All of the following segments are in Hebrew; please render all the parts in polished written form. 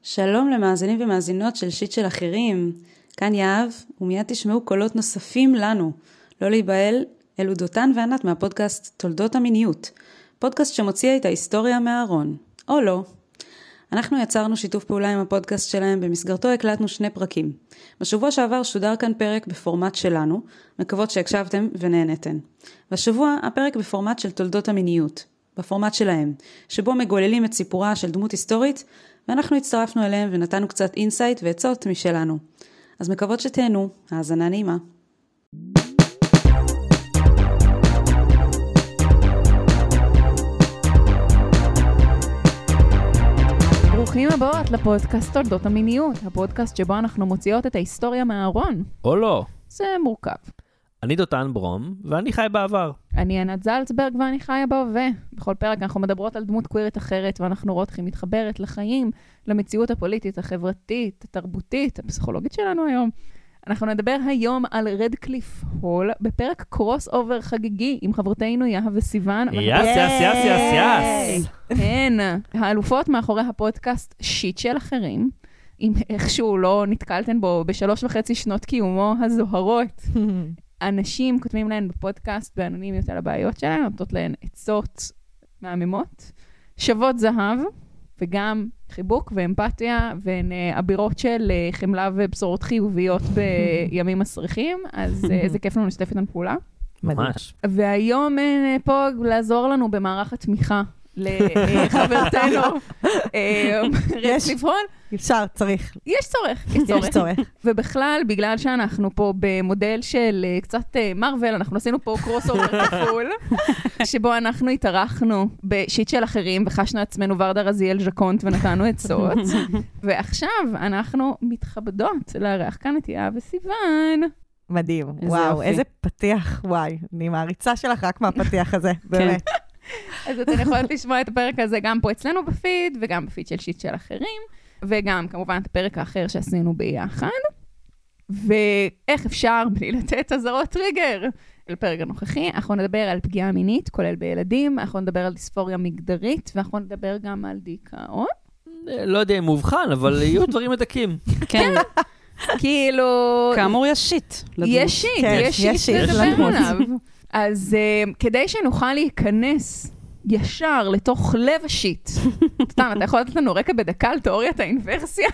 שלום למאזינים ומאזינות של שיט של אחרים, כאן יהב, ומיד תשמעו קולות נוספים לנו. לא להיבהל, אלו דותן וענת מהפודקאסט תולדות המיניות, פודקאסט שמוציע את ההיסטוריה מהארון, או לא. אנחנו יצרנו שיתוף פעולה עם הפודקאסט שלהם, במסגרתו הקלטנו 2 פרקים. בשבוע שעבר שודר כאן פרק בפורמט שלנו, מקוות שהקשבתם ונהנתן. והשבוע הפרק בפורמט של תולדות המיניות, בפורמט שלהם, שבו מגוללים את סיפורה של דמות היסטורית, ואנחנו הצטרפנו אליהם ונתנו קצת אינסייט ועצות משלנו. אז מקוות שתהנו, האזנה נעימה. ברוכים הבאות לפודקאסט תולדות המיניות, הפודקאסט שבו אנחנו מוציאות את ההיסטוריה מהארון. או לא. זה מורכב. אני דותן ברום, ואני חי בעבר. אני ענת זלצברג ואני חיה בהווה. בכל פרק אנחנו מדברות על דמות קווירית אחרת, ואנחנו רואות איך היא מתחברת לחיים, למציאות הפוליטית, החברתית, התרבותית, הפסיכולוגית שלנו היום. אנחנו נדבר היום על רדקליף הול, בפרק קרוס אובר חגיגי עם חברתנו יהב וסיוון. יס. כן, האלופות מאחורי הפודקאסט שיט של אחרים, אם איכשהו לא נתקלתן בו ב3.5 שנות קיומו הזוהרות. אנשים כותבים להן בפודקאסט באנונימיות על הבעיות שלהם, נותנות להן עצות מהממות, שוות זהב, וגם חיבוק ואמפתיה, והן אבירות של חמלה ובשורות חיוביות בימים מסריחים, אז זה כיף לנו לשתף איתן פעולה. ממש. והיום הן פה לעזור לנו במערך התמיכה לחברתנו רדקליף הול. אפשר, צריך. יש צורך. ובכלל, בגלל שאנחנו פה במודל של קצת מרוול, אנחנו עשינו פה קרוס אובר כפול, שבו אנחנו התארחנו בשיט של אחרים, וחשנו עצמנו ורדה רזיאל ז'קונט ונתנו עצות. ועכשיו אנחנו מתכבדות לארח כאן את יהב וסיוון. מדהים. וואו, איזה פתיח, וואי. אני מעריצה שלך רק מהפתיח הזה, באמת. אז אתן יכולות לשמוע את הפרק הזה גם פה אצלנו בפיד, וגם בפיד של שיט של אחרים, וגם כמובן את הפרק האחר שעשינו ביחד. ואיך אפשר בלי לתת אזהרות טריגר לפרק הנוכחי, אנחנו נדבר על פגיעה מינית, כולל בילדים, אנחנו נדבר על דיספוריה מגדרית, ואנחנו נדבר גם על דיכאון. לא יודע אם מובחן, אבל יהיו דברים מדקים. כן. כאילו... כאמור יש שיט. יש שיט לדבר עליו. אז כדי שנוכל להיכנס ישר לתוך לב השיט, סתם, אתה יכול לתת לנו רקע בדקה על תיאוריית האינברסיה?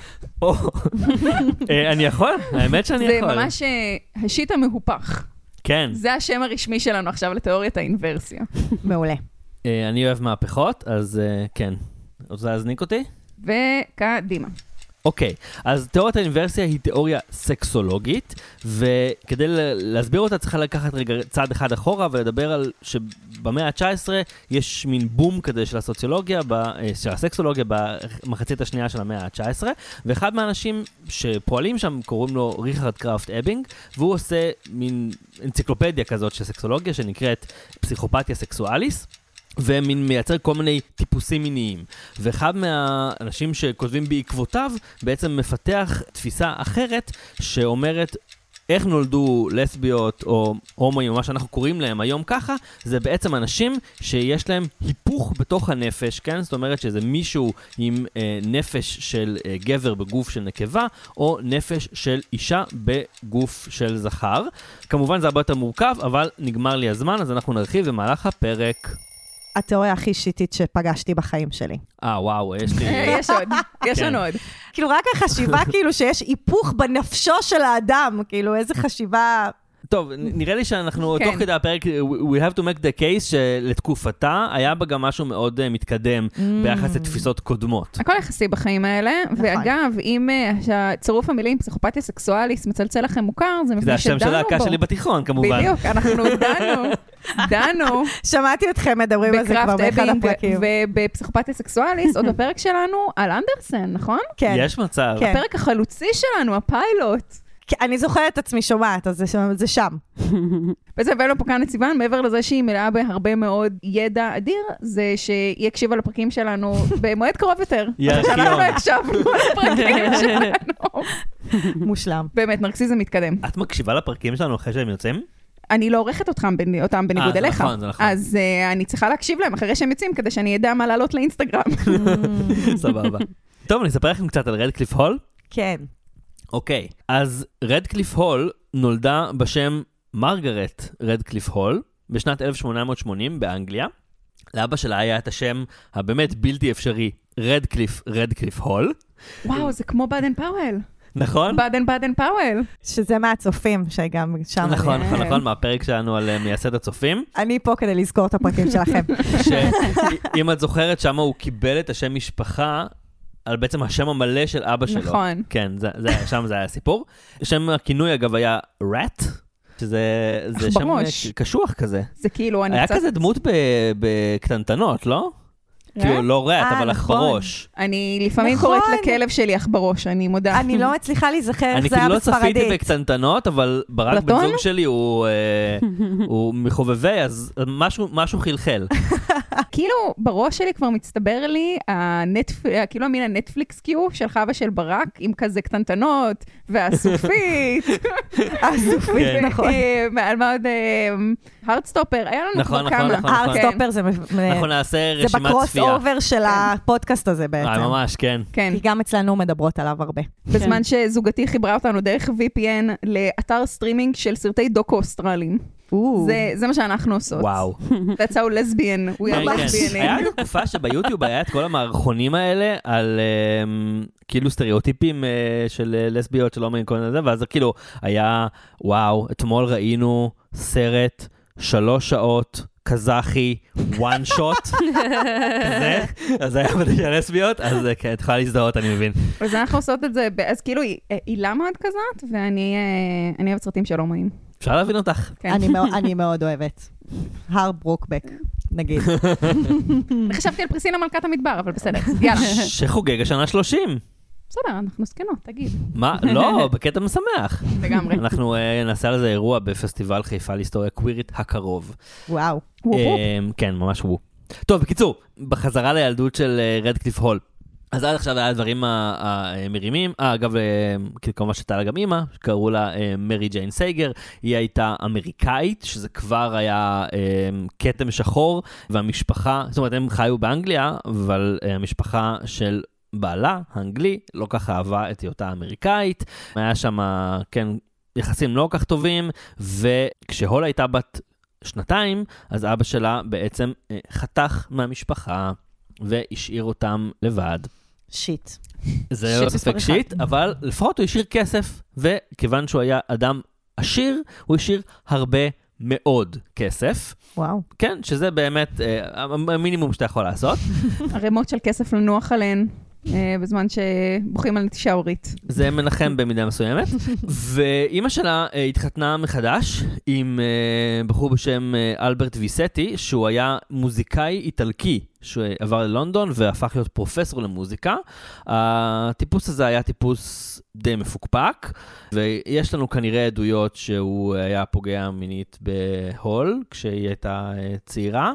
אני יכול? האמת שאני יכול. זה ממש השיט המהופך. כן. זה השם הרשמי שלנו עכשיו לתיאוריית האינברסיה. מעולה. אני אוהב מהפכות, אז כן. רוצה להזניק אותי? וקדימה. אוקיי, אז תיאוריית האינברסיה היא תיאוריה סקסולוגית, וכדי להסביר אותה צריכה לקחת רגע צעד אחד אחורה ולדבר על שבמאה ה-19 יש מין בום כזה של הסוציולוגיה, של הסקסולוגיה במחצית השנייה של המאה ה-19, ואחד מהאנשים שפועלים שם קוראים לו ריכרד קראפט אבינג, והוא עושה מין אנציקלופדיה כזאת של סקסולוגיה שנקראת פסיכופתיה סקסואליס, ומין מייצר כל מיני טיפוסים מיניים. ואחד מהאנשים שכותבים בעקבותיו בעצם מפתח תפיסה אחרת שאומרת איך נולדו לסביות או הומואים, או מה שאנחנו קוראים להם היום ככה, זה בעצם אנשים שיש להם היפוך בתוך הנפש, כן? זאת אומרת שזה מישהו עם נפש של גבר בגוף של נקבה, או נפש של אישה בגוף של זכר. כמובן זה הרבה יותר מורכב, אבל נגמר לי הזמן, אז אנחנו נרחיב במהלך הפרק. התיאוריה הכי שיטית שפגשתי בחיים שלי. וואו, יש לי... יש לנו עוד. כאילו רק החשיבה כאילו שיש היפוך בנפשו של האדם, כאילו איזה חשיבה... טוב, נראה לי שאנחנו תוך כדי הפרק, we have to make the case שלתקופתה היה בה גם משהו מאוד מתקדם ביחס לתפיסות קודמות. הכל יחסי בחיים האלה, ואגב, אם הצירוף המילים פסיכופתיה סקסואליס מצלצל לכם מוכר, זה מפני שדנו בו. זה השם של ההקה שלי בתיכון, כמובן. בדיוק, אנחנו דנו. שמעתי אתכם מדברים על זה כבר באחד הפרקים. ובפסיכופתיה סקסואליס, עוד בפרק שלנו על אנדרסן, נכון? כן. יש מצב. הפרק החלוצי שלנו, הפיילוט. אני זוכרת את עצמי שומעת, אז זה שם. וזה הבאנו פה כאן את סיוון, מעבר לזה שהיא מלאה בהרבה מאוד ידע אדיר, זה שהיא הקשיבה לפרקים שלנו במועד קרוב יותר. שאנחנו לא הקשבנו לפרקים שלנו. מושלם. באמת, נרקסיזם מתקדם. את מקשיבה לפרקים שלנו אחרי שהם יוצאים? אני לא עורכת אותם בניגוד אליך. זה נכון. אז אני צריכה להקשיב להם אחרי שהם יוצאים, כדי שאני אדע מה לעלות לאינסטגרם. סבבה. טוב, אני אספר לכם קצת על רדקליף הול. כן. אוקיי, אז רדקליף הול נולדה בשם מרגרט רדקליף הול בשנת 1880 באנגליה. לאבא שלה היה את השם הבאמת בלתי אפשרי, רדקליף הול. וואו, זה כמו באדן פאוול. נכון? באדן פאוול. שזה מהצופים, שגם שם... נכון, מהפרק שלנו על מייסד הצופים. אני פה כדי לזכור את הפרקים שלכם. שאם את זוכרת, שם הוא קיבל את השם משפחה, על בעצם השם המלא של אבא שלו. נכון. כן, שם זה היה הסיפור. שם הכינוי אגב היה rat, שזה שם קשוח כזה. זה כאילו, היה כזה דמות בקטנטנות, לא? כאילו לא rat, אבל אח בראש. אני לפעמים קוראת לכלב שלי אח בראש, אני מודה. אני לא מצליחה להיזכר איך זה היה בספרדית. אני כאילו לא צפיתי בקטנטנות, אבל ברק בן זוג שלי הוא מחובבי, אז משהו חלחל. כאילו בראש שלי כבר מצטבר לי, כאילו המין הנטפליקס קיו של חווה של ברק, עם כזה קטנטנות, והסופית. הסופית, נכון. על מה עוד... הרדסטופר, היה לנו כבר כמה. הרדסטופר זה... אנחנו נעשה רשימת צפייה. אובר של הפודקאסט הזה בעצם. ממש, כן. כי גם אצלנו מדברות עליו הרבה. בזמן שזוגתי חיברה אותנו דרך VPN לאתר סטרימינג של סרטי דוקו אוסטרליים. זה מה שאנחנו עושות. וואו. That's how lesbian, we are lesbian. היה תקופה שביוטיוב היה את כל המערכונים האלה על כאילו סטריאוטיפים של לסביות שלא אומרים כל זה, ואז כאילו היה, וואו, אתמול ראינו סרט 3 שעות, קזחי, one shot, כזה, אז היה בדשא לסביות, אז כן, את יכולה להזדהות, אני מבין. אז אנחנו עושות את זה, אז כאילו, הילה מאוד כזאת, ואני אוהבת סרטים של הומואים. אפשר להבין אותך. אני מאוד אוהבת. הר ברוקבק, נגיד. חשבתי על פריסינה מלכת המדבר, אבל בסדר, יאללה. שחוגג השנה 30. בסדר, אנחנו סקנות, תגיד. מה? לא, בקטע משמח. לגמרי. אנחנו נעשה על זה אירוע בפסטיבל חיפה להיסטוריה קווירית הקרוב. וואו. כן, ממש וואו. טוב, בקיצור, בחזרה לילדות של רדקליף הול. אז עד עכשיו היה הדברים המרימים. אגב, כמובן שתה לה גם אימא, שקראו לה מרי ג'יין סייגר. היא הייתה אמריקאית, שזה כבר היה כתם שחור, והמשפחה, זאת אומרת, הם חיו באנגליה, אבל המשפחה של בעלה, האנגלי, לא כך אהבה את היותה האמריקאית. היה שם, כן, יחסים לא כך טובים, וכשהול הייתה בת 2, אז אבא שלה בעצם חתך מהמשפחה, והשאיר אותם לבד. שיט. זה לא ספק שיט, אבל לפחות הוא השאיר כסף, וכיוון שהוא היה אדם עשיר, הוא השאיר הרבה מאוד כסף. וואו. כן, שזה באמת המינימום שאתה יכול לעשות. הרמות של כסף לנוח עליהן. בזמן שבוכים על נטישה הורית. זה מנחם במידה מסוימת. ואימא שלה התחתנה מחדש עם בחור בשם אלברט ויסטי, שהוא היה מוזיקאי איטלקי, שעבר ללונדון והפך להיות פרופסור למוזיקה. הטיפוס הזה היה טיפוס די מפוקפק, ויש לנו כנראה עדויות שהוא היה פוגע מינית בהול, כשהיא הייתה צעירה.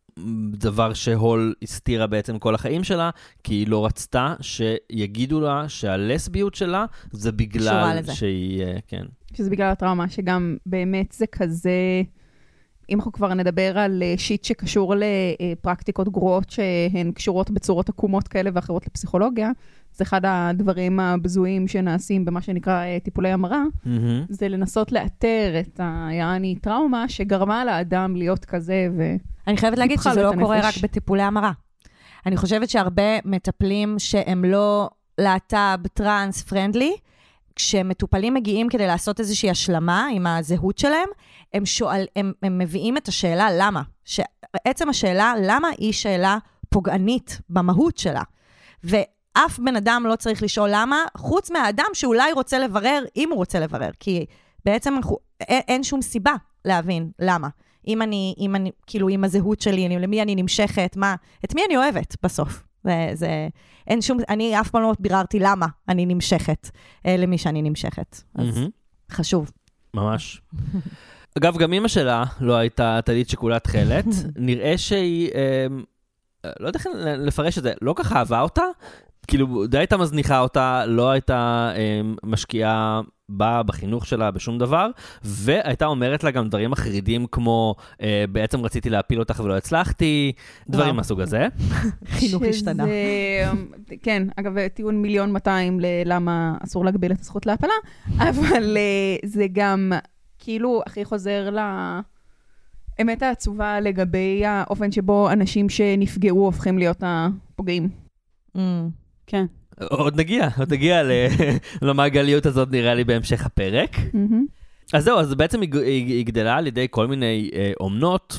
דבר שהול הסתירה בעצם כל החיים שלה, כי היא לא רצתה שיגידו לה שהלסביות שלה זה בגלל שהיא, כן. שזה בגלל הטראומה, שגם באמת זה כזה, אם אנחנו כבר נדבר על שיט שקשור לפרקטיקות גרועות שהן קשורות בצורות עקומות כאלה ואחרות לפסיכולוגיה, זה אחד הדברים הבזויים שנעשים במה שנקרא טיפולי המרה, זה לנסות לאתר את היעני טראומה שגרמה לאדם להיות כזה אני חייבת להגיד שזה לא קורה רק בטיפולי המרה. אני חושבת שהרבה מטפלים שהם לא להט"ב, טרנס, פרנדלי, כשמטופלים מגיעים כדי לעשות איזושהי השלמה עם הזהות שלהם, הם מביאים את השאלה למה. שעצם השאלה למה היא שאלה פוגענית במהות שלה. ואף בן אדם לא צריך לשאול למה, חוץ מהאדם שאולי רוצה לברר, אם הוא רוצה לברר. כי בעצם אין שום סיבה להבין למה. אם אני, כאילו, עם הזהות שלי, למי אני נמשכת, את מי אני אוהבת בסוף. אין שום, אני אף פעם לא ביררתי למה אני נמשכת למי שאני נמשכת. אז חשוב. ממש. אגב, גם אמא שלה לא הייתה תלית שכולה תחלת. נראה שהיא, לא יודע איך לפרש את זה, לא ככה אהבה אותה, כאילו, די הייתה מזניחה אותה, לא הייתה משקיעה בה בחינוך שלה בשום דבר, והייתה אומרת לה גם דברים מחרידים כמו, בעצם רציתי להפיל אותך ולא הצלחתי, דברים מהסוג הזה. חינוך השתנה. כן, אגב, טיעון 1,200,000 ללמה אסור להגביל את הזכות להפלה, אבל זה גם כאילו הכי חוזר האמת העצובה לגבי האופן שבו אנשים שנפגעו הופכים להיות הפוגעים. כן. עוד נגיע למעגליות הזאת נראה לי בהמשך הפרק. אז זהו, אז בעצם היא גדלה על ידי כל מיני אומנות,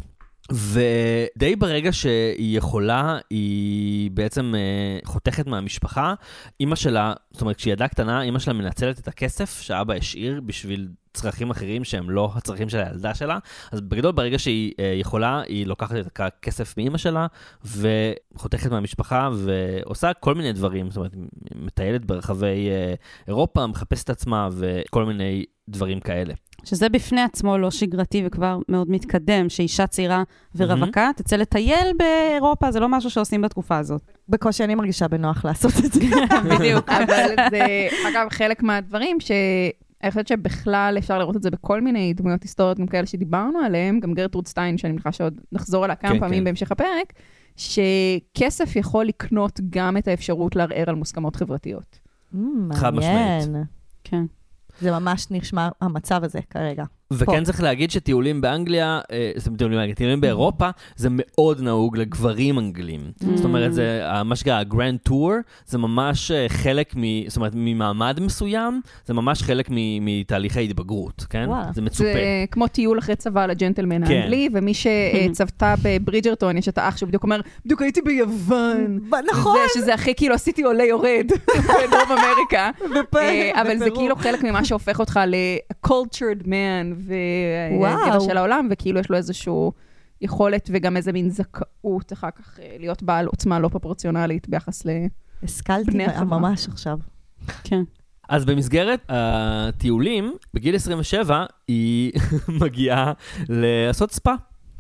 ודי ברגע שהיא יכולה, היא בעצם חותכת מהמשפחה. אמא שלה, זאת אומרת, כשהיא ילדה קטנה, אמא שלה מנצלת את הכסף שאבא השאיר בשביל צרכים אחרים שהם לא הצרכים של הילדה שלה. אז בגדול, ברגע שהיא יכולה, היא לוקחת את הכסף מאמא שלה, וחותכת מהמשפחה, ועושה כל מיני דברים. זאת אומרת, מטיילת ברחבי אירופה, מחפשת עצמה, וכל מיני דברים כאלה. שזה בפני עצמו לא שגרתי וכבר מאוד מתקדם, שאישה צעירה ורווקה תצא לטייל באירופה, זה לא משהו שעושים בתקופה הזאת. בקושי אני מרגישה בנוח לעשות את זה. בדיוק, אבל זה, אגב, חלק מהדברים אני חושבת שבכלל אפשר לראות את זה בכל מיני דמויות היסטוריות גם כאלה שדיברנו עליהם, גם גרטרוד סטיין, שאני מניחה שעוד נחזור עליה כמה פעמים בהמשך הפרק, שכסף יכול לקנות גם את האפשרות לערער על מוסכמות חברתיות. חד משמעית. כן. זה ממש נשמע המצב הזה כרגע. וכן צריך להגיד שטיולים באנגליה, טיולים באירופה, זה מאוד נהוג לגברים אנגלים. זאת אומרת, זה מה שקרה, הגרנד טור, זה ממש חלק זאת אומרת, ממעמד מסוים, זה ממש חלק מתהליך ההתבגרות, כן? זה מצופה. זה כמו טיול אחרי צבא לג'נטלמן האנגלי, ומי שצוותה בברידג'רטון, יש את האח שבדיוק אומר, בדיוק הייתי ביוון. נכון. שזה הכי כאילו עשיתי עולה יורד בדרום אמריקה. אבל זה כאילו חלק ממה שהופך אותך ל-cultured man, וגבר של העולם, וכאילו יש לו איזשהו יכולת וגם איזה מין זכאות אחר כך להיות בעל עוצמה לא פרופורציונלית ביחס לבני החברה. השכלתי ממש עכשיו. כן. אז במסגרת הטיולים, בגיל 27, היא מגיעה לעשות ספה.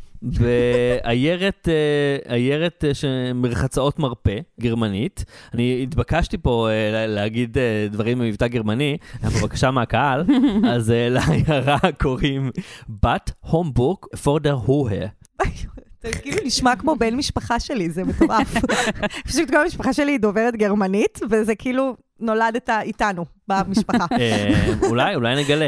בעיירת שמרחצאות מרפא, גרמנית. אני התבקשתי פה להגיד דברים במבטא גרמני, בבקשה מהקהל, אז לעיירה קוראים בת הומבורג פורדר הוהה. זה כאילו נשמע כמו בן משפחה שלי, זה מטורף. פשוט כל המשפחה שלי דוברת גרמנית, וזה כאילו נולדת איתנו במשפחה. אולי נגלה.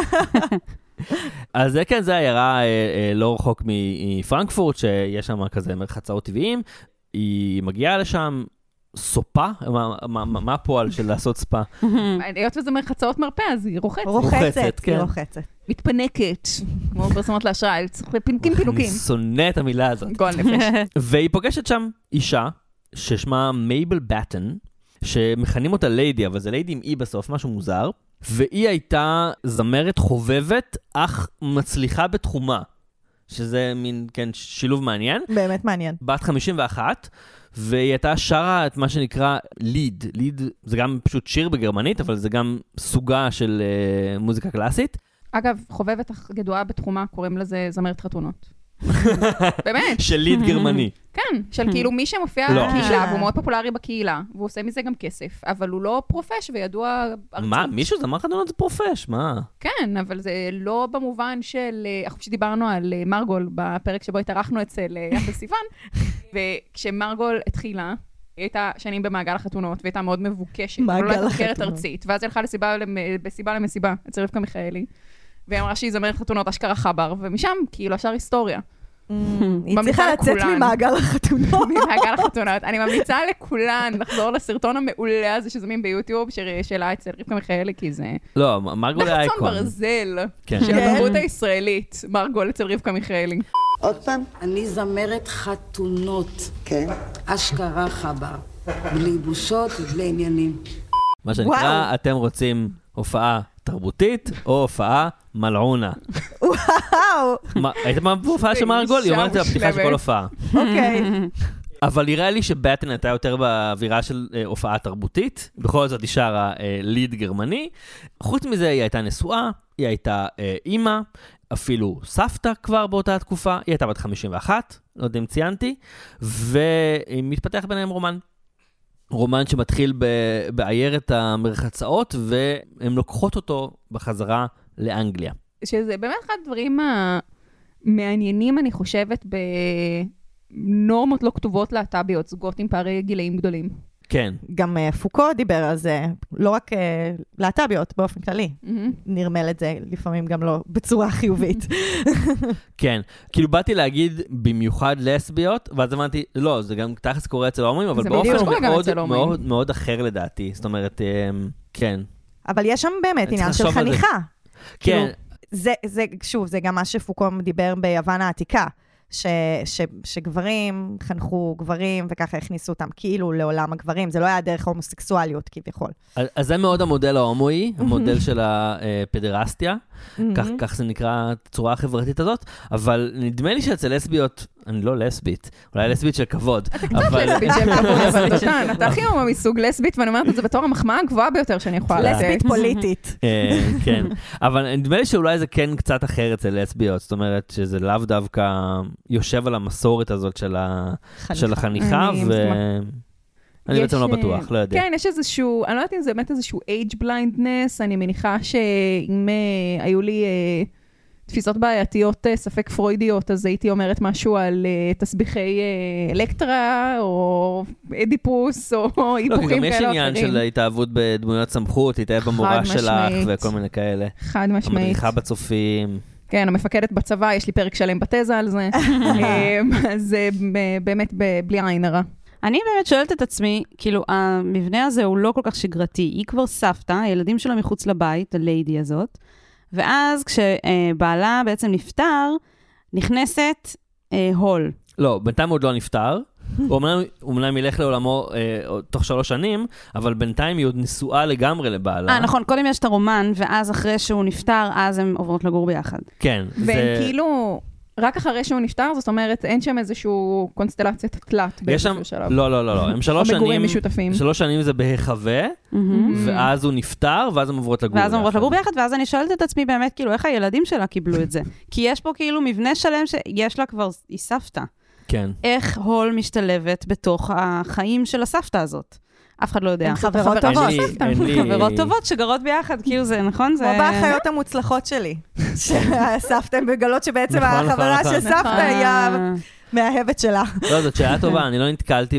אז כן, זה עיירה לא רחוק מפרנקפורט, שיש שם כזה מרחצאות טבעיים. היא מגיעה לשם, סופה? מה הפועל של לעשות ספה? היות וזה מרחצאות מרפא, אז היא רוחצת. רוחצת, כן. מתפנקת, כמו פרסומות להשראה, צריך פינוקים. אני שונא את המילה הזאת. גועל נפש. והיא פוגשת שם אישה, ששמה מייבל בטן, שמכנים אותה ליידי, אבל זה ליידי עם אי בסוף, משהו מוזר. והיא הייתה זמרת חובבת, אך מצליחה בתחומה. שזה מין, כן, שילוב מעניין. באמת מעניין. בת 51, והיא הייתה שרה את מה שנקרא ליד. ליד זה גם פשוט שיר בגרמנית, אבל זה גם סוגה של מוזיקה קלאסית. אגב, חובבת אך ידועה בתחומה, קוראים לזה זמרת חתונות. באמת. של ליד גרמני. כן, של כאילו מי שמופיע בקהילה, והוא מאוד פופולרי בקהילה, והוא עושה מזה גם כסף, אבל הוא לא פרופש וידוע ארצות. מה? מישהו זמר חתונות זה פרופש, מה? כן, אבל זה לא במובן של, אנחנו שדיברנו על מרגול, בפרק שבו התארחנו אצל יחד סיוון, וכשמרגול התחילה, היא הייתה שנים במעגל החתונות, והייתה מאוד מבוקשת. מעגל החתונות. ארצית, ואז היא הלכה בסיבה למסיבה, אצל רבקה מיכאלי, והיא אמרה שהיא זמרת חתונות אשכרה חבר, ומשם כאילו השאר היסטוריה. היא צריכה לצאת ממעגל החתונות. ממעגל החתונות. אני ממליצה לכולן לחזור לסרטון המעולה הזה שזמין ביוטיוב, שלה אצל רבקה מיכאלי, כי זה... לא, מרגול היה אייקון. נחצון ברזל של התרבות הישראלית, מרגול אצל רבקה מיכאלי. עוד פעם? אני זמרת חתונות. כן. אשכרה חבר. בלי בושות ובלי עניינים. מה שנקרא, אתם רוצים הופעה תרבותית או הופעה מלעונה. וואו! הייתם בהופעה של מרגול? היא אומרת בפתיחה של כל הופעה. אוקיי. אבל נראה לי שבטן הייתה יותר באווירה של הופעה תרבותית. בכל זאת היא שרה ליד גרמני. חוץ מזה היא הייתה נשואה, היא הייתה אימא, אפילו סבתא כבר באותה תקופה. היא הייתה בת 51, לא יודע אם ציינתי, ומתפתח ביניהם רומן. רומן שמתחיל בעיירת המרחצאות, והן לוקחות אותו בחזרה לאנגליה. שזה באמת אחד הדברים המעניינים, אני חושבת, בנורמות לא כתובות להט"ביות, זוגות עם פערי גילאים גדולים. כן. גם פוקו דיבר על זה, לא רק להט"ביות באופן כללי. נרמל את זה לפעמים גם לא בצורה חיובית. כן. כאילו באתי להגיד במיוחד לסביות, ואז אמרתי, לא, זה גם תכלס קורה אצל ההומואים, אבל באופן מאוד מאוד אחר לדעתי. זאת אומרת, כן. אבל יש שם באמת עניין של חניכה. כן. שוב, זה גם מה שפוקו דיבר ביוון העתיקה. שגברים חנכו גברים, וככה הכניסו אותם כאילו לעולם הגברים. זה לא היה דרך ההומוסקסואליות כביכול. אז זה מאוד המודל ההומואי, המודל של הפדרסטיה, כך זה נקרא הצורה החברתית הזאת, אבל נדמה לי שאצל לסביות, אני לא לסבית, אולי לסבית של כבוד. אתה קצת לסבית של כבוד, אבל אתה הכי הומו מסוג לסבית, ואני אומרת את זה בתור המחמאה הגבוהה ביותר שאני יכולה לתת. לסבית פוליטית. כן, אבל נדמה לי שאולי זה כן קצת אחר אצל לסביות, זאת אומרת שזה לאו דווקא יושב על המסורת הזאת של החניכה, אני בעצם לא בטוח, לא יודע. כן, יש איזשהו, אני לא יודעת אם זה באמת איזשהו age blindness, אני מניחה שאם היו לי תפיסות בעייתיות, ספק פרוידיות, אז הייתי אומרת משהו על תסביכי אלקטרה, או אדיפוס, או היפוכים כאלה אחרים. גם יש עניין של התאהבות בדמויות סמכות, להתאהב במורה שלך, וכל מיני כאלה. חד משמעית. המדריכה בצופים. כן, המפקדת בצבא, יש לי פרק שלם בתזה על זה. אז באמת בלי עין הרע. אני באמת שואלת את עצמי, כאילו, המבנה הזה הוא לא כל כך שגרתי. היא כבר סבתא, הילדים שלה מחוץ לבית, הליידי הזאת, ואז כשבעלה בעצם נפטר, נכנסת הול. לא, בינתיים עוד לא נפטר. הוא אומנם ילך לעולמו תוך 3 שנים, אבל בינתיים היא עוד נשואה לגמרי לבעלה. נכון, קודם יש את הרומן, ואז אחרי שהוא נפטר, אז הם עוברות לגור ביחד. כן. וכאילו, רק אחרי שהוא נפטר, זאת אומרת, אין שם איזשהו קונסטלציית תלת באיזשהו שלב. לא. הם 3 שנים. מגורים משותפים. 3 שנים זה בהיחווה, ואז הוא נפטר, ואז הם עוברות לגור ביחד. ואז הם עוברות לגור ביחד, ואז אני שואלת את עצמי באמת, כאילו, איך הילדים שלה קיבלו את זה? כי יש פה כאילו מבנה שלם שיש לה כבר, היא סבתא. כן. איך הול משתלבת בתוך החיים של הסבתא הזאת? אף אחד לא יודע. חברות טובות. חברות טובות שגרות ביחד, כאילו זה, נכון? כמו באחיות המוצלחות שלי. שהסבתא הן בגלות שבעצם החברה של סבתא היא המאהבת שלה. לא, זאת שאלה טובה, אני לא נתקלתי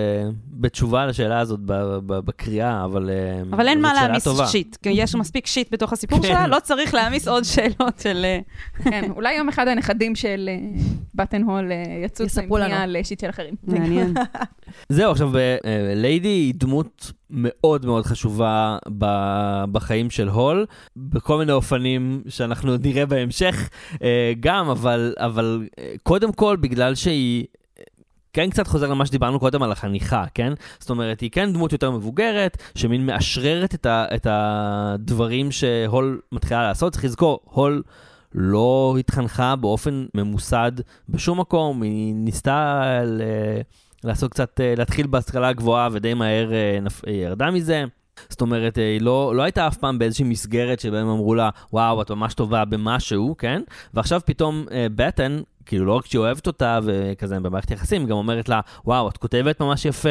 בתשובה לשאלה הזאת בקריאה, אבל אין מה להעמיס שיט, כי יש מספיק שיט בתוך הסיפור שלה, לא צריך להעמיס עוד שאלות של... כן, אולי יום אחד הנכדים של בטן הול יצאו עם פנייה על שיט של אחרים. מעניין. זהו, עכשיו, ליידי היא דמות מאוד מאוד חשובה בחיים של הול, בכל מיני אופנים שאנחנו נראה בהמשך גם, אבל קודם כל בגלל שהיא כן קצת חוזר למה שדיברנו קודם על החניכה, כן? זאת אומרת, היא כן דמות יותר מבוגרת, שמין מאשררת את הדברים שהול מתחילה לעשות. צריך לזכור, הול לא התחנכה באופן ממוסד בשום מקום, היא ניסתה לעשות קצת, להתחיל בהשכלה הגבוהה, ודי מהר ירדה מזה. זאת אומרת, היא לא הייתה אף פעם באיזושהי מסגרת שבהם אמרו לה, וואו, את ממש טובה במשהו, כן? ועכשיו פתאום בטן, כאילו לא רק שהיא אוהבת אותה וכזה במערכת יחסים, היא גם אומרת לה, וואו, את כותבת ממש יפה,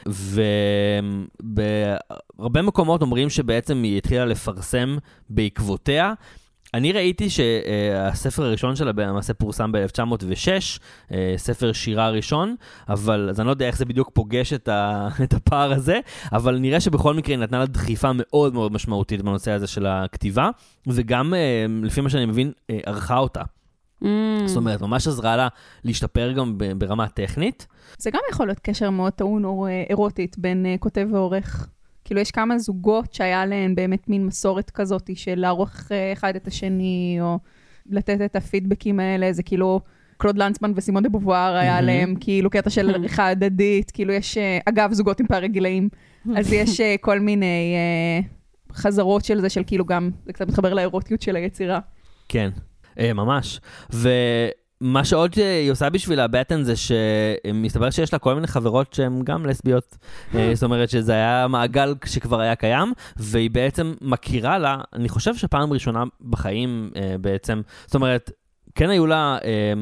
ובהרבה מקומות אומרים שבעצם היא התחילה לפרסם בעקבותיה. אני ראיתי שהספר הראשון שלה למעשה פורסם ב-1906, ספר שירה ראשון, אבל אז אני לא יודע איך זה בדיוק פוגש את הפער הזה, אבל נראה שבכל מקרה היא נתנה לה דחיפה מאוד מאוד משמעותית בנושא הזה של הכתיבה, וגם לפי מה שאני מבין, ערכה אותה. זאת אומרת, ממש עזרה לה להשתפר גם ברמה טכנית. זה גם יכול להיות קשר מאוד טעון או אירוטית בין כותב ועורך. כאילו יש כמה זוגות שהיה להן באמת מין מסורת כזאת של לערוך אחד את השני, או לתת את הפידבקים האלה, זה כאילו קלוד לנצמן וסימון דה בובואר היה להם כאילו קטע של עריכה הדדית, כאילו יש, אגב, זוגות עם פערי גילאים, אז יש כל מיני חזרות של זה, של כאילו גם, זה קצת מתחבר לאירוטיות של היצירה. כן, ממש. מה שעוד היא עושה בשביל הבטן זה שמסתבר שיש לה כל מיני חברות שהן גם לסביות. זאת אומרת שזה היה מעגל שכבר היה קיים, והיא בעצם מכירה לה, אני חושב שפעם ראשונה בחיים בעצם, זאת אומרת, כן היו לה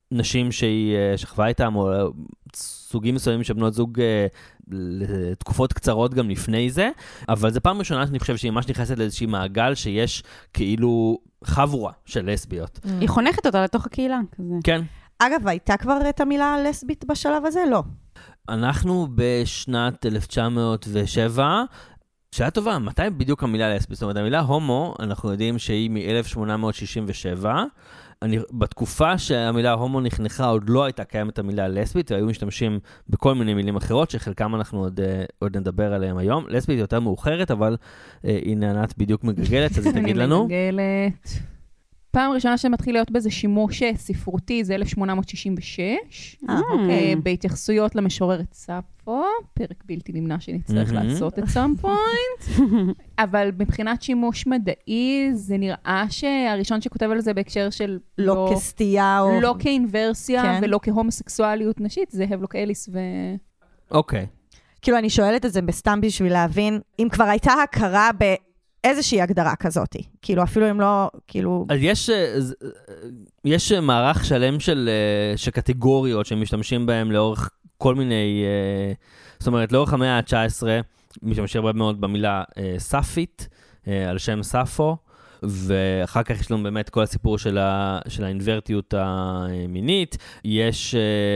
נשים שהיא שכבה איתם, או סוגים מסוימים של בנות זוג לתקופות קצרות גם לפני זה, אבל זה פעם ראשונה שאני חושב שהיא ממש נכנסת לאיזושהי מעגל שיש כאילו חבורה של לסביות. היא חונכת אותה לתוך הקהילה כזה. כן. אגב, הייתה כבר את המילה לסבית בשלב הזה? לא. אנחנו בשנת 1907, שהיה טובה, מתי בדיוק המילה לסבית? זאת אומרת, המילה הומו, אנחנו יודעים שהיא מ-1867, בתקופה שהמילה הומו נחנכה, עוד לא הייתה קיימת המילה לסבית, והיו משתמשים בכל מיני מילים אחרות, שחלקם אנחנו עוד נדבר עליהם היום. לסבית יותר מאוחרת, אבל הנה ענת בדיוק מגגלת, אז היא תגיד לנו. אני מגגלת. פעם ראשונה שמתחיל להיות בזה שימוש ספרותי, זה 1866, בהתייחסויות למשוררת ספו, פרק בלתי נמנע שנצטרך לעשות את some point, אבל מבחינת שימוש מדעי, זה נראה שהראשון שכותב על זה בהקשר של לא כסטייה, או... לא כאינברסיה ולא כהומוסקסואליות נשית, זה הבלוק אליס אוקיי. כאילו אני שואלת את זה בסתם בשביל להבין, אם כבר הייתה הכרה איזושהי הגדרה כזאת, כאילו אפילו אם לא, כאילו... אז יש מערך שלם של קטגוריות שמשתמשים בהם לאורך כל מיני, זאת אומרת, לאורך המאה ה-19, משתמשים הרבה מאוד במילה ספית, על שם ספו, ואחר כך יש לנו באמת כל הסיפור של האינברטיות המינית, יש...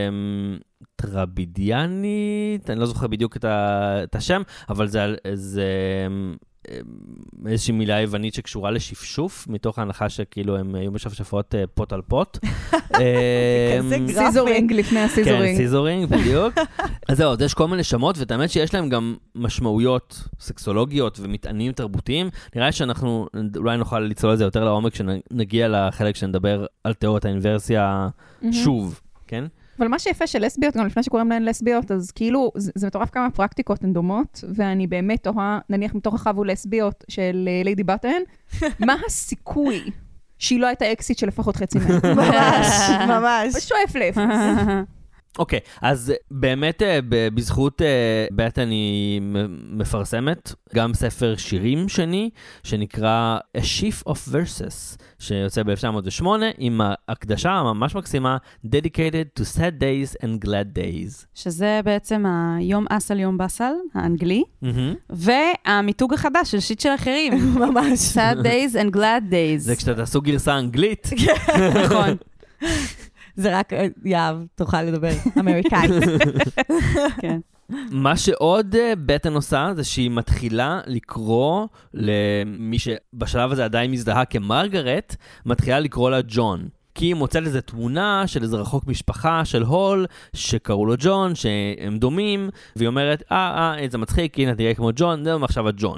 טרבידיאנית, אני לא זוכר בדיוק את השם, אבל זה איזושהי מילה יוונית שקשורה לשפשוף, מתוך ההנחה שכאילו הם היו משפשפות פוט על פוט. כזה גרפי. סיזורינג לפני הסיזורינג. כן, סיזורינג, בדיוק. אז זהו, יש כל מיני שמות, ואת האמת שיש להם גם משמעויות סקסולוגיות ומטענים תרבותיים. נראה לי שאנחנו אולי נוכל ליצול על זה יותר לעומק, כשנגיע לחלק שנדבר על תיאוריית האינברסיה שוב, כן? אבל מה שיפה של לסביות, גם לפני שקוראים להן לסביות, אז כאילו, זה מטורף כמה פרקטיקות הן דומות, ואני באמת תוהה, נניח מתוך החבו לסביות של ליידי בטן, מה הסיכוי שהיא לא הייתה אקסיט של לפחות חצי מהם? ממש. שואף לב. אוקיי, אז באמת בזכות בטן היא מפרסמת גם ספר שירים שני, שנקרא A Sheaf of Verses, שיוצא ב-1908, עם ההקדשה הממש מקסימה, Dedicated to Sad Days and Glad Days. שזה בעצם היום אסל יום בסל, האנגלי, והמיתוג החדש של שיט של אחרים. ממש. Sad Days and Glad Days. זה כשאתה תעשו גרסה אנגלית. נכון. זה רק, יאב, תוכל לדבר אמריקאית. כן. מה שעוד בטן עושה, זה שהיא מתחילה לקרוא למי שבשלב הזה עדיין מזדהה כמרגרט, מתחילה לקרוא לה ג'ון. כי היא מוצאת איזו תמונה של איזה רחוק משפחה של הול, שקראו לו ג'ון, שהם דומים, והיא אומרת, איזה מצחיק, הנה תראה כמו ג'ון, זה עכשיו הג'ון.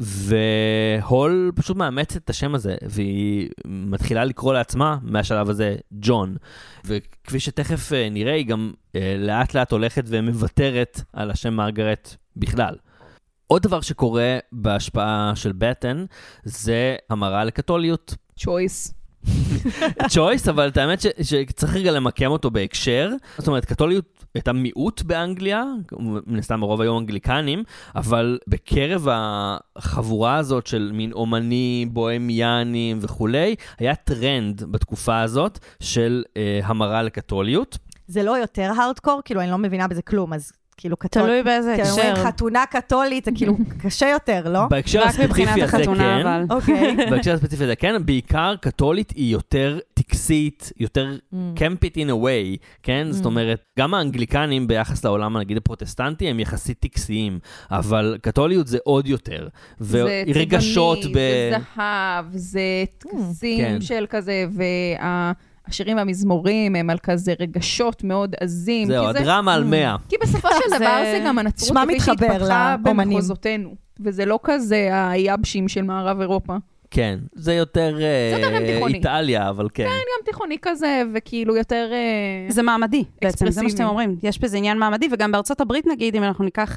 והול פשוט מאמצת את השם הזה, והיא מתחילה לקרוא לעצמה מהשלב הזה ג'ון. וכפי שתכף נראה, היא גם לאט לאט הולכת ומוותרת על השם מרגרט בכלל. עוד דבר שקורה בהשפעה של בטן, זה המרה לקתוליות. צ'ויס. צ'ויס, אבל את האמת שצריך רגע למקם אותו בהקשר. זאת אומרת, קתוליות הייתה מיעוט באנגליה, נסתם הרוב היו אנגליקנים, אבל בקרב החבורה הזאת של מין אומנים, בוהמיאנים וכולי, היה טרנד בתקופה הזאת של המרה לקתוליות. זה לא יותר הארדקור? כאילו, אני לא מבינה בזה כלום, אז... כאילו תלוי באיזה הקשר. חתונה קתולית, זה כאילו קשה יותר, לא? בהקשר הספציפי הזה כן. אוקיי. בהקשר הספציפי הזה כן, בעיקר קתולית היא יותר טקסית, יותר campit in a way, כן? זאת אומרת, גם האנגליקנים ביחס לעולם, נגיד הפרוטסטנטי, הם יחסית טקסיים, אבל קתוליות זה עוד יותר. זה צבעוני, זה זהב, זה טקסים של כזה, השירים והמזמורים הם על כזה רגשות מאוד עזים. זהו, הדרמה על 100. כי בסופו של דבר זה גם הנצרות כפי שהתפתחה במחוזותינו. וזה לא כזה היבשים של מערב אירופה. כן, זה יותר איטליה, אבל כן. כן, גם תיכוני כזה, וכאילו יותר זה מעמדי, בעצם, זה מה שאתם אומרים. יש בזה עניין מעמדי, וגם בארצות הברית, נגיד, אם אנחנו ניקח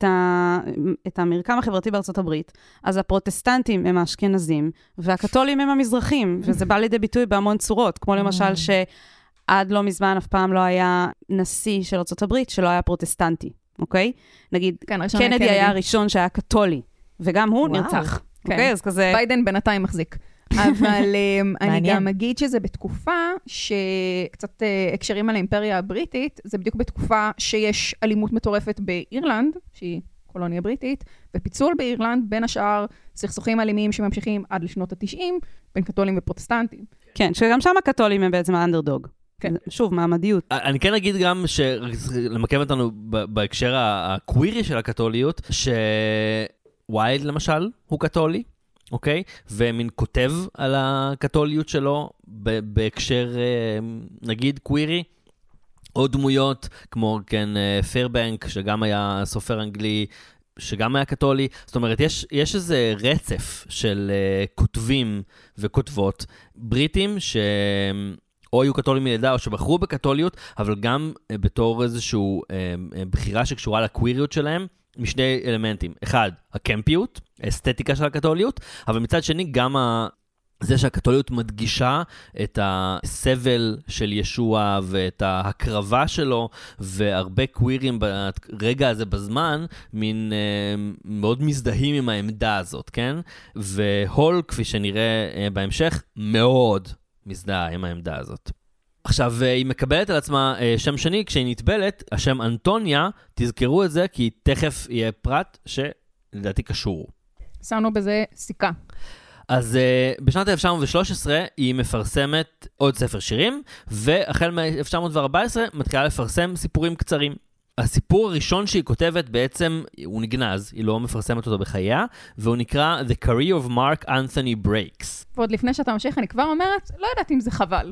את המרקם החברתי בארצות הברית, אז הפרוטסטנטים הם האשכנזים, והקתולים הם המזרחים, וזה בא לידי ביטוי בהמון צורות, כמו למשל שעד לא מזמן אף פעם לא היה נשיא של ארצות הברית, שלא היה פרוטסטנטי, אוקיי? נגיד, קנדי היה הראשון שהיה קתולי, וגם הוא נרצח. אוקיי, אז כזה... ביידן בינתיים מחזיק. אבל אני גם אגיד שזה בתקופה שקצת הקשרים על האימפריה הבריטית, זה בדיוק בתקופה שיש אלימות מטורפת באירלנד, שהיא קולוניה בריטית, ופיצול באירלנד בין השאר סכסוכים אלימים שממשיכים עד לשנות ה-90, בין קתולים ופרוטסטנטים. כן, שגם שם הקתולים הם בעצם האנדרדוג. כן. שוב, מעמדיות. אני כן אגיד גם למקם אותנו בהקשר הקווירי של הקתוליות, שוויילד למשל הוא קתולי, אוקיי? ומין כותב על הקתוליות שלו בהקשר, נגיד, קווירי. עוד דמויות, כמו כן פיירבנק, שגם היה סופר אנגלי, שגם היה קתולי. זאת אומרת, יש איזה רצף של כותבים וכותבות בריטים או היו קתולים מלידה, או שבחרו בקתוליות, אבל גם בתור איזושהי בחירה שקשורה לקוויריות שלהם, משני אלמנטים. אחד, הקמפיות, האסתטיקה של הקתוליות, אבל מצד שני גם זה שהקתוליות מדגישה את הסבל של ישוע ואת ההקרבה שלו, והרבה קווירים ברגע הזה בזמן, מין מאוד מזדהים עם העמדה הזאת, כן? והול, כפי שנראה בהמשך, מאוד מזדהה עם העמדה הזאת. עכשיו, היא מקבלת על עצמה שם שני, כשהיא נטבלת, השם אנטוניה, תזכרו את זה, כי תכף יהיה פרט שלדעתי קשור. שמנו בזה סיכה. אז בשנת 1913 היא מפרסמת עוד ספר שירים, והחל מ-1914 מתחילה לפרסם סיפורים קצרים. הסיפור הראשון שהיא כותבת בעצם, הוא נגנז, היא לא מפרסמת אותו בחייה, והוא נקרא The Career of Mark Anthony Breaks. ועוד לפני שאתה ממשיך, אני כבר אומרת, לא יודעת אם זה חבל.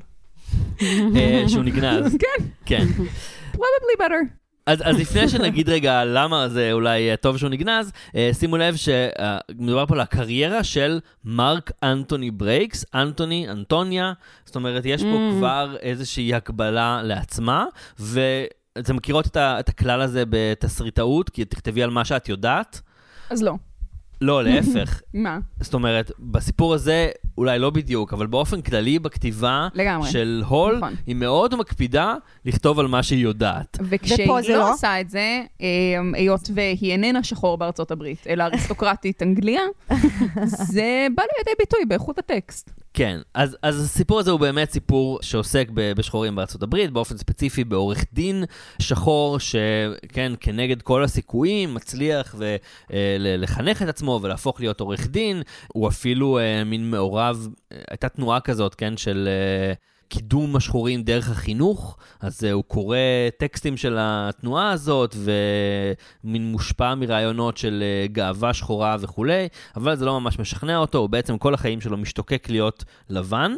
שהוא נגנז. כן. כן. Probably better. אז לפני שנגיד רגע למה זה אולי טוב שהוא נגנז, שימו לב שמדובר פה על הקריירה של מרק אנטוני ברייקס, אנטוניה, זאת אומרת יש פה כבר איזושהי הקבלה לעצמה, ואתם מכירות את הכלל הזה בתסריטאות, כי תכתבי על מה שאת יודעת? אז לא. לא, להפך. מה? זאת אומרת, בסיפור הזה אולי לא בדיוק, אבל באופן כללי בכתיבה של הול, נכון. היא מאוד מקפידה לכתוב על מה שהיא יודעת. וכשהיא לא עושה את זה, היות והיא איננה שחור בארצות הברית, אלא אריסטוקרטית אנגליה, זה בא לידי ביטוי באיכות הטקסט. כן, אז הסיפור הזה הוא באמת סיפור שעוסק בשחורים בארצות הברית, באופן ספציפי בעורך דין שחור, שכן, כנגד כל הסיכויים, מצליח לחנך את עצמו ולהפוך להיות עורך דין. הוא אפילו מין מעורב, הייתה תנועה כזאת, כן, של קידום השחורים דרך החינוך, אז הוא קורא טקסטים של התנועה הזאת, ומין מושפע מרעיונות של גאווה שחורה וכו', אבל זה לא ממש משכנע אותו, הוא בעצם כל החיים שלו משתוקק להיות לבן,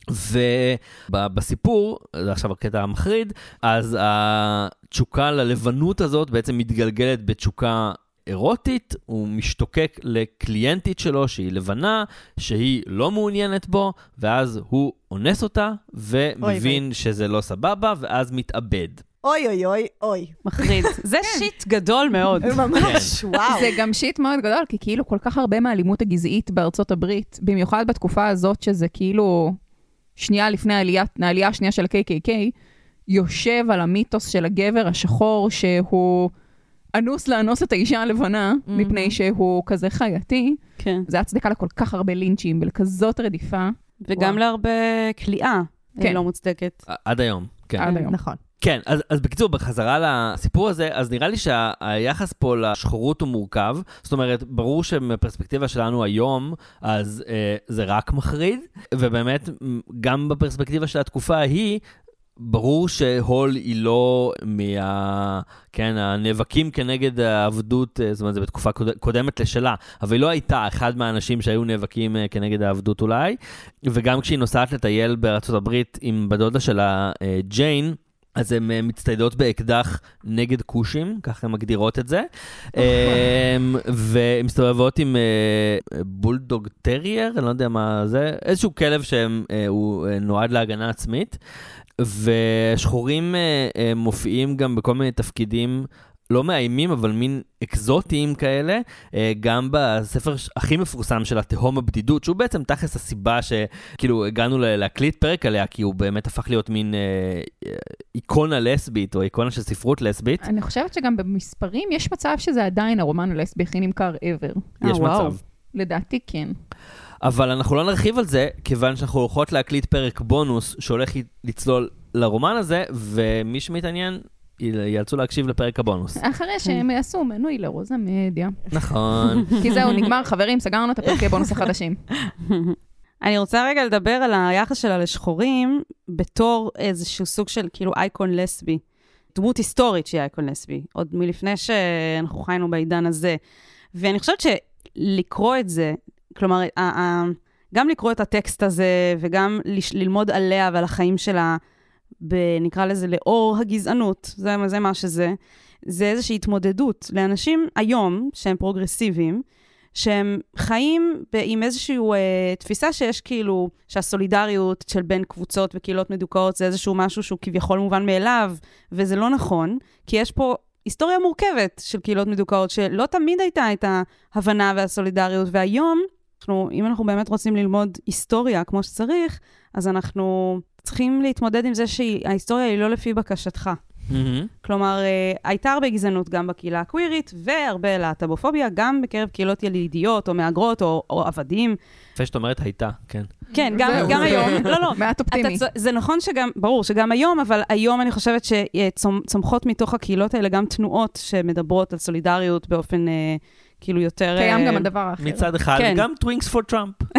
ובסיפור, זה עכשיו הקטע המחריד, אז התשוקה ללבנות הזאת בעצם מתגלגלת בתשוקה אירוטית, הוא משתוקק לקליינטית שלו שהיא לבנה, שהיא לא מעוניינת בו, ואז הוא אונס אותה, ומבין שזה לא סבבה, ואז מתאבד. אוי אוי אוי אוי. מחריד. זה שיט גדול מאוד. ממש, וואו. זה גם שיט מאוד גדול, כי כאילו כל כך הרבה מהאלימות הגזעית בארצות הברית, במיוחד בתקופה הזאת שזה כאילו שנייה לפני העלייה השנייה של ה-KKK, יושב על המיתוס של הגבר השחור שהוא אנוס לאנוס את האישה הלבנה, מפני שהוא כזה חייתי. כן. זה הצדקה לכל כך הרבה לינצ'ים ולכזאת רדיפה. וגם להרבה כליאה לא מוצדקת. עד היום. כן. עד היום. נכון. כן, אז בקיצור, בחזרה לסיפור הזה, אז נראה לי שהיחס פה לשחורות הוא מורכב, זאת אומרת, ברור שמפרספקטיבה שלנו היום, אז זה רק מחריד, ובאמת, גם בפרספקטיבה של התקופה ההיא, ברור שהול היא לא הנאבקים כנגד העבדות, זאת אומרת, זה בתקופה קודמת לשלה, אבל היא לא הייתה אחד מהאנשים שהיו נאבקים כנגד העבדות אולי, וגם כשהיא נוסעת לטייל בארצות הברית עם בדודה שלה, ג'יין, אז הן מצטיידות באקדח נגד קושים, ככה הן מגדירות את זה, והן מסתובבות עם בולדוג טרייר, אני לא יודע מה זה, איזשהו כלב שהוא נועד להגנה עצמית, ושחורים מופיעים גם בכל מיני תפקידים לא מאיימים, אבל מין אקזוטיים כאלה, גם בספר הכי מפורסם של התהום הבדידות, שהוא בעצם תכלס הסיבה שכאילו הגענו להקליט פרק עליה, כי הוא באמת הפך להיות מין איקונה לסבית, או איקונה של ספרות לסבית. אני חושבת שגם במספרים יש מצב שזה עדיין הרומן הלסבי הכי נמכר ever. יש מצב. לדעתי כן. אבל אנחנו לא נרחיב על זה, כיוון שאנחנו הולכות להקליט פרק בונוס שהולך לצלול לרומן הזה, ומי שמתעניין יאלצו להקשיב לפרק הבונוס. אחרי שהם יעשו מנוי לרוזה מדיה. נכון. כי זהו, נגמר, חברים, סגרנו את הפרקי בונוס החדשים. אני רוצה רגע לדבר על היחס שלה לשחורים, בתור איזשהו סוג של כאילו אייקון לסבי. דמות היסטורית שהיא אייקון לסבי, עוד מלפני שאנחנו חיינו בעידן הזה. ואני חושבת שלקרוא את זה, כלומר, גם לקרוא את הטקסט הזה, וגם ללמוד עליה ועל החיים שלה, נקרא לזה לאור הגזענות, זה מה שזה, זה איזושהי התמודדות לאנשים היום, שהם פרוגרסיביים, שהם חיים עם איזושהי תפיסה שיש כאילו, שהסולידריות של בין קבוצות וקהילות מדוכאות, זה איזשהו משהו שהוא כביכול מובן מאליו, וזה לא נכון, כי יש פה היסטוריה מורכבת של קהילות מדוכאות, שלא תמיד הייתה את ההבנה והסולידריות, והיום, אם אנחנו באמת רוצים ללמוד היסטוריה כמו שצריך, אז אנחנו צריכים להתמודד עם זה שההיסטוריה היא לא לפי בקשתך. כלומר, הייתה הרבה גזענות גם בקהילה הקווירית, והרבה להט"בופוביה, גם בקרב קהילות ילידיות, או מהגרות, או עבדים. יפה שאת אומרת הייתה, כן. כן, גם היום. לא. מעט אופטימי. זה נכון שגם, ברור שגם היום, אבל היום אני חושבת שצומחות מתוך הקהילות האלה גם תנועות שמדברות על סולידריות באופן כאילו יותר... קיים גם הדבר האחר. מצד אחד, גם Twinks for Trump.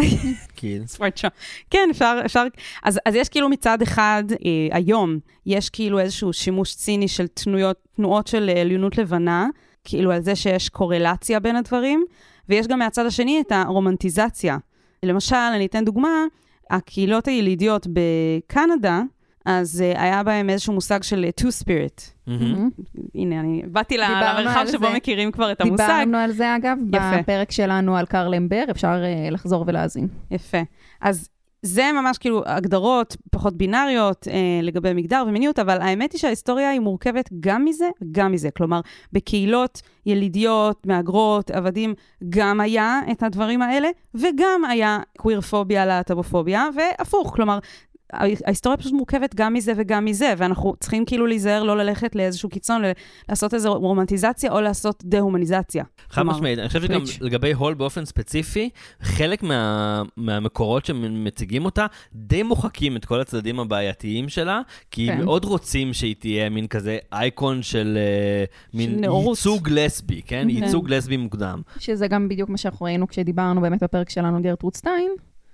כן, אפשר... אז יש כאילו מצד אחד, היום, יש כאילו איזשהו שימוש ציני של תנועות של עליונות לבנה, כאילו על זה שיש קורלציה בין הדברים, ויש גם מהצד השני את הרומנטיזציה. למשל, אני אתן דוגמה, הקהילות הילידיות בקנדה, אז היה בהם איזשהו מושג של two-spirit. הנה, אני באתי למרחב שבו מכירים כבר את המושג. דיברנו על זה, אגב, בפרק שלנו על קרל למבר, אפשר לחזור ולהזין. יפה. אז זה ממש כאילו הגדרות פחות בינאריות לגבי מגדר ומיניות, אבל האמת היא שההיסטוריה היא מורכבת גם מזה וגם מזה. כלומר, בקהילות ילידיות, מהגרות, עבדים, גם היה את הדברים האלה, וגם היה קווירפוביה, להט"בופוביה, והפוך. כלומר, ההיסטוריה פשוט מורכבת גם מזה וגם מזה, ואנחנו צריכים כאילו להיזהר לא ללכת לאיזשהו קיצון, לעשות איזו רומנטיזציה או לעשות דה-הומניזציה. חד משמעית, אני חושב שגם לגבי הול באופן ספציפי, חלק מהמקורות שמציגים אותה, די מוחקים את כל הצדדים הבעייתיים שלה, כי מאוד רוצים שהיא תהיה מין כזה אייקון של מין ייצוג לסבי, כן? ייצוג לסבי מוקדם. שזה גם בדיוק מה שאנחנו ראינו כשדיברנו באמת בפרק שלנו גרטרוד סטיין,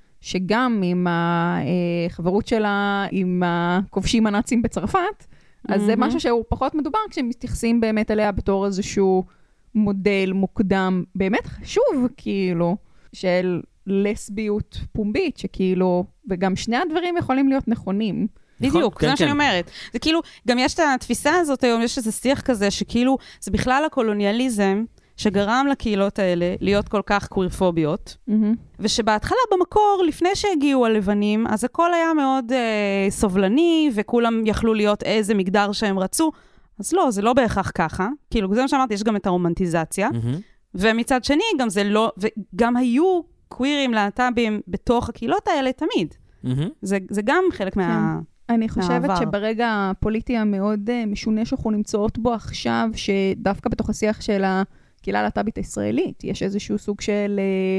שגם עם החברות שלה, עם הכובשים הנאצים בצרפת, אז זה משהו שהוא פחות מדובר, כשהם מתייחסים באמת עליה בתור איזשהו מודל מוקדם, באמת חשוב, כאילו, של לסביות פומבית, שכאילו, וגם שני הדברים יכולים להיות נכונים. בדיוק, זה מה שאני אומרת. זה כאילו, גם יש את התפיסה הזאת היום, יש איזה שיח כזה, שכאילו, זה בכלל הקולוניאליזם, שגרם לקהילות האלה להיות כל כך קווירפוביות, ושבהתחלה במקור, לפני שהגיעו הלבנים, אז הכל היה מאוד סובלני, וכולם יכלו להיות איזה מגדר שהם רצו, אז לא, זה לא בהכרח ככה, כאילו, זה מה שאמרתי, יש גם את הרומנטיזציה, ומצד שני, גם זה לא, וגם היו קווירים להט"בים בתוך הקהילות האלה תמיד. זה גם חלק מהעבר. אני חושבת שברגע הפוליטי המאוד משונה שאנחנו נמצאות בו עכשיו, שדווקא בתוך השיח של הקהילה הלהט"בית הישראלית, יש איזשהו סוג של,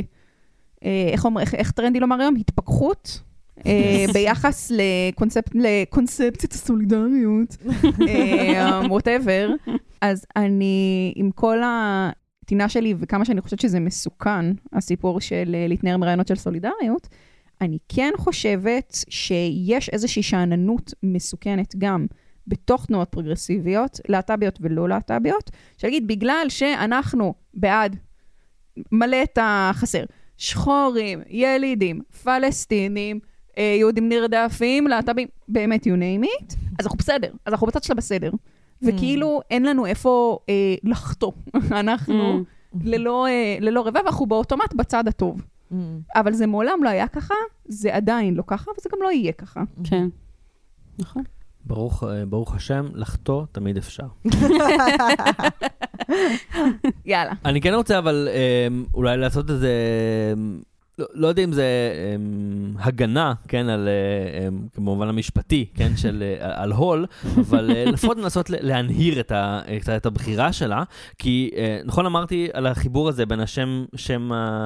איך טרנדי לומר היום? התפכחות, ביחס לקונספציית הסולידריות, whatever. אז אני, עם כל התינה שלי, וכמה שאני חושבת שזה מסוכן, הסיפור של להתנער מרעיונות של סולידריות, אני כן חושבת שיש איזושהי שעננות מסוכנת גם בתוך תנועות פרוגרסיביות, להט"ביות ולא להט"ביות, שלהגיד, בגלל שאנחנו בעד מלא את החסר, שחורים, ילידים, פלסטינים, יהודים נרדפים, להט"בים, באמת you name it, אז אנחנו בסדר, אז אנחנו בצד שלה בסדר. וכאילו אין לנו איפה לחטוא. אנחנו ללא רבע, ואנחנו באוטומט בצד הטוב. אבל זה מעולם לא היה ככה, זה עדיין לא ככה, וזה גם לא יהיה ככה. כן. נכון. ברוך השם, לחטוא תמיד אפשר. יאללה. אני כן רוצה אבל אולי לעשות איזה, לא יודע אם זה הגנה, כן, על, כמובן המשפטי, כן, על הול, אבל לפחות לנסות להנהיר את הבחירה שלה, כי נכון אמרתי על החיבור הזה בין השם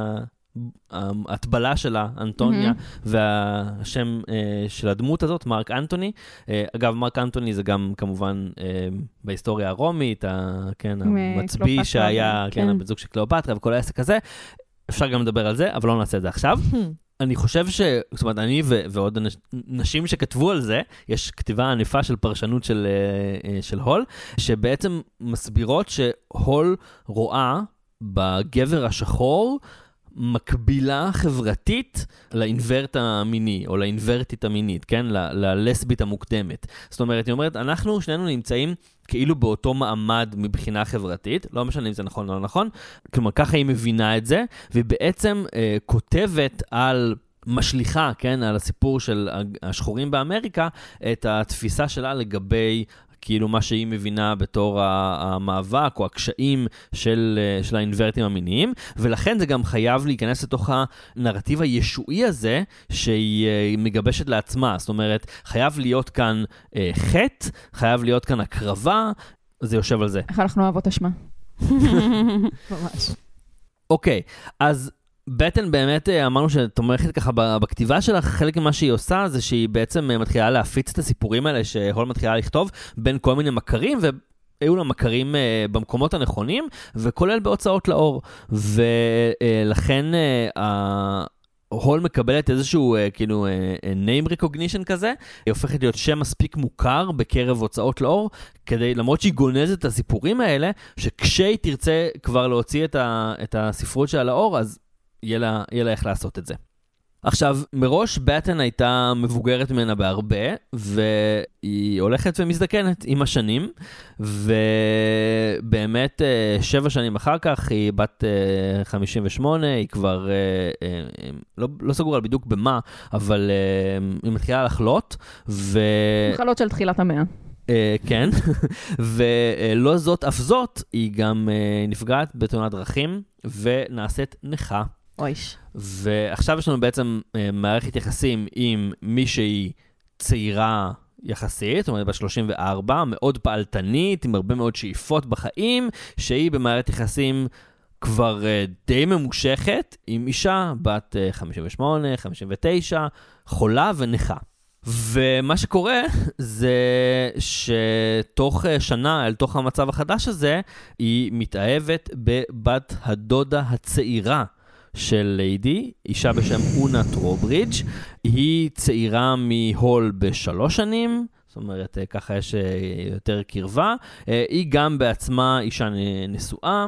ההטבלה שלה, אנטוניה, והשם של הדמות הזאת, מרק אנטוני. אגב, מרק אנטוני זה גם כמובן בהיסטוריה הרומית, המצביא שהיה, הבן זוג של קליאופטרה וכל העסק הזה. אפשר גם לדבר על זה, אבל לא נעשה את זה עכשיו. אני חושב זאת אומרת, אני ועוד נשים שכתבו על זה, יש כתיבה ענפה של פרשנות של הול, שבעצם מסבירות שהול רואה בגבר השחור מקבילה חברתית לאינברט המיני, או לאינברטית המינית, כן? ללסבית המוקדמת. זאת אומרת, היא אומרת, אנחנו שנינו נמצאים כאילו באותו מעמד מבחינה חברתית, לא משנה אם זה נכון או לא נכון, כלומר, ככה היא מבינה את זה, והיא בעצם כותבת על משליחה, כן? על הסיפור של השחורים באמריקה, את התפיסה שלה לגבי כאילו מה שהיא מבינה בתור המאבק או הקשיים של האינברטים המיניים, ולכן זה גם חייב להיכנס לתוך הנרטיב הישועי הזה שהיא מגבשת לעצמה. זאת אומרת, חייב להיות כאן חטא, חייב להיות כאן הקרבה, זה יושב על זה. איך אנחנו אוהבות אשמה. ממש. אוקיי, אז בטן באמת אמרנו שתומכת ככה בכתיבה שלה, חלק ממה שהיא עושה זה שהיא בעצם מתחילה להפיץ את הסיפורים האלה שהול מתחילה לכתוב בין כל מיני מכרים, והיו לה מכרים במקומות הנכונים, וכולל בהוצאות לאור. ולכן הול מקבלת איזשהו כאילו name recognition כזה, היא הופכת להיות שם מספיק מוכר בקרב הוצאות לאור, כדי, למרות שהיא גונזת את הסיפורים האלה, שכשהיא תרצה כבר להוציא את הספרות שלה לאור, אז יהיה לה איך לעשות את זה. עכשיו, מראש בטן הייתה מבוגרת ממנה בהרבה, והיא הולכת ומזדקנת עם השנים, ובאמת 7 שנים אחר כך היא בת 58, היא כבר, לא סגור על בדיוק במה, אבל היא מתחילה לחלות, מחלות של תחילת המאה. כן, ולא זאת אף זאת, היא גם נפגעת בתאונת דרכים, ונעשית נכה. אויש. ועכשיו יש לנו בעצם מערכת יחסים עם מישהי צעירה יחסית, זאת אומרת ב-34, מאוד פעלתנית, עם הרבה מאוד שאיפות בחיים, שהיא במערכת יחסים כבר די ממושכת, עם אישה בת 58, 59, חולה ונכה. ומה שקורה זה שתוך שנה אל תוך המצב החדש הזה, היא מתאהבת בבת הדודה הצעירה של ליידי, אישה בשם אונה טרוברידג'. היא צעירה מהול ב3 שנים, זאת אומרת ככה יש יותר קרבה. היא גם בעצמה אישה נשואה,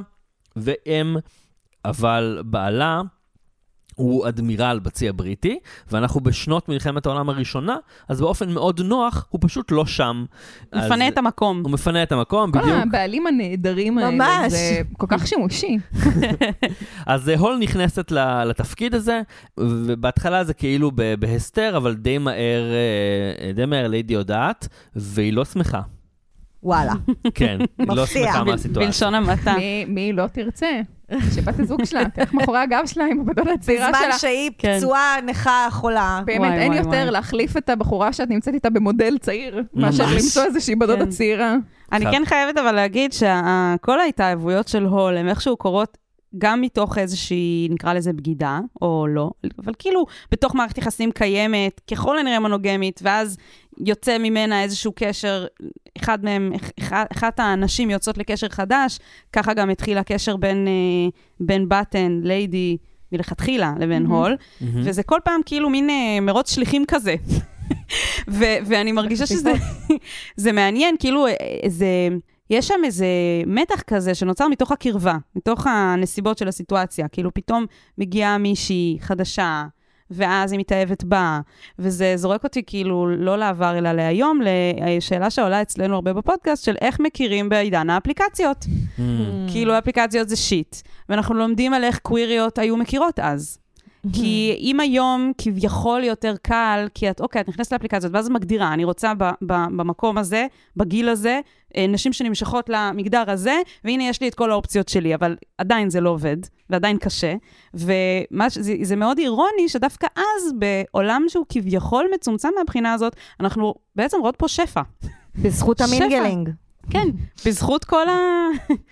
אבל בעלה הוא אדמירל בצי הבריטי, ואנחנו בשנות מלחמת העולם הראשונה, אז באופן מאוד נוח, הוא פשוט לא שם. מפנה את המקום. הוא מפנה את המקום, בדיוק. כל הבעלים הנהדרים האלה, זה כל כך שימושי. אז הול נכנסת לתפקיד הזה, ובהתחלה זה כאילו בהסתר, אבל די מהר ליידי יודעת, והיא לא שמחה. וואלה. כן, היא לא שמחה מהסיטואציה. בלשון המעטה. מי לא תרצה? שבת הזוג שלה, תלך מאחורי הגב שלה עם הבדוד הצעירה שלה. בזמן שהיא פצועה, נכה, חולה. באמת, אין יותר להחליף את הבחורה שאת נמצאת איתה במודל צעיר, מאשר למצוא איזושהי בדודה צעירה. אני כן חייבת אבל להגיד שכל ההתאהבויות של הול, הם איכשהו קורות גם מתוך איזושהי, נקרא לזה בגידה, או לא, אבל כאילו בתוך מערכת יחסים קיימת, ככל הנראה מונוגמית, ואז יוצא ממנה איזשהו קשר, אחת האנשים יוצאות לקשר חדש, ככה גם התחיל הקשר בין בטן, ליידי, מלכתחילה לבין הול, וזה כל פעם כאילו מין מרוץ שליחים כזה. ואני מרגישה שזה מעניין, כאילו יש שם איזה מתח כזה שנוצר מתוך הקרבה, מתוך הנסיבות של הסיטואציה, כאילו פתאום מגיעה מישהי חדשה, ואז היא מתאהבת בה, וזה זורק אותי כאילו לא לעבר אלא להיום, לשאלה שעולה אצלנו הרבה בפודקאסט, של איך מכירים בעידן האפליקציות. כאילו האפליקציות זה שיט, ואנחנו לומדים על איך קוויריות היו מכירות אז. כי אם היום כביכול יותר קל, כי את נכנסת לאפליקציות, ואז מגדירה, אני רוצה במקום הזה, בגיל הזה, נשים שנמשכות למגדר הזה, והנה יש לי את כל האופציות שלי, אבל עדיין זה לא עובד, ועדיין קשה, וזה מאוד אירוני שדווקא אז, בעולם שהוא כביכול מצומצם מהבחינה הזאת, אנחנו בעצם רואות פה שפע. בזכות המינגלינג. כן, בזכות כל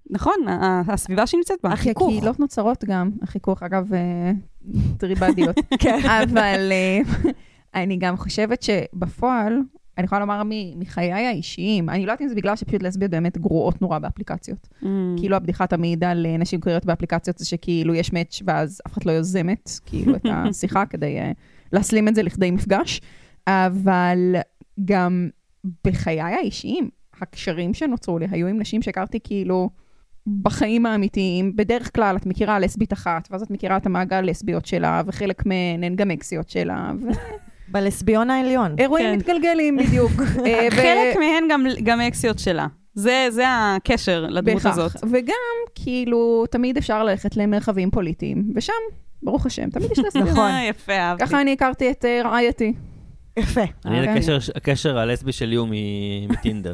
נכון, הסביבה שנמצאת בה. החיכוך. הקהילות נוצרות גם, החיכוך, אגב, טריבדיות. אבל אני גם חושבת שבפועל, אני יכולה לומר מחיי האישיים, אני לא יודעת אם זה בגלל שפשוט לסביות באמת גרועות נורא באפליקציות. כאילו הבדיחה תמיד על נשים קוריות באפליקציות זה שכאילו יש מאץ' ואז אף אחד לא יוזמת, כאילו את השיחה כדי להסלים את זה לכדי מפגש, אבל גם בחיי האישיים, הקשרים שנוצרו לי היו עם נשים שהכרתי כאילו בחיים האמיתיים, בדרך כלל את מכירה לסבית אחת, ואז את מכירה את המעגל הלסביות שלה, וחלק מהן הן גם אקסיות שלה, בלסביון העליון. אירועים מתגלגלים בדיוק. חלק מהן גם אקסיות שלה. זה הקשר לדמות הזאת. וגם, כאילו, תמיד אפשר ללכת למרחבים פוליטיים, ושם, ברוך השם, תמיד יש לסביות. נכון, יפה, אהבתי. ככה אני הכרתי את רעייתי. יפה. הקשר הלסבי שלי הוא מטינדר.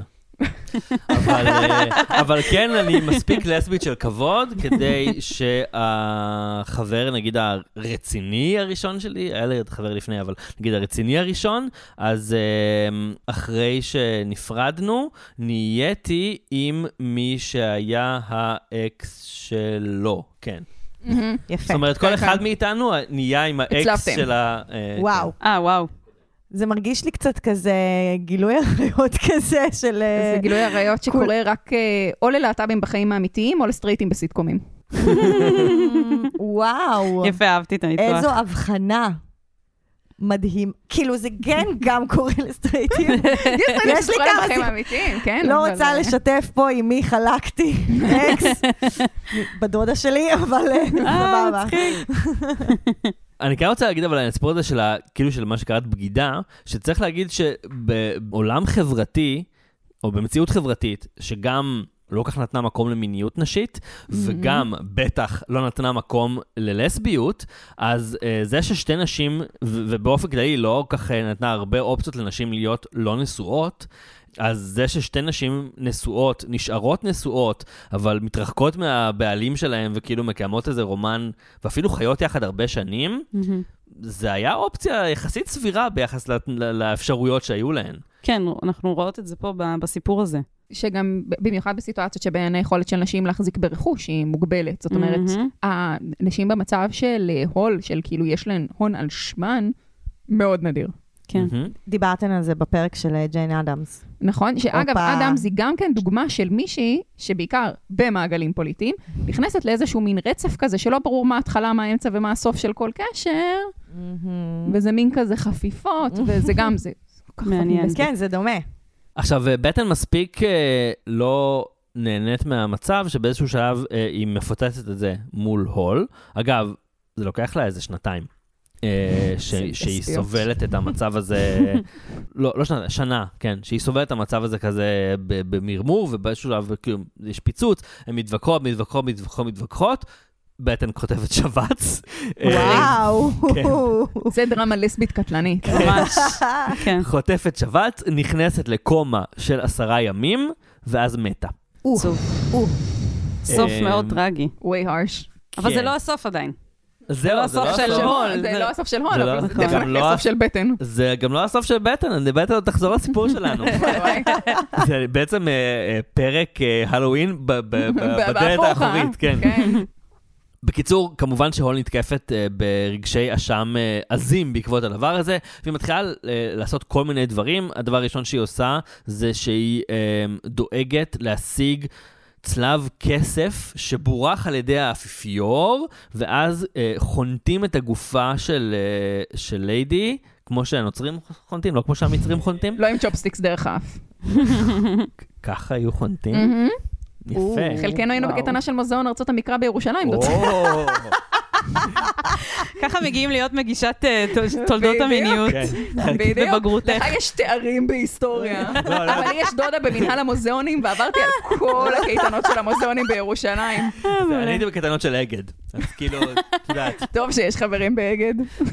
אבל כן, אני מספיק לסבית של כבוד, כדי שהחבר, נגיד הרציני הראשון שלי, היה לי חבר לפני, אבל נגיד הרציני הראשון, אז אחרי שנפרדנו, נהייתי עם מי שהיה האקס שלו, כן. יפה. זאת אומרת, כל אחד מאיתנו נהיה עם האקס של ה... וואו. וואו. זה מרגיש לי קצת כזה גילוי עריות כזה של... זה גילוי עריות שקורה רק או ללהט"בים בחיים האמיתיים, או לסטרייטים בסיטקומים. וואו. יפה, אהבתי את הניתוח. איזו הבחנה. מדהים. כאילו זה גם קורה לסטרייטים. יש לי כמה בחיים האמיתיים, כן. לא רוצה לשתף פה עם מי חלקתי אקס בדודה שלי, אבל סבבה. אני כן רוצה להגיד אבל על הסיפור הזה של כאילו של מה שקראת בגידה, שצריך להגיד שבעולם חברתי, או במציאות חברתית, שגם לא כך נתנה מקום למיניות נשית, וגם בטח לא נתנה מקום ללסביות, אז זה ששתי נשים, ובאופן כללי לא כך נתנה הרבה אופציות לנשים להיות לא נשואות, אז זה ששתי נשים נשואות, נשארות נשואות, אבל מתרחקות מהבעלים שלהם וכאילו מקיימות איזה רומן, ואפילו חיות יחד הרבה שנים, זה היה אופציה יחסית סבירה ביחס לאפשרויות שהיו להן. כן, אנחנו רואות את זה פה בסיפור הזה. שגם במיוחד בסיטואציות שבהן היכולת של נשים להחזיק ברכוש היא מוגבלת. זאת אומרת, הנשים במצב של הול, של כאילו יש להן הון על שמן, מאוד נדיר. כן. דיברתן על זה בפרק של ג'יין אדמס. נכון, שאגב, אדמס היא גם כן דוגמה של מישהי, שבעיקר במעגלים פוליטיים, נכנסת לאיזשהו מין רצף כזה, שלא ברור מה ההתחלה, מה האמצע ומה הסוף של כל קשר, וזה מין כזה חפיפות, וזה גם, זה מעניין. כן, זה דומה. עכשיו, בטן מספיק לא נהנית מהמצב, שבאיזשהו שלב היא מפוצצת את זה מול הול. אגב, זה לוקח לה איזה שנתיים. שהיא סובלת את המצב הזה, לא שנה, כן, שהיא סובלת את המצב הזה כזה במרמור, ובאיזשהו שלב יש פיצוץ, הן מתווכחות, בטן כותבת שבץ. וואו. זה דרמה לסבית קטלנית. ממש. חוטפת שבץ, נכנסת לקומה של 10 ימים, ואז מתה. סוף מאוד טרגי. way harsh. אבל זה לא הסוף עדיין. זה לא הסוף של הול. זה לא הסוף של הול, אבל זה דווקא הסוף של בטן. זה גם לא הסוף של בטן, בטן עוד תחזור לסיפור שלנו. זה בעצם פרק הלואוין בדלת האחורית, כן. בקיצור, כמובן שהול נתקפת ברגשי אשם עזים בעקבות הדבר הזה, והיא מתחילה לעשות כל מיני דברים. הדבר הראשון שהיא עושה זה שהיא דואגת להשיג צלב כסף שבורח על ידי האפיפיור, ואז חונטים את הגופה של ליידי, כמו שהנוצרים חונטים, לא כמו שהמצרים חונטים. לא עם צ'ופסטיקס דרך האף. ככה היו חונטים? יפה. חלקנו היינו בקטנה של מוזיאון ארצות המקרא בירושלים. ככה מגיעים להיות מגישת תולדות המיניות בבגרותך. לך יש תארים בהיסטוריה, אבל יש דודה במנהל המוזיאונים, ועברתי על כל הקייטנות של המוזיאונים בירושלים. אני הייתי בקייטנות של אגד, אז כאילו, תודעת. טוב שיש חברים באגד.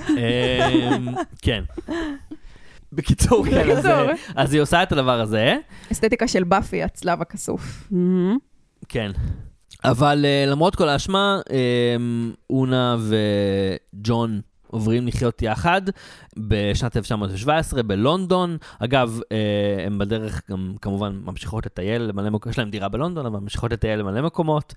כן. בקיצור, אז היא עושה את הדבר הזה. אסתטיקה של באפי, הצלב הכסוף. כן. אבל למרות כל האשמה, אונה וג'ון עוברים לחיות יחד בשנת 1917 בלונדון. אגב, הם בדרך גם כמובן ממשיכות לטייל למלא מקומות, יש להם דירה בלונדון, אבל ממשיכות לטייל למלא מקומות,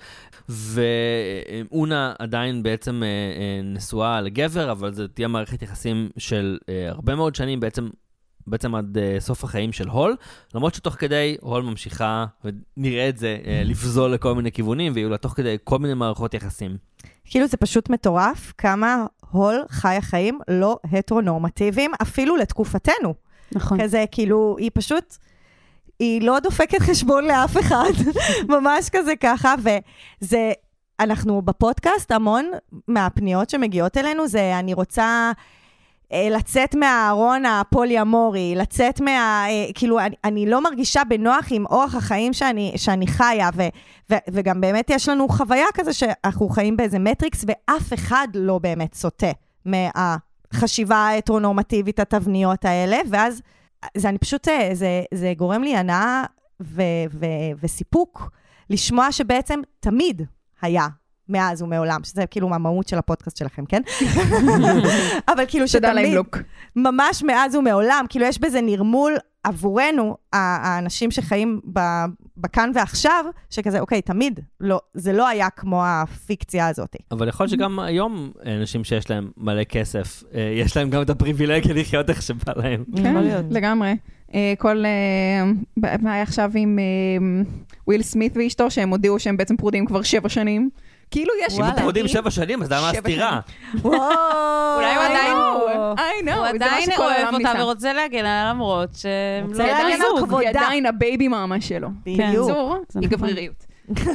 ואונה עדיין בעצם נשואה לגבר, אבל זה תהיה מערכת יחסים של הרבה מאוד שנים, בעצם עד סוף החיים של הול, למרות שתוך כדי הול ממשיכה, ונראה את זה, לפזול לכל מיני כיוונים, ויהיו לה תוך כדי כל מיני מערכות יחסים. כאילו זה פשוט מטורף, כמה הול חיה חיים לא הטרונורמטיביים, אפילו לתקופתנו. נכון. כזה, כאילו, היא פשוט, היא לא דופקת חשבון לאף אחד, ממש כזה ככה, וזה, אנחנו בפודקאסט, המון מהפניות שמגיעות אלינו, זה אני רוצה לצאת מהארון הפולי-אמורי, לצאת כאילו, אני לא מרגישה בנוח עם אורח החיים שאני חיה, וגם באמת יש לנו חוויה כזה שאנחנו חיים באיזה מטריקס, ואף אחד לא באמת סוטה מהחשיבה ההטרונורמטיבית, התבניות האלה, ואז אני פשוט, זה גורם לי הנאה וסיפוק, לשמוע שבעצם תמיד היה מאז ומעולם, שזה כאילו המהות של הפודקאסט שלכם, כן? אבל כאילו שתמיד, ממש מאז ומעולם, כאילו יש בזה נרמול עבורנו, האנשים שחיים בכאן ועכשיו, שכזה, אוקיי, תמיד, לא, זה לא היה כמו הפיקציה הזאת. אבל יכול שגם היום אנשים שיש להם מלא כסף, יש להם גם את הפריבילגיה לחיות איך שבא להם. כן, לגמרי. מה היה עכשיו עם וויל סמית ואשתו, שהם הודיעו שהם בעצם פרודים כבר 7 שנים. כאילו יש... אם הם פרודים 7 שנים, אז למה הסתירה? אולי הוא עדיין... הוא עדיין אוהב אותה ורוצה להגן עליה למרות שהם לא זוג. היא עדיין הבייבי מאמה שלו. בקיצור, היא גבריריות.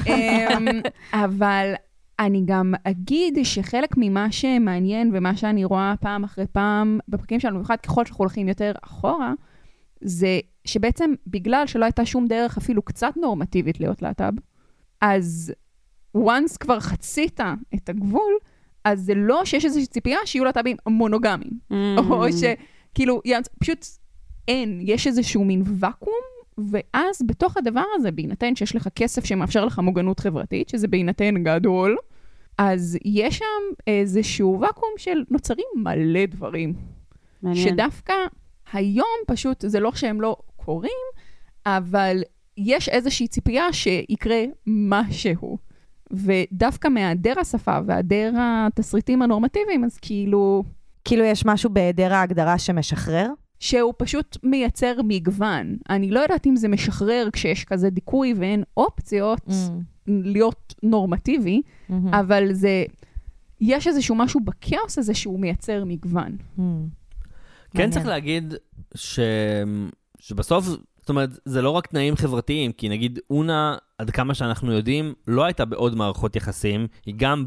אבל אני גם אגיד שחלק ממה שמעניין ומה שאני רואה פעם אחרי פעם בפרקים שלנו, במיוחד ככל שאנחנו הולכים יותר אחורה, זה שבעצם בגלל שלא הייתה שום דרך אפילו קצת נורמטיבית להיות להט"ב, אז once כבר חצית את הגבול, אז זה לא שיש איזושהי ציפייה שיהיו להט"בים מונוגמיים. או שכאילו, פשוט אין, יש איזשהו מין וקום, ואז בתוך הדבר הזה, בהינתן שיש לך כסף שמאפשר לך מוגנות חברתית, שזה בהינתן גדול, אז יש שם איזשהו וקום של נוצרים מלא דברים. מעניין. שדווקא היום פשוט, זה לא שהם לא קורים, אבל יש איזושהי ציפייה שיקרה משהו. ודווקא מהיעדר השפה והיעדר התסריטים הנורמטיביים, אז כאילו... כאילו יש משהו בהיעדר ההגדרה שמשחרר? שהוא פשוט מייצר מגוון. אני לא יודעת אם זה משחרר כשיש כזה דיכוי ואין אופציות להיות נורמטיבי, אבל זה... יש איזשהו משהו בקאוס הזה שהוא מייצר מגוון. כן צריך להגיד שבסוף... זאת אומרת, זה לא רק תנאים חברתיים, כי נגיד אונה, עד כמה שאנחנו יודעים, לא הייתה בעוד מערכות יחסים, היא גם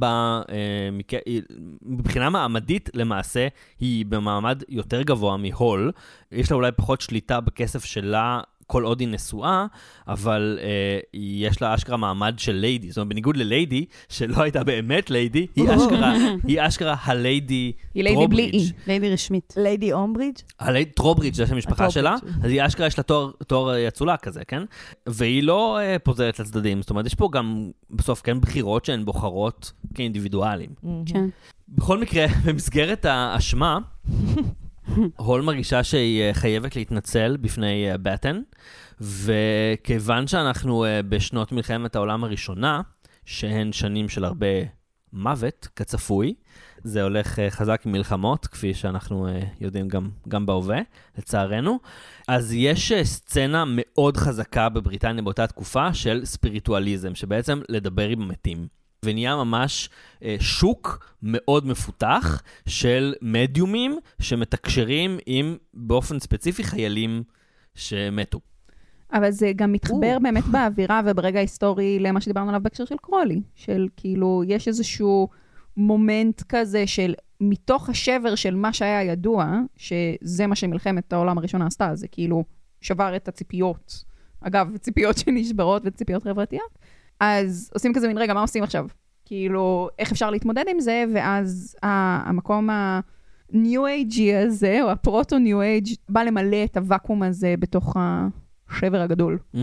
מבחינה מעמדית למעשה, היא במעמד יותר גבוה מהול, יש לה אולי פחות שליטה בכסף שלה, כל עוד היא נשואה, אבל יש לה אשכרה מעמד של ליידי. זאת אומרת, בניגוד לליידי, שלא הייתה באמת ליידי, היא אשכרה הליידי טרוברידג'. ליידי רשמית. ליידי אומברידג'? טרוברידג', זה המשפחה שלה, אז היא אשכרה יש לה תואר יצולה כזה, כן? והיא לא פוזרת לצדדים. זאת אומרת, יש פה גם בסוף כן בחירות שהן בוחרות כאינדיבידואלים. כן. בכל מקרה, במסגרת האשמה, הול מרגישה שהיא חייבת להתנצל בפני בטן, וכיוון שאנחנו בשנות מלחמת העולם הראשונה, שהן שנים של הרבה מוות כצפוי, זה הולך חזק עם מלחמות, כפי שאנחנו יודעים גם בהווה, לצערנו. אז יש סצנה מאוד חזקה בבריטניה באותה תקופה של ספיריטואליזם, שבעצם לדבר עם המתים. ונהיה ממש שוק מאוד מפותח של מדיומים שמתקשרים עם באופן ספציפי חיילים שמתו. אבל זה גם מתחבר באמת באווירה וברגע היסטורי למה שדיברנו עליו בהקשר של קרולי, של כאילו יש איזשהו מומנט כזה של מתוך השבר של מה שהיה ידוע, שזה מה שמלחמת העולם הראשונה עשתה, זה כאילו שבר את הציפיות. אגב, ציפיות שנשברות וציפיות חברתיות. אז עושים כזה מין רגע, מה עושים עכשיו? כאילו, איך אפשר להתמודד עם זה? ואז המקום ה-New Age הזה, או הפרוטו-New Age, בא למלא את הוואקום הזה בתוך השבר הגדול.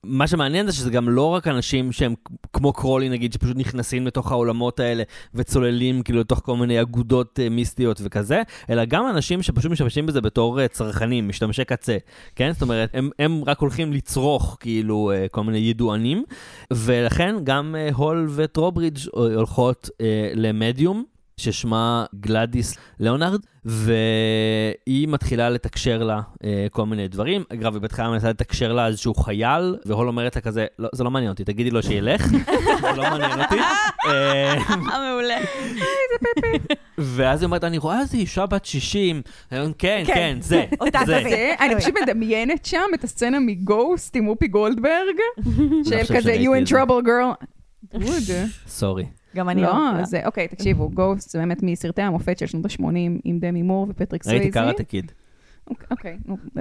מה שמעניין זה שזה גם לא רק אנשים שהם כמו קרולי נגיד, שפשוט נכנסים לתוך העולמות האלה וצוללים כאילו לתוך כל מיני אגודות מיסטיות וכזה, אלא גם אנשים שפשוט משתמשים בזה בתור צרכנים, משתמשי קצה, כן? זאת אומרת, הם רק הולכים לצרוך כאילו כל מיני ידוענים, ולכן גם הול וטרוברידג' הולכות למדיום, ששמה גלדיס ליאונרד, והיא מתחילה לתקשר לה כל מיני דברים. אגב, היא בהתחלה מנסה לתקשר לה איזשהו חייל, והול אומרת לה כזה, לא, זה לא מעניין אותי, תגידי לו שילך, זה לא מעניין אותי. מעולה. ואז היא אומרת, אני רואה איזו אישה בת 60, כן, כן, זה. אני פשוט מדמיינת שם את הסצנה מגוסט עם וופי גולדברג, של כזה, you in trouble girl. סורי. גם אני לא, זה, אוקיי, תקשיבו, גוסט זה באמת מסרטי המופת של שנות ה-80 עם דמי מור ופטריק סווייזי. ראיתי קראטה קיד. אוקיי,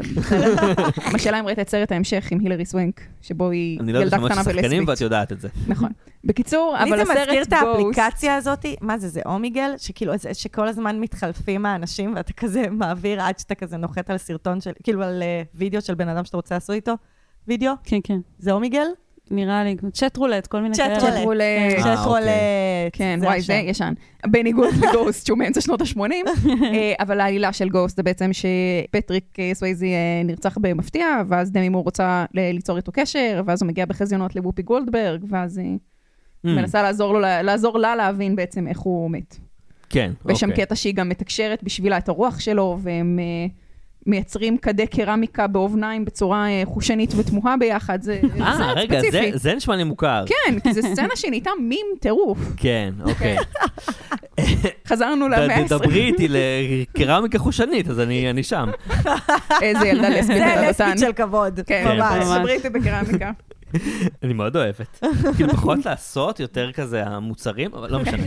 השאלה אם ראית את סרט ההמשך עם הילרי סוונק, שבו היא ילדה קטנה ולסבית. אני לא יודעת שחקנים ואת יודעת את זה. נכון. בקיצור, אבל הסרט גוסט... לי זה מזכיר את האפליקציה הזאת, מה זה, זה אומיגל? שכאילו, שכל הזמן מתחלפים האנשים, ואתה כזה מעביר עד שאתה כזה נוחת על סרטון של, כאילו על וידאו של בן אדם שאתה רוצה לעשו איתו. וידאו? כן, כן. זה אומיגל? נראה לי, צ'ט רולט, כל מיני כאלה. צ'ט רולט. כן, וואי, זה ישן. בניגוד לגוסט, שהוא מאמצע שנות ה-80, אבל העלילה של גוסט זה בעצם שפטריק סווייזי נרצח במפתיע, ואז דמי מור רוצה ליצור איתו קשר, ואז הוא מגיע בחזיונות לוופי גולדברג, ואז היא מנסה לעזור לה להבין בעצם איך הוא מת. כן, אוקיי. ושם קטע שהיא גם מתקשרת בשבילה את הרוח שלו, והם... מייצרים כדי קרמיקה באובניים בצורה חושנית ותמוהה ביחד, זה רגע, זה נשמע לי מוכר. כן, כי זה סצנה שנהייתה מים טירוף. כן, אוקיי. חזרנו ל-120. דברי איתי לקרמיקה חושנית, אז אני שם. איזה ילדה לסבית. זה לסבית של כבוד. כן, דברי איתי בקרמיקה. אני מאוד אוהבת. כאילו פחות לעשות, יותר כזה המוצרים, אבל לא משנה.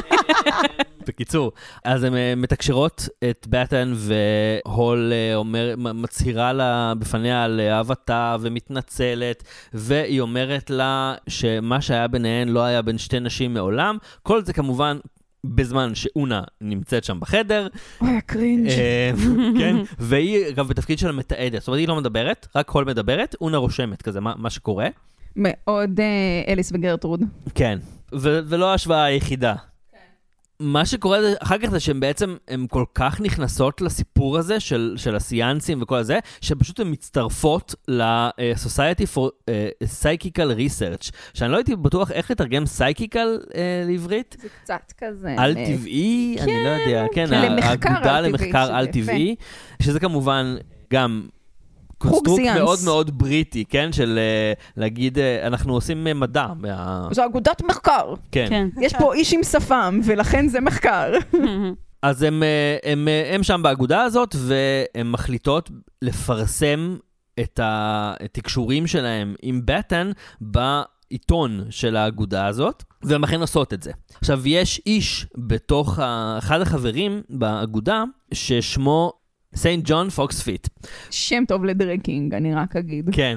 בקיצור, אז הן מתקשרות את באטן, והול מצהירה לה בפניה על אהבתה ומתנצלת, והיא אומרת לה שמה שהיה ביניהן לא היה בין שתי נשים מעולם. כל זה כמובן בזמן שאונה נמצאת שם בחדר. אוי, הקרינג'. כן, והיא גם בתפקיד של המתעדת. זאת אומרת, היא לא מדברת, רק הול מדברת, אונה רושמת כזה, מה שקורה. מאוד אליס וגרטרוד. כן, ולא ההשוואה היחידה. מה שקורה אחר כך זה שהן בעצם, הן כל כך נכנסות לסיפור הזה של הסיאנסים וכל זה, שפשוט הן מצטרפות ל-Society for Psychical Research, שאני לא הייתי בטוח איך לתרגם Psychical לעברית. זה קצת כזה. על טבעי, אני לא יודע, כן, האגודה למחקר על טבעי, שזה כמובן גם... קונסטרוקט מאוד מאוד בריטי, כן? של להגיד, אנחנו עושים מדע. זו אגודת מחקר. כן. יש פה איש עם שפם, ולכן זה מחקר. אז הם שם באגודה הזאת, והן מחליטות לפרסם את התקשורים שלהם עם באטן בעיתון של האגודה הזאת, והן אכן עושות את זה. עכשיו, יש איש בתוך אחד החברים באגודה, ששמו סיינט ג'ון פוקס פיט. שם טוב לדרקינג, אני רק אגיד. כן.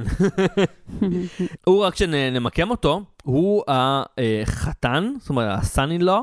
הוא רק שנמקם אותו, הוא החתן, זאת אומרת, הסן-אין-לו,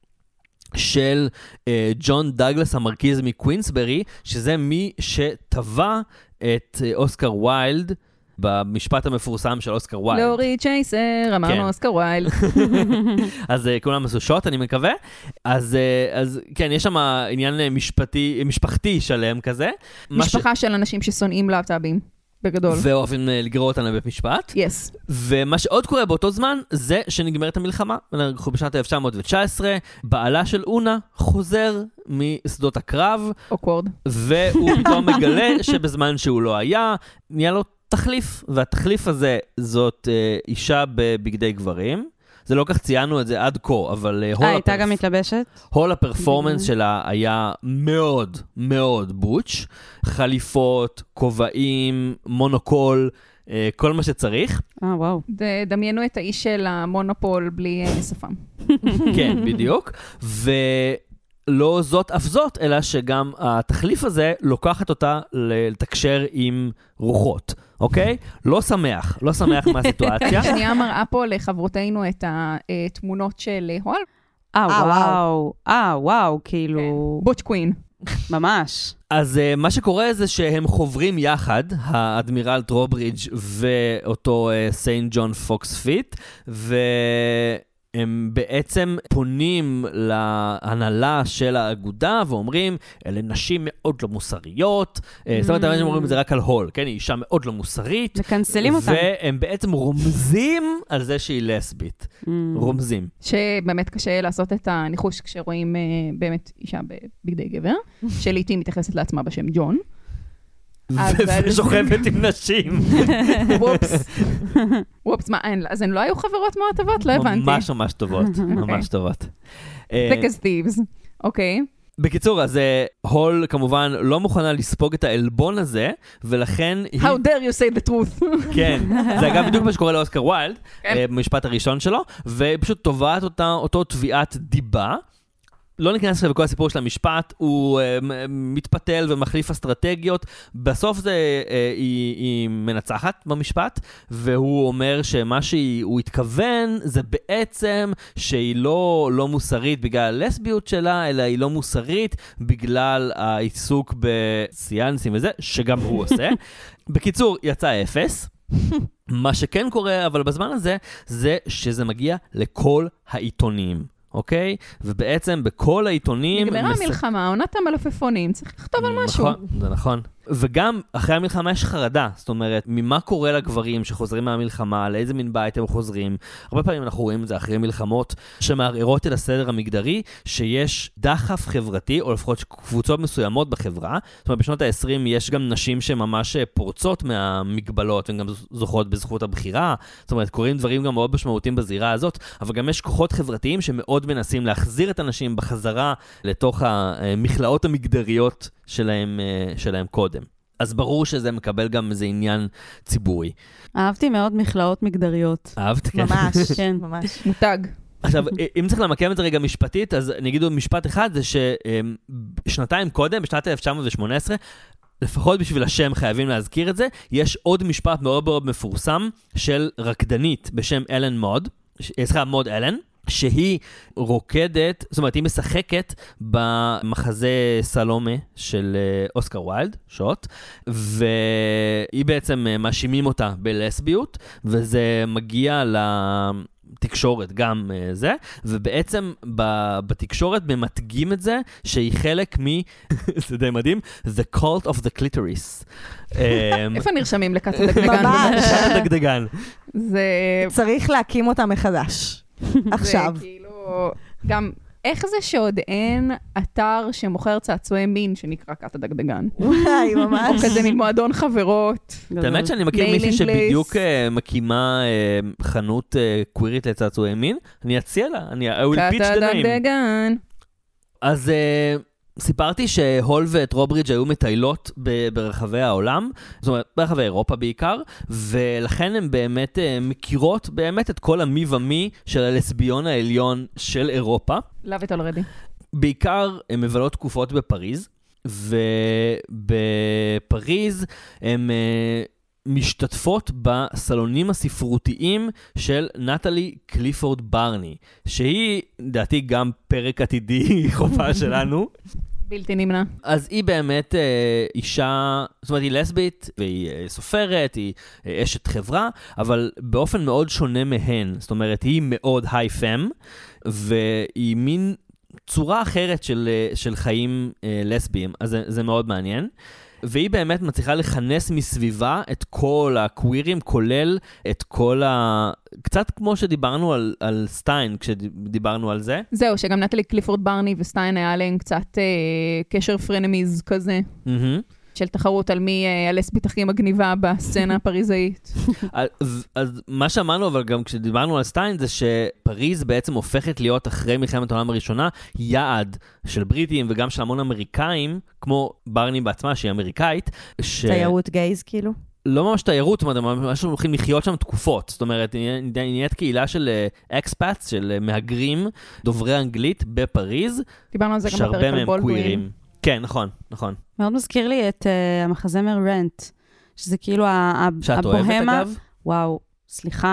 של ג'ון דאגלס המרקיז מקווינסברי, שזה מי שטבע את אוסקר ויילד, במשפט המפורסם של אוסקר ויילד. לורי צ'ייסר, אמרנו אוסקר ויילד. אז כולם עשו שוט, אני מקווה. אז כן, יש שם עניין משפחתי שלם כזה. משפחה של אנשים ששונאים להט"בים, בגדול. ואוהבים לגרור אותנו בבית משפט. Yes. ומה שעוד קורה באותו זמן, זה שנגמרת המלחמה. אנחנו בשנת 1919, בעלה של אונה חוזר משדות הקרב. Awkward. והוא פתאום מגלה שבזמן שהוא לא היה, נהיה לו תחליף, והתחליף הזה זאת אישה בבגדי גברים. זה לא כך ציינו את זה עד כה, אבל הייתה גם מתלבשת? הול הפרפורמנס שלה היה מאוד מאוד בוטש. חליפות, כובעים, מונוקול, כל מה שצריך. וואו. דמיינו את האיש של המונופול בלי שפם. כן, בדיוק. לא זאת אף זאת, אלא שגם התחליף הזה לוקחת אותה לתקשר עם רוחות, אוקיי? לא שמח מהסיטואציה. שנייה מראה פה לחברותינו את התמונות של הול. וואו, כאילו... בוטש קווין. ממש. אז מה שקורה זה שהם חוברים יחד, האדמירל טרוברידג' ואותו סיינט ג'ון פוקס פיט, הם בעצם פונים להנהלה של האגודה ואומרים, אלה נשים מאוד לא מוסריות, זאת אומרת, הם אומרים את זה רק על הול, כן? היא אישה מאוד לא מוסרית. מקנסלים אותם. והם בעצם רומזים על זה שהיא לסבית. רומזים. שבאמת קשה לעשות את הניחוש כשרואים באמת אישה בבגדי גבר, שלעיתים מתייחסת לעצמה בשם ג'ון. ושוכבת עם נשים. וופס, מה, אז הן לא היו חברות מאוד טובות? לא הבנתי. ממש ממש טובות, ממש טובות. thick as thieves, אוקיי. בקיצור, אז הול כמובן לא מוכנה לספוג את העלבון הזה, ולכן... How dare you say the truth. כן, זה אגב בדיוק מה שקורה לאוסקר ויילד, במשפט הראשון שלו, ופשוט תובעת אותו תביעת דיבה, לא ניכנס עכשיו בכל הסיפור של המשפט, הוא מתפתל ומחליף אסטרטגיות, בסוף היא מנצחת במשפט, והוא אומר שמה שהוא התכוון זה בעצם שהיא לא מוסרית בגלל הלסביות שלה, אלא היא לא מוסרית בגלל העיסוק בסיאנסים וזה, שגם הוא עושה. בקיצור, יצא 0. מה שכן קורה, אבל בזמן הזה, זה שזה מגיע לכל העיתונים. אוקיי? ובעצם בכל העיתונים... נגמרה המלחמה, עונת המלפפונים, צריך לכתוב על משהו. נכון, זה נכון. וגם אחרי המלחמה יש חרדה, זאת אומרת, ממה קורה לגברים שחוזרים מהמלחמה, לאיזה מין בית הם חוזרים. הרבה פעמים אנחנו רואים את זה אחרי מלחמות שמערערות את הסדר המגדרי, שיש דחף חברתי, או לפחות קבוצות מסוימות בחברה. זאת אומרת, בשנות ה-20 יש גם נשים שממש פורצות מהמגבלות, והן גם זוכות בזכות הבחירה. זאת אומרת, קוראים דברים גם מאוד משמעותיים בזירה הזאת, אבל גם יש כוחות חברתיים שמאוד מנסים להחזיר את הנשים בחזרה לתוך המכלאות המגדריות שלהם קודם. אז ברור שזה מקבל גם איזה עניין ציבורי. אהבתי מאוד מכלאות מגדריות. אהבת? כן. ממש, כן, ממש. מותג. עכשיו, אם צריך למקם את זה רגע משפטית, אז אני אגיד משפט אחד, זה ששנתיים קודם, בשנת 1918, לפחות בשביל השם חייבים להזכיר את זה, יש עוד משפט מאוד מאוד מפורסם של רקדנית בשם אלן מוד, מוד אלן, שהיא רוקדת, זאת אומרת, היא משחקת במחזה סלומה של אוסקר ויילד, שוט, והיא בעצם מאשימים אותה בלסביות, וזה מגיע לתקשורת גם זה, ובעצם בתקשורת ממתגים את זה, שהיא חלק זה די מדהים, The Cult of the Clitoris. איפה נרשמים לקט הדגדגן? ממש. קט הדגדגן. צריך להקים אותה מחדש. עכשיו. זה כאילו, גם איך זה שעוד אין אתר שמוכר צעצועי מין שנקרא קט הדגדגן? וואי, ממש. או כזה ממועדון חברות. האמת שאני מכיר מישהי שבדיוק מקימה חנות קווירית לצעצועי מין, אני אציע לה, I will pitch the name. קט הדגדגן. אז סיפרתי שהול וטרוברידג' היו מטיילות ברחבי העולם, זאת אומרת, ברחבי אירופה בעיקר, ולכן הן באמת מכירות באמת את כל המי ומי של הלסביון העליון של אירופה. Love it already. בעיקר הן מבלות תקופות בפריז, ובפריז הן משתתפות בסלונים הספרותיים של נטלי קליפורד ברני, שהיא, דעתי, גם פרק עתידי חובה שלנו. בלתי נמנע. אז היא באמת אישה, זאת אומרת, היא לסבית, והיא סופרת, היא אשת חברה, אבל באופן מאוד שונה מהן. זאת אומרת, היא מאוד היי-פם, והיא מין צורה אחרת של חיים לסביים. אז זה מאוד מעניין. והיא באמת מצליחה לכנס מסביבה את כל הקווירים, כולל את כל קצת כמו שדיברנו על סטיין, כשדיברנו על זה. זהו, שגם נטלי קליפורד ברני וסטיין היה להם קצת קשר פרנמיז כזה. של תחרות על מי הלסבית הכי מגניבה בסצנה הפריזאית. אז מה שאמרנו, אבל גם כשדיברנו על סטיין, זה שפריז בעצם הופכת להיות אחרי מלחמת העולם הראשונה, יעד של בריטים וגם של המון אמריקאים, כמו ברני בעצמה, שהיא אמריקאית. תיירות גייז כאילו? לא ממש תיירות, זאת אומרת, ממש הולכים לחיות שם תקופות. זאת אומרת, היא נהיית קהילה של אקספאטס, של מהגרים, דוברי אנגלית בפריז. דיברנו על זה גם בפרק על בולדווין. כן, נכון, נכון. מאוד מזכיר לי את המחזמר רנט, שזה כאילו שאת אוהבת, אגב? וואו, סליחה, אני 525,000. מכורה ואני מכירה הכל בעל פה,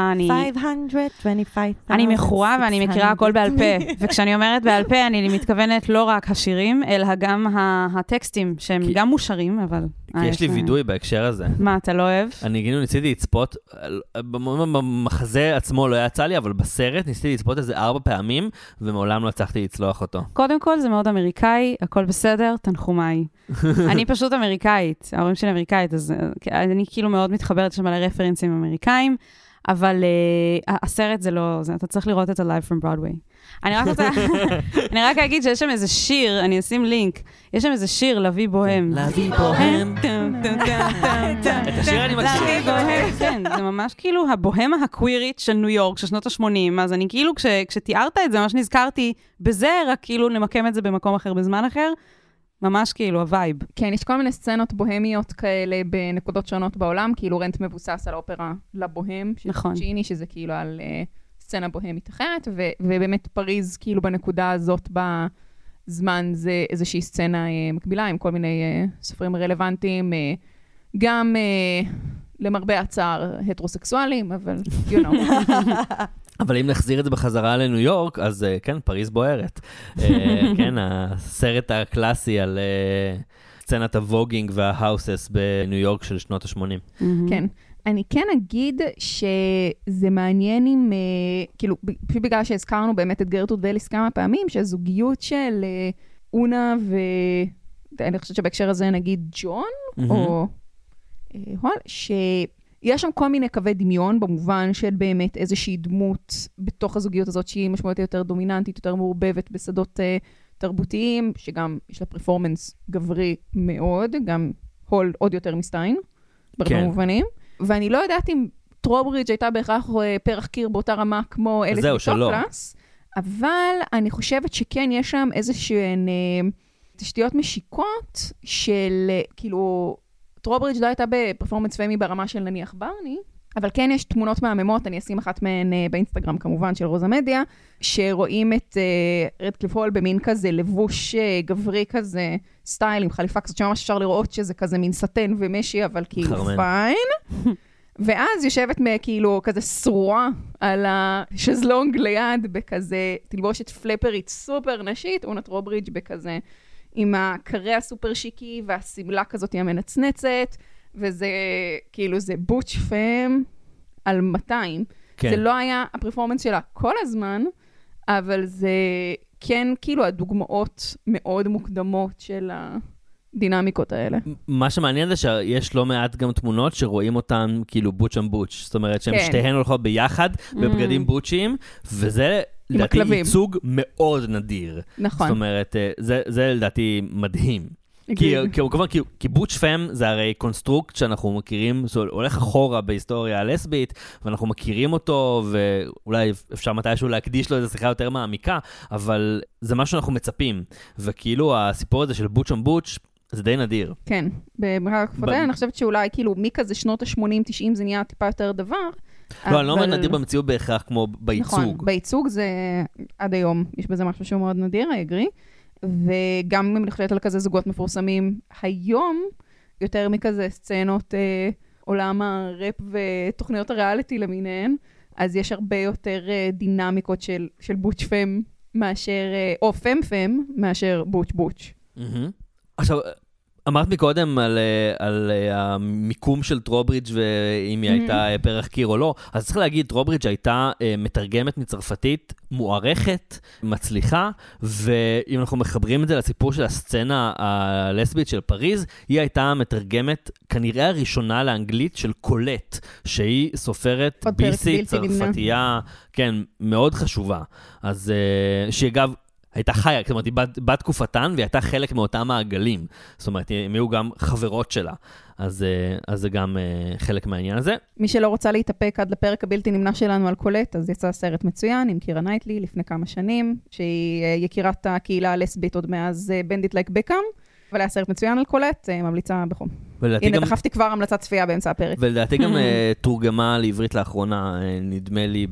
אני מכורה ואני מכירה הכל בעל פה, וכשאני אומרת בעל פה, אני מתכוונת לא רק השירים, אלא גם הטקסטים, שהם גם מושרים, אבל... כי יש לי וידוי בהקשר הזה. מה, אתה לא אוהב? אני ניסיתי לצפות, במחזה עצמו לא יצא לי, אבל בסרט ניסיתי לצפות איזה 4 פעמים, ומעולם לא הצלחתי לצלוח אותו. קודם כל, זה מאוד אמריקאי, הכל בסדר, תנחומיי. אני פשוט אמריקאית, ההורים שלי אמריקאית, אז אני כאילו מאוד מתחברת שם על הרפרנסים אמריקאים, אבל הסרט זה לא, אתה צריך לראות את ה-Live from Broadway. אני רק אגיד שיש שם איזה שיר, אני אשים לינק, יש שם איזה שיר, לוי בוהם. לוי בוהם. את השיר אני מקשיב. לוי בוהם, כן, זה ממש כאילו הבוהמה הקווירית של ניו יורק, של שנות ה-80, אז אני כאילו, כשתיארת את זה, ממש נזכרתי בזה, רק כאילו נמקם את זה במקום אחר, בזמן אחר, ממש כאילו, הווייב. כן, יש כל מיני סצנות בוהמיות כאלה בנקודות שונות בעולם, כאילו רנט מבוסס על האופרה לבוהם, נכון. צ'יני, שזה כאילו על סצנה בוהמית אחרת, ובאמת פריז, כאילו בנקודה הזאת בזמן, זה איזושהי סצנה מקבילה, עם כל מיני סופרים רלוונטיים, גם למרבה הצער הטרוסקסואלים, אבל you know. אבל אם נחזיר את זה בחזרה לניו יורק, אז כן, פריז בוערת. כן, הסרט הקלאסי על סצנת הווגינג וההאוסס בניו יורק של שנות ה-80. כן. אני כן אגיד שזה מעניין אם, כאילו, פשוט בגלל שהזכרנו באמת את גרטרוד ואליס כמה פעמים, שהזוגיות של אונה ואני חושבת שבהקשר הזה נגיד ג'ון, או יש שם כל מיני קווי דמיון, במובן של באמת איזושהי דמות בתוך הזוגיות הזאת, שהיא משמעותית יותר דומיננטית, יותר מעורבבת בשדות תרבותיים, שגם יש לה פרפורמנס גברי מאוד, גם הול עוד יותר מסטיין, בהרבה מובנים. ואני לא יודעת אם טרוברידג' הייתה בהכרח פרח קיר באותה רמה כמו אליס מטוקלס, אבל אני חושבת שכן יש שם איזשהן תשתיות משיקות של כאילו... טרוברידג' לא הייתה בפרפורמנס פמי ברמה של נניח ברני, אבל כן יש תמונות מהממות, אני אשים אחת מהן באינסטגרם כמובן של רוזה מדיה, שרואים את רדקליף הול במין כזה לבוש גברי כזה, סטייל עם חליפה כזאת, שממש אפשר לראות שזה כזה מין סטן ומשי, אבל כאילו פיין. ואז יושבת כאילו כזה שרועה על השזלונג ליד, בכזה תלבושת פלפרית סופר נשית, אונה טרוברידג' בכזה, עם הקרה הסופר שיקי והסמלה כזאת המנצנצת, וזה כאילו זה בוטש פם על 200. כן. זה לא היה הפרפורמנס שלה כל הזמן, אבל זה כן כאילו הדוגמאות מאוד מוקדמות של הדינמיקות האלה. מה שמעניין זה שיש לא מעט גם תמונות שרואים אותן כאילו בוטש עם בוטש, זאת אומרת שהן שתיהן הולכות ביחד בבגדים בוטשיים, וזה... לדעתי ייצוג מאוד נדיר. נכון. זאת אומרת, זה לדעתי מדהים. כי בוטש פם זה הרי קונסטרוקט שאנחנו מכירים, הולך אחורה בהיסטוריה הלסבית, ואנחנו מכירים אותו, ואולי אפשר מתישהו להקדיש לו איזו שיחה יותר מעמיקה, אבל זה מה שאנחנו מצפים. וכאילו הסיפור הזה של בוטש עם בוטש, זה די נדיר. כן. אני חושבת שאולי כאילו מכזה שנות ה-80-90 זה נהיה טיפה יותר דבר, לא, אני לא אומר נדיר במציאות בהכרח כמו בייצוג. נכון, בייצוג זה עד היום, יש בזה משהו שהוא מאוד נדיר, אגרי, וגם אם אני חושבת על כזה זוגות מפורסמים היום, יותר מכזה סצנות עולם הראפ ותוכניות הריאליטי למיניהן, אז יש הרבה יותר דינמיקות של בוטש פם מאשר, או פם מאשר בוטש בוטש. עכשיו, אמרת מקודם על המיקום של טרוברידג' ואם היא הייתה פרח קיר או לא, אז צריך להגיד, טרוברידג' הייתה מתרגמת מצרפתית, מוערכת, מצליחה, ואם אנחנו מחברים את זה לסיפור של הסצנה הלסבית של פריז, היא הייתה מתרגמת כנראה הראשונה לאנגלית של קולט, שהיא סופרת ביסית, צרפתייה, כן, מאוד חשובה. אז שאגב, הייתה חיה, זאת אומרת, היא בת תקופתן, והיא הייתה חלק מאותם מעגלים. זאת אומרת, הם היו גם חברות שלה. אז זה גם חלק מהעניין הזה. מי שלא רוצה להתאפק עד לפרק הבלתי נמנע שלנו על קולט, אז יצא סרט מצוין עם קירה נייטלי לפני כמה שנים, שהיא יקירת הקהילה הלסבית עוד מאז בנדיט לייק בקאם, אבל היה סרט מצוין על קולט, ממליצה בחום. הנה, דחפתי כבר המלצת צפייה באמצע הפרק. ולדעתי גם תורגמה לעברית לאחרונה, נדמה לי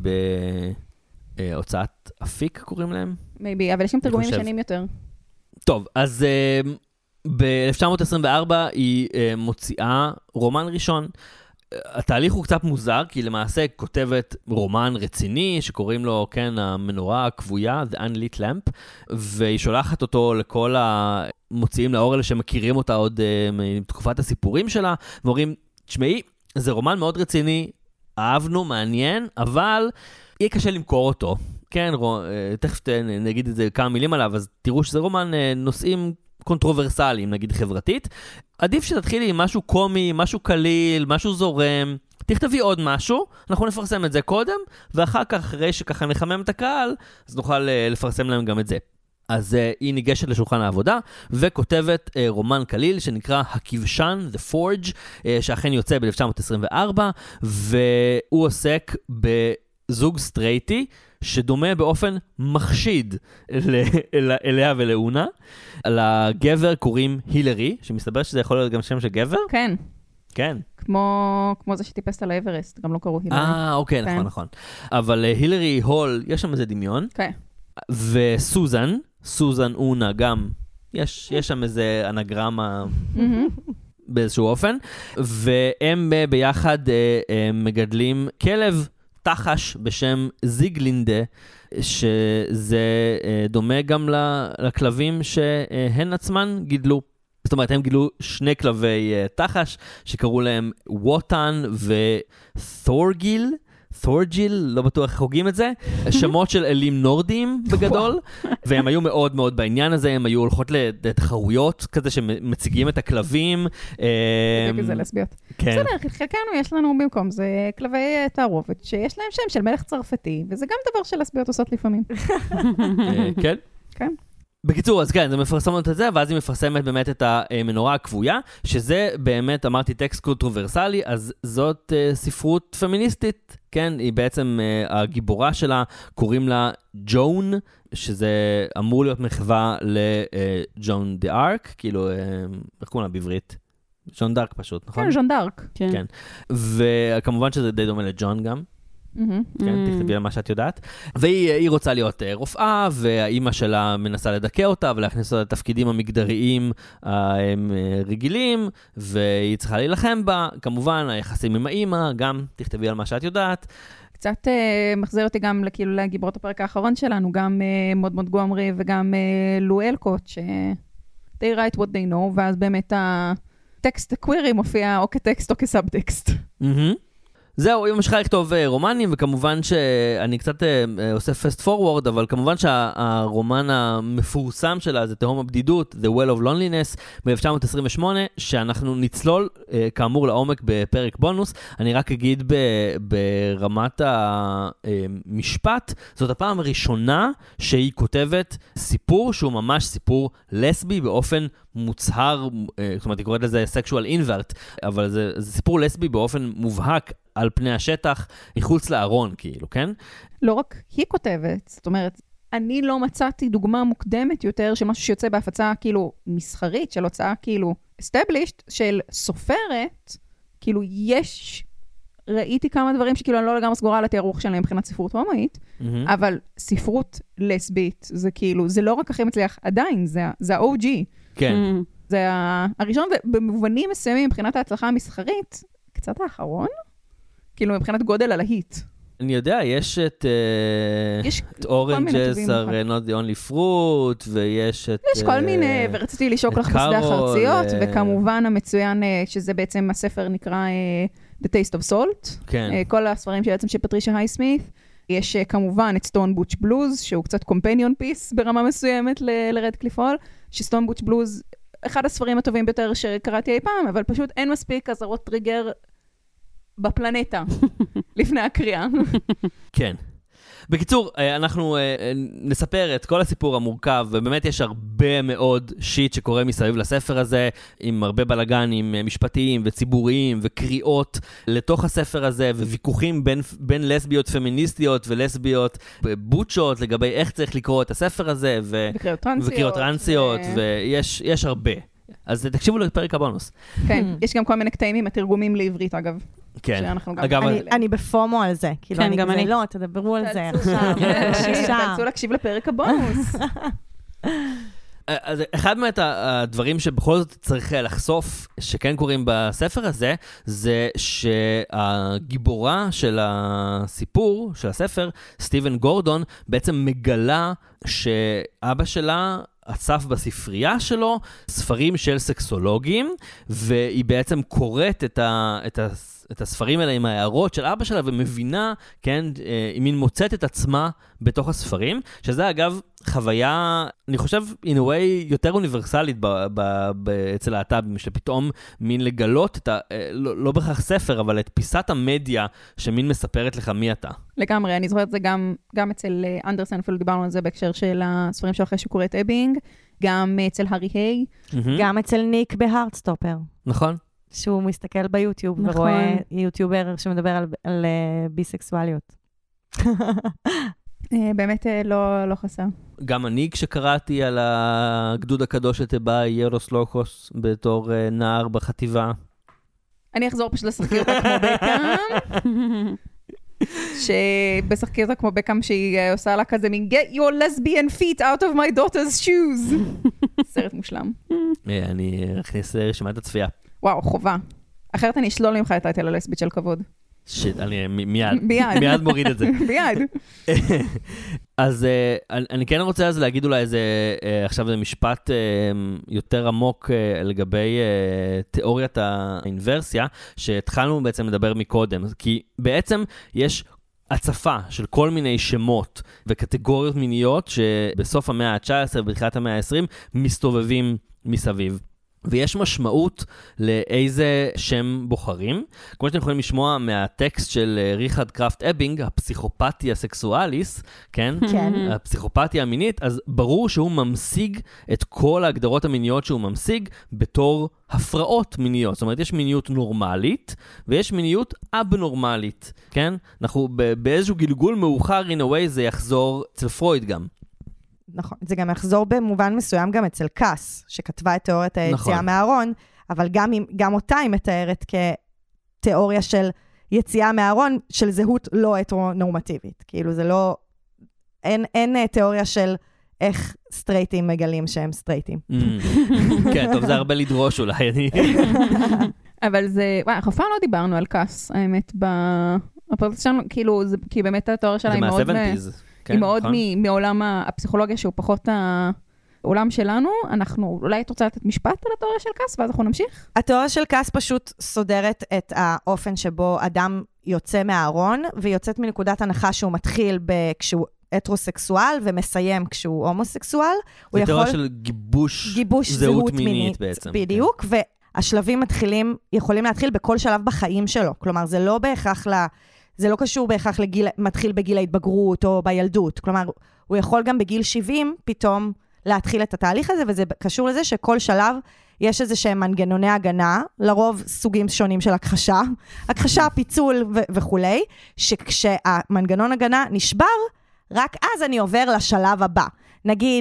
הוצאת אפיק קוראים להם? מייבי, אבל יש שם תרגומים משנים יותר. טוב, אז ב-1924 היא מוציאה רומן ראשון. התהליך הוא קצת מוזר, כי למעשה כותבת רומן רציני, שקוראים לו, כן, המנורה הקבויה, The Unlit Lamp, והיא שולחת אותו לכל המוציאים לאור האלה שמכירים אותה עוד מתקופת הסיפורים שלה, ואומרים, תשמעי, זה רומן מאוד רציני, אהבנו, מעניין, אבל יהיה קשה למכור אותו. כן, תכף נגיד את זה כמה מילים עליו, אז תראו שזה רומן נושאים קונטרוברסליים, נגיד חברתית. עדיף שתתחילי עם משהו קומי, משהו קליל, משהו זורם. תכתבי עוד משהו, אנחנו נפרסם את זה קודם, ואחר כך, אחרי שככה נחמם את הקהל, אז נוכל לפרסם להם גם את זה. אז היא ניגשת לשולחן העבודה, וכותבת רומן קליל שנקרא הכבשן, The Forge, שאכן יוצא ב-1924, והוא עוסק בזוג סטרייטי, שדומה באופן מחשיד אליה ולאונה. לגבר קוראים הילרי, שמסתבר שזה יכול להיות גם שם של גבר. כן. כן. כמו זה שטיפס על האברסט, גם לא קראו הילרי. אוקיי, נכון, נכון. אבל הילרי הול, יש שם איזה דמיון. כן. וסוזן אונה גם, יש שם איזה אנגרמה באיזשהו אופן, והם ביחד מגדלים כלב תחש בשם זיגלינדה, שזה דומה גם לכלבים שהן עצמן גידלו. זאת אומרת, הם גילו 2 כלבי תחש, שקראו להם ווטן ותורגיל, לא בטוח איך הוגים את זה, שמות של אלים נורדיים בגדול, והם היו מאוד מאוד בעניין הזה, הם היו הולכות לתחרויות כזה שמציגים את הכלבים. זה כזה לסביות. בסדר, חלקנו יש לנו במקום, זה כלבי תערובת, שיש להם שם של מלך צרפתי, וזה גם דבר של לסביות עושות לפעמים. כן? כן. בקיצור, אז כן, זה מפרסמת את זה, ואז היא מפרסמת באמת את המנורה הקבויה, שזה באמת, אמרתי, טקסט קונטרוברסלי, אז זאת ספרות פמיניסטית, כן, היא בעצם, הגיבורה שלה, קוראים לה ג'ון, שזה אמור להיות מחווה לג'ון דה ארק, כאילו, איך קוראים לה בעברית? ג'ון דארק פשוט, נכון? כן, ג'ון דארק. כן. וכמובן שזה די דומה לג'ון גם. כן, תכתבי על מה שאת יודעת. והיא רוצה להיות רופאה, והאימא שלה מנסה לדכא אותה, ולהכניס אותה לתפקידים המגדריים הרגילים, והיא צריכה להילחם בה. כמובן, היחסים עם האימא, גם תכתבי על מה שאת יודעת. קצת מחזיר אותי גם כאילו לגיברות הפרק האחרון שלנו, גם מוד גואמרי וגם לו אלקוט, ש they write what they know, ואז באמת הטקסט הקווירי מופיע או כטקסט או כסאבטקסט. זהו, היא ממשיכה לכתוב רומנים, וכמובן שאני קצת עושה fast forward, אבל כמובן שהרומן המפורסם שלה זה תהום הבדידות, The Well of Loneliness, ב-1928, שאנחנו נצלול כאמור לעומק בפרק בונוס. אני רק אגיד ברמת המשפט, זאת הפעם הראשונה שהיא כותבת סיפור שהוא ממש סיפור לסבי באופן מוצהר, זאת אומרת, היא קוראת לזה sexual invert, אבל זה סיפור לסבי באופן מובהק על פני השטח, מחוץ לארון, כאילו, כן? לא רק היא כותבת, זאת אומרת, אני לא מצאתי דוגמה מוקדמת יותר של משהו שיוצא בהפצה, כאילו, מסחרית, של הוצאה, כאילו, established, של סופרת, כאילו, ראיתי כמה דברים שכאילו אני לא לגמרי סגורה על התיארוך שלהם מבחינת ספרות הומואית, אבל ספרות לסבית, זה כאילו, זה לא רק הכי מצליח, עדיין, זה ה-OG. כן. זה הראשון, ובמובנים מסוימים, מבחינת ההצלחה המסחרית, קצת האחרון, כאילו מבחינת גודל על ההיט. אני יודע, יש את Oranges are not the only fruit, ויש את... יש כל מיני, ורציתי לשוק לך בשדה החרציות, וכמובן המצוין, שזה בעצם הספר נקרא The Taste of Salt, כל הספרים בעצם של פטרישה הייסמית, יש כמובן את סטון בוטש בלוז, שהוא קצת קומפניון פיס ברמה מסוימת לרד קליפול, שסטון בוטש בלוז, אחד הספרים הטובים ביותר שקראתי אי פעם, אבל פשוט אין מספיק אזהרות טריגר בפלנטה, לפני הקריאה. כן. בקיצור, אנחנו נספר את כל הסיפור המורכב, ובאמת יש הרבה מאוד שיט שקורה מסביב לספר הזה, עם הרבה בלגנים משפטיים וציבוריים וקריאות לתוך הספר הזה, וויכוחים בין לסביות פמיניסטיות ולסביות בוטשות, לגבי איך צריך לקרוא את הספר הזה, וקריאות טרנסיות, ויש הרבה. אז תקשיבו לפרק הבונוס. כן, יש גם כל מיני קטעים עם התרגומים לעברית, אגב. כן. אני בפומו על זה. כן, גם אני. לא, תדברו על זה. תאלצו להקשיב לפרק הבונוס. אז אחד הדברים שבכל זאת צריך לחשוף, שכן קוראים בספר הזה, זה שהגיבורה של הסיפור, של הספר, סטיבן גורדון, בעצם מגלה שאבא שלה אסף בספרייה שלו ספרים של סקסולוגים, והיא בעצם קוראת את הספרים האלה עם ההערות של אבא שלה, ומבינה, כן, היא מין מוצאת את עצמה בתוך הספרים, שזה אגב חוויה, אני חושב, in a way, יותר אוניברסלית אצל הלהט"בים, שפתאום מין לגלות לא בהכרח ספר, אבל את פיסת המדיה שמין מספרת לך מי אתה. לגמרי, אני זוכרת את זה גם אצל אנדרסן, אפילו דיברנו על זה בהקשר של הספרים של אחרי שקורא את אבינג, גם אצל הארי היי. גם אצל ניק בהארדסטופר. נכון. שהוא מסתכל ביוטיוב ורואה יוטיובר שמדבר על ביסקסואליות. באמת לא חסר. גם אני כשקראתי על הגדוד הקדוש לטבע, ירוס לוקוס, בתור נער בחטיבה. אני אחזור פשוט לשחקי אותה כמו בקאם. שבשחקי אותה כמו בקאם שהיא עושה לה כזה מין get your lesbian feet out of my daughter's shoes. סרט מושלם. אני אכניס רשימת הצפייה. וואו, חובה. אחרת אני אשלול ממך את הטייטל הלסבית של כבוד. שיט, אני מיד מוריד את זה. ביד. אז אני כן רוצה אז להגיד אולי עכשיו זה משפט יותר עמוק לגבי תיאוריית האינברסיה, שהתחלנו בעצם לדבר מקודם, כי בעצם יש הצפה של כל מיני שמות וקטגוריות מיניות שבסוף המאה ה-19 ובתחילת המאה ה-20 מסתובבים מסביב. ויש משמעות לאיזה שם בוחרים. כמו שאתם יכולים לשמוע מהטקסט של ריכרד קראפט אבינג, הפסיכופתיה סקסואליס, כן? כן. הפסיכופתיה המינית, אז ברור שהוא ממשיג את כל ההגדרות המיניות שהוא ממשיג בתור הפרעות מיניות. זאת אומרת, יש מיניות נורמלית, ויש מיניות אבנורמלית, כן? אנחנו באיזשהו גלגול מאוחר, in a way, זה יחזור אצל פרויד גם. נכון, זה גם יחזור במובן מסוים גם אצל קאס, שכתבה את תיאוריית היציאה מהארון, אבל גם אותה היא מתארת כתיאוריה של יציאה מהארון, של זהות לא הטרונורמטיבית. כאילו זה לא, אין תיאוריה של איך סטרייטים מגלים שהם סטרייטים. כן, טוב, זה הרבה לדרוש אולי. אבל זה, אנחנו פעם לא דיברנו על קאס, האמת, בפרטס שלנו, כאילו, כי באמת התיאוריה שלה היא מאוד... זה מה-70s. היא מאוד מעולם הפסיכולוגיה שהוא פחות העולם שלנו. אנחנו אולי את רוצה לתת משפט על התיאוריה של קאס, ואז אנחנו נמשיך? התיאוריה של קאס פשוט סודרת את האופן שבו אדם יוצא מהארון, ויוצאת מנקודת הנחה שהוא מתחיל כשהוא הטרוסקסואל, ומסיים כשהוא הומוסקסואל. זה תיאוריה של גיבוש זהות מינית בעצם. בדיוק, והשלבים יכולים להתחיל בכל שלב בחיים שלו. כלומר, זה לא קשור בהכרח מתחיל בגיל ההתבגרות או בילדות. כלומר, הוא יכול גם בגיל 70 פתאום להתחיל את התהליך הזה, וזה קשור לזה שכל שלב יש איזה שהם מנגנוני הגנה, לרוב סוגים שונים של הכחשה, פיצול וכולי, שכשהמנגנון הגנה נשבר, רק אז אני עובר לשלב הבא. נגיד,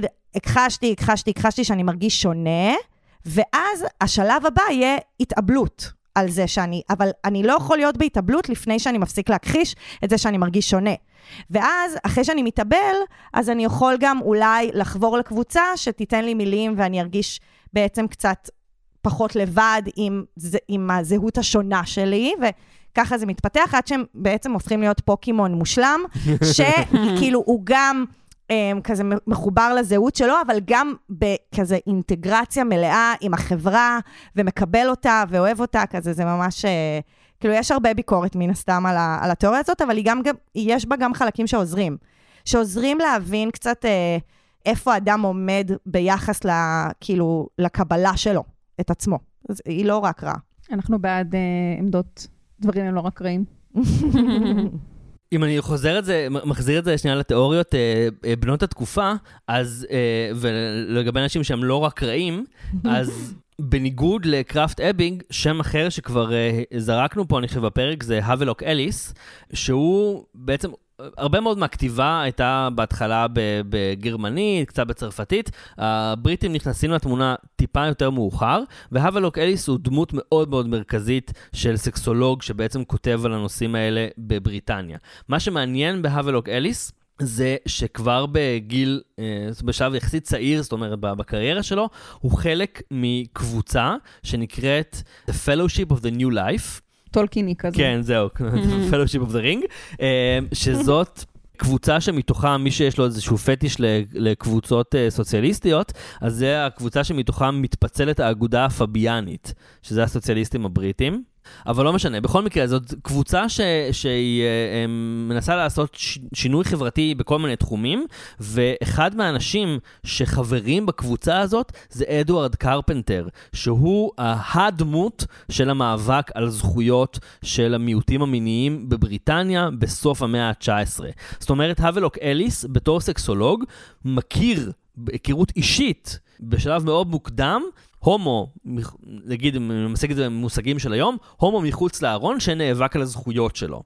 הכחשתי שאני מרגיש שונה, ואז השלב הבא יהיה התאבלות. על זה אבל אני לא יכול להיות בהתאבלות לפני שאני מפסיק להכחיש את זה שאני מרגיש שונה. ואז, אחרי שאני מתאבל, אז אני יכול גם אולי לחבור לקבוצה שתיתן לי מילים, ואני ארגיש בעצם קצת פחות לבד עם הזהות השונה שלי, וככה זה מתפתח, עד שהם בעצם הופכים להיות פוקימון מושלם, שכאילו הוא גם... כזה מחובר לזהות שלו, אבל גם בכזה אינטגרציה מלאה עם החברה, ומקבל אותה ואוהב אותה, כזה זה ממש, כאילו יש הרבה ביקורת מן הסתם על התיאוריה הזאת, אבל יש בה גם חלקים שעוזרים להבין קצת איפה אדם עומד ביחס כאילו לקבלה שלו, את עצמו. אז היא לא רק רעה. אנחנו בעד עמדות, דברים הם לא רק רעים. אם אני מחזיר את זה שנייה לתיאוריות בנות התקופה, אז, ולגבי אנשים שהם לא רק רעים, אז בניגוד לקראפט אבינג, שם אחר שכבר זרקנו פה, אני חושב בפרק, זה האבלוק אליס, שהוא בעצם... הרבה מאוד מהכתיבה הייתה בהתחלה בגרמנית, קצת בצרפתית. הבריטים נכנסים לתמונה טיפה יותר מאוחר, והאבלוק אליס הוא דמות מאוד מאוד מרכזית של סקסולוג שבעצם כותב על הנושאים האלה בבריטניה. מה שמעניין בהאבלוק אליס זה שכבר בגיל, בשלב יחסית צעיר, זאת אומרת, בקריירה שלו, הוא חלק מקבוצה שנקראת The Fellowship of the New Life. טולקיני כזה. כן, זהו, Fellowship of the Ring, שזאת קבוצה שמתוכה, מי שיש לו איזשהו פטיש לקבוצות סוציאליסטיות, אז זה הקבוצה שמתוכה מתפצלת האגודה הפביאנית, שזה הסוציאליסטים הבריטים. אבל לא משנה, בכל מקרה, זאת קבוצה שהיא מנסה לעשות שינוי חברתי בכל מיני תחומים, ואחד מהאנשים שחברים בקבוצה הזאת זה אדוארד קרפנטר, שהוא הדמות של המאבק על זכויות של המיעוטים המיניים בבריטניה בסוף המאה ה-19. זאת אומרת, האבלוק אליס, בתור סקסולוג, מכיר בהיכרות אישית בשלב מאוד מוקדם, הומו, נגיד, נמסג את זה במושגים של היום, הומו מחוץ לארון שנאבק על הזכויות שלו.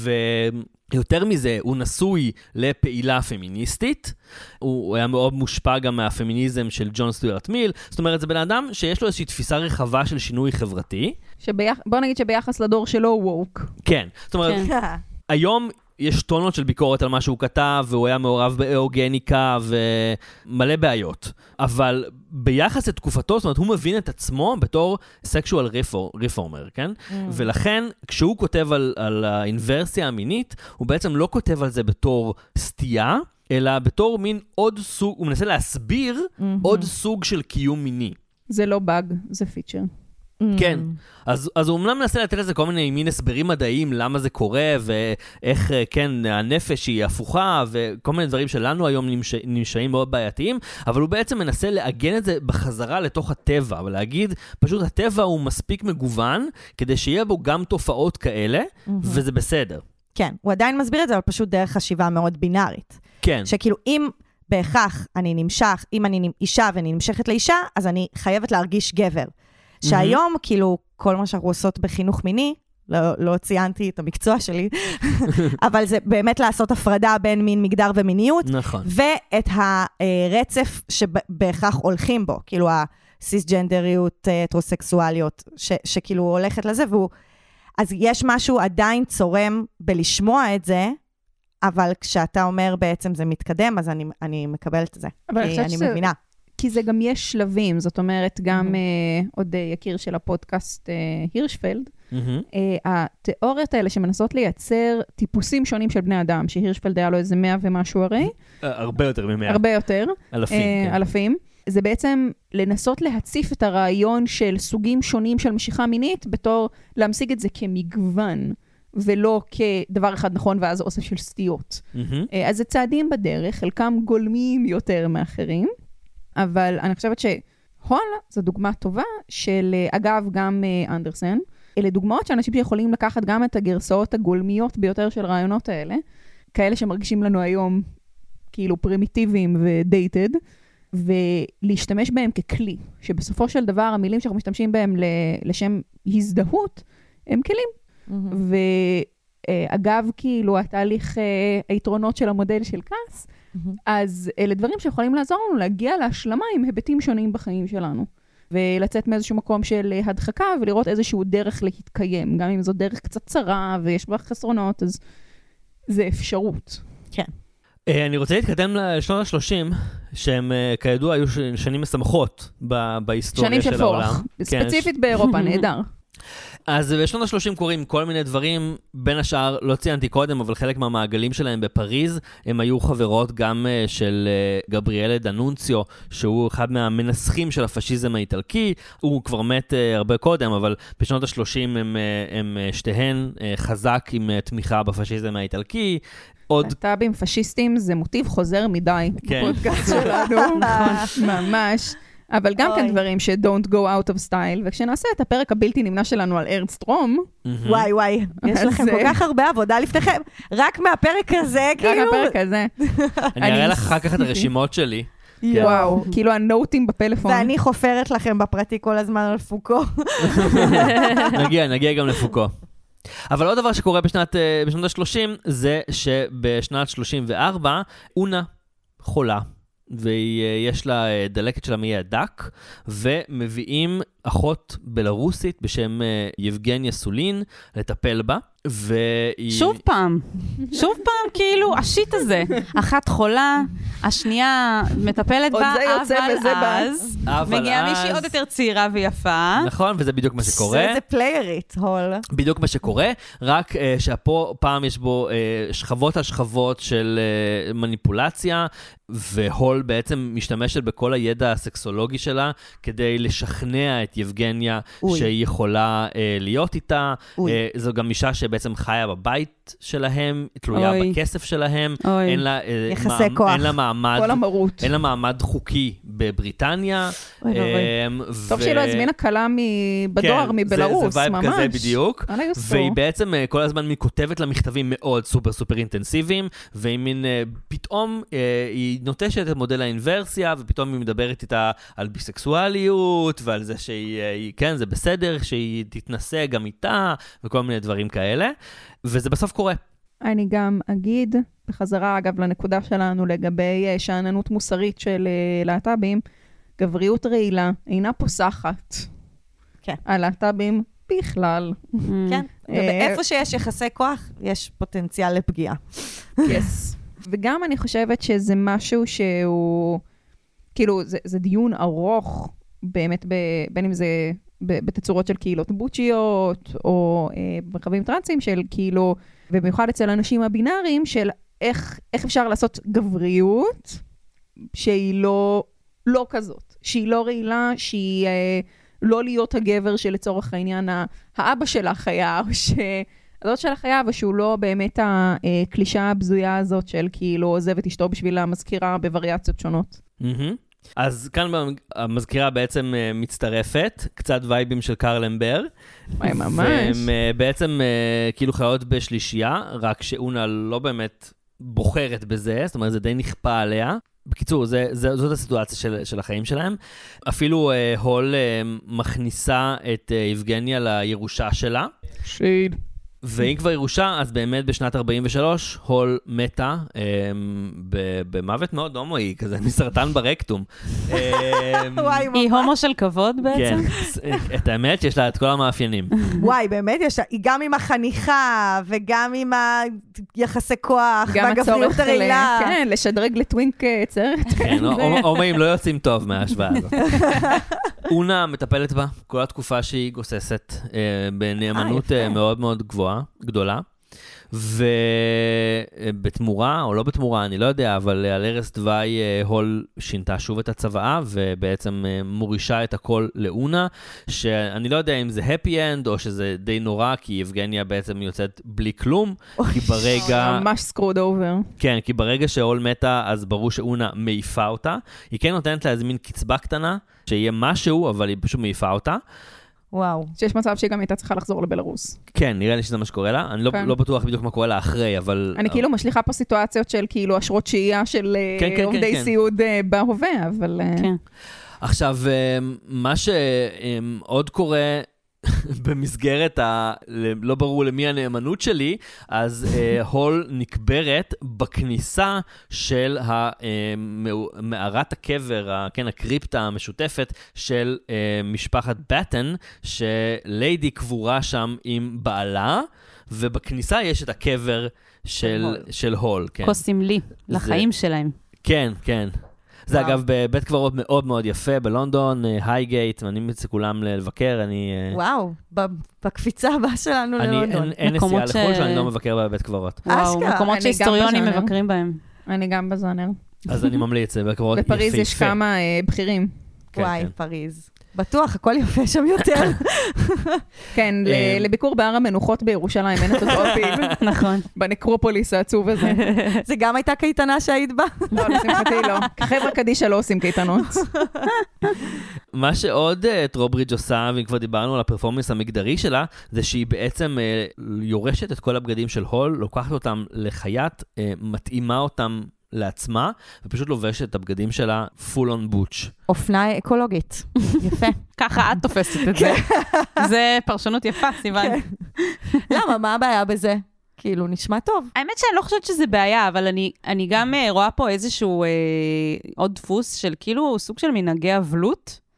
ויותר מזה, הוא נשוי לפעילה פמיניסטית, הוא היה מאוד מושפע גם מהפמיניזם של ג'ון סטיוארט מיל, זאת אומרת, זה בן אדם שיש לו איזושהי תפיסה רחבה של שינוי חברתי. בוא נגיד שביחס לדור שלו הוא ווק. כן, זאת אומרת, היום יש טונות של ביקורת על מה שהוא כתב, והוא היה מעורב באוגניקה ומלא בעיות. אבל ביחס לתקופתו, זאת אומרת, הוא מבין את עצמו בתור סקשואל רפורמר, כן? ולכן, כשהוא כותב על האינברסיה המינית, הוא בעצם לא כותב על זה בתור סטייה, אלא בתור מין עוד סוג, הוא מנסה להסביר עוד סוג של קיום מיני. זה לא באג, זה פיצ'ר. כן, אז הוא אמנם מנסה לתת לזה כל מיני מין הסברים מדעיים למה זה קורה, ואיך, כן, הנפש היא הפוכה, וכל מיני דברים שלנו היום נמשאים מאוד בעייתיים, אבל הוא בעצם מנסה לעגן את זה בחזרה לתוך הטבע, ולהגיד, פשוט הטבע הוא מספיק מגוון, כדי שיהיה בו גם תופעות כאלה, וזה בסדר. כן, הוא עדיין מסביר את זה, אבל פשוט דרך חשיבה מאוד בינארית. כן. שכאילו, אם בהכרח אני נמשך, אם אני אישה ואני נמשכת לאישה, אז אני חייבת להרגיש גבר. שהיום, כאילו, כל מה שאנחנו עושות בחינוך מיני, לא ציינתי את המקצוע שלי, אבל זה באמת לעשות הפרדה בין מין, מגדר ומיניות, נכון. ואת הרצף שבהכרח הולכים בו, כאילו הסיסג'נדריות, הטרוסקסואליות, שכאילו הולכת לזה, אז יש משהו עדיין צורם בלשמוע את זה, אבל כשאתה אומר בעצם זה מתקדם, אז אני מקבלת את זה, כי אני מבינה. כי זה גם יש שלבים, זאת אומרת, גם עוד יקיר של הפודקאסט הירשפלד, התיאוריות האלה שמנסות לייצר טיפוסים שונים של בני אדם, שהירשפלד היה לו איזה 100 ומשהו הרי. הרבה יותר מ-100. הרבה יותר. אלפים. אלפים. זה בעצם לנסות להציף את הרעיון של סוגים שונים של משיכה מינית, בתור להמשיג את זה כמגוון, ולא כדבר אחד נכון, ואז אוסף של סטיות. אז זה צעדים בדרך, חלקם גולמיים יותר מאחרים, אבל אני חושבת שהול זו דוגמה טובה של, אגב, גם אנדרסן. אלה דוגמאות שאנשים שיכולים לקחת גם את הגרסאות הגולמיות ביותר של רעיונות האלה, כאלה שמרגישים לנו היום כאילו פרימיטיביים ודייטד, ולהשתמש בהם ככלי, שבסופו של דבר המילים שאנחנו משתמשים בהם לשם הזדהות, הם כלים. ואגב, כאילו התהליך היתרונות של המודל של קאס, אז אלה דברים שיכולים לעזור לנו להגיע להשלמה עם היבטים שונים בחיים שלנו. ולצאת מאיזשהו מקום של הדחקה ולראות איזשהו דרך להתקיים. גם אם זו דרך קצת צרה ויש בה חסרונות, אז זה אפשרות. כן. אני רוצה להתקדם לשנות ה-30, שהם כידוע היו שנים משמחות בהיסטוריה של העולם. שנים של פורח, ספציפית באירופה, נהדר. אז בשנות ה-30 קוראים כל מיני דברים, בין השאר, לא ציינתי קודם, אבל חלק מהמעגלים שלהם בפריז, הם היו חברות גם של גבריאלה דנונציו, שהוא אחד מהמנסחים של הפשיזם האיטלקי, הוא כבר מת הרבה קודם, אבל בשנות ה-30 הם שתיהן חזק עם תמיכה בפשיזם האיטלקי. להט"בים פשיסטים זה מוטיב חוזר מדי בפודקאסט שלנו, ממש. אבל גם כן דברים ש-don't go out of style, וכשנעשה את הפרק הבלתי נמנע שלנו על ארנסטרום, וואי, יש לכם כל כך הרבה עבודה לפניכם, רק מהפרק הזה, כאילו. רק מהפרק הזה. אני אראה לך אחר כך את הרשימות שלי. וואו, כאילו הנוטים בפלאפון. ואני חופרת לכם בפרטי כל הזמן על פוקו. נגיע גם לפוקו. אבל עוד דבר שקורה בשנות ה-30, זה שבשנת 34, אונה חולה. ויש לה דלקת של המעי הדק, ומביאים אחות בלרוסית בשם יבגניה סולין לטפל בה. שוב פעם, כאילו, השיט הזה. אחת חולה, השנייה מטפלת בה, אבל מגיעה מישהי עוד יותר צעירה ויפה. נכון, וזה בדיוק מה שקורה. זה פליירית, הול. בדיוק מה שקורה, רק שהפעם יש בו שכבות על שכבות של מניפולציה, והול בעצם משתמשת בכל הידע הסקסולוגי שלה, כדי לשכנע את יבגניה שהיא יכולה להיות איתה. זו גם אישה שבעצם חיה בבית שלהם, תלויה בכסף שלהם, אין לה מעמד, אין לה מעמד חוקי בבריטניה. טוב שהיא לא הזמינה קלה בדואר מבלרוס, זה וייב כזה בדיוק. והיא בעצם כל הזמן כותבת לה מכתבים מאוד סופר סופר אינטנסיביים, והיא מין פתאום היא נוטשת את מודל האינברסיה, ופתאום היא מדברת איתה על ביסקסואליות, ועל זה שהיא, כן, זה בסדר, שהיא תתנסה גם איתה, וכל מיני דברים כאלה. וזה בסוף קורה. אני גם אגיד, בחזרה אגב לנקודה שלנו לגבי שאננות מוסרית של להט"בים, גבריות רעילה אינה פוסחת. כן. הלהט"בים בכלל. כן. ובאיפה שיש יחסי כוח, יש פוטנציאל לפגיעה. yes. וגם אני חושבת שזה משהו שהוא, כאילו, זה דיון ארוך, באמת, בין אם זה בתצורות של קהילות בוצ'יות, או מרחבים טרנסים של כאילו, ובמיוחד אצל אנשים הבינאריים, של איך אפשר לעשות גבריות, שהיא לא כזאת, שהיא לא רעילה, שהיא לא להיות הגבר שלצורך העניין, האבא שלך היה, או שהדוד שלך היה, ושהוא לא באמת הקלישה הבזויה הזאת של כאילו עוזב את אשתו בשביל המזכירה בווריאציות שונות. אז כאן המזכירה בעצם מצטרפת, קצת וייבים של קרל אמבר. ממש. והם בעצם כאילו חיות בשלישייה, רק שאונה לא באמת בוחרת בזה, זאת אומרת זה די נכפה עליה. בקיצור, זאת הסיטואציה של החיים שלהם. אפילו הול מכניסה את יבגניה לירושה שלה. שיד. ואם כבר ירושה, אז באמת בשנת 43, הול מתה במוות מאוד הומואי, כזה מסרטן ברקטום. היא הומו של כבוד בעצם? כן, את האמת שיש לה את כל המאפיינים. וואי, באמת יש לה, היא גם עם החניכה, וגם עם היחסי כוח, והגבריות הרעילה. כן, לשדרג לטווינק צרת. כן, הומואים לא יוצאים טוב מההשוואה הזאת. אונה מטפלת בה כל התקופה שהיא גוססת, בנאמנות מאוד מאוד גדולה, ובתמורה, או לא בתמורה, אני לא יודע, אבל על ערש דווי הול שינתה שוב את הצוואה, ובעצם מורישה את הכל לאונה, שאני לא יודע אם זה happy end, או שזה די נורא, כי יבגניה בעצם יוצאת בלי כלום, כי ברגע... ממש סקרוד אובר. כן, כי ברגע שהול מתה, אז ברור שאונה מעיפה אותה. היא כן נותנת לה איזה מין קצבה קטנה, שיהיה משהו, אבל היא פשוט מעיפה אותה. וואו. שיש מצב שהיא גם הייתה צריכה לחזור לבלרוס. כן, נראה לי שזה מה שקורה לה. אני לא בטוח בדיוק מה קורה לה אחרי, אבל... אני כאילו משליחה פה סיטואציות של כאילו אשרות שהייה של עובדי סיעוד בהווה, אבל... כן. עכשיו, מה שעוד קורה במסגרת לא ברור למי הנאמנות שלי, אז הול נקברת בכניסה של מערת הקבר, כן, הקריפטה המשותפת של משפחת בטן, שליידי קבורה שם עם בעלה, ובכניסה יש את הקבר של הול. קוסם לי, לחיים שלהם. כן, כן. זה אגב בבית קברות מאוד מאוד יפה בלונדון, הייגייט, ואני מצא כולם לבקר, וואו, בקפיצה הבאה שלנו ללונדון. אין נסיעה לחול שאני לא מבקר בבית קברות. וואו, מקומות שהיסטוריונים מבקרים בהם. אני גם בזונר. אז אני ממליץ, בית קברות יפה. בפריז יש כמה בכירים. וואי, פריז. בטוח, הכל יפה שם יותר. כן, לביקור בהר המנוחות בירושלים, אין את אותו פיל. נכון. בנקרופוליס העצוב הזה. זה גם הייתה קייטנה שהיית בה? לא, לשמחתי לא. חבר'ה קדישה לא עושים קייטנות. מה שעוד טרוברידג' עושה, ואם כבר דיברנו על הפרפורמנס המגדרי שלה, זה שהיא בעצם יורשת את כל הבגדים של הול, לוקחת אותם לחייט, מתאימה אותם לעצמה, ופשוט לובשת את הבגדים שלה full on butch. אופנה אקולוגית. יפה. ככה את תופסת את זה. זה פרשנות יפה, סיוון. למה? מה הבעיה בזה? כאילו, נשמע טוב. האמת שאני לא חושבת שזה בעיה, אבל אני גם רואה פה איזשהו עוד דפוס של כאילו סוג של מנהגי אבלות,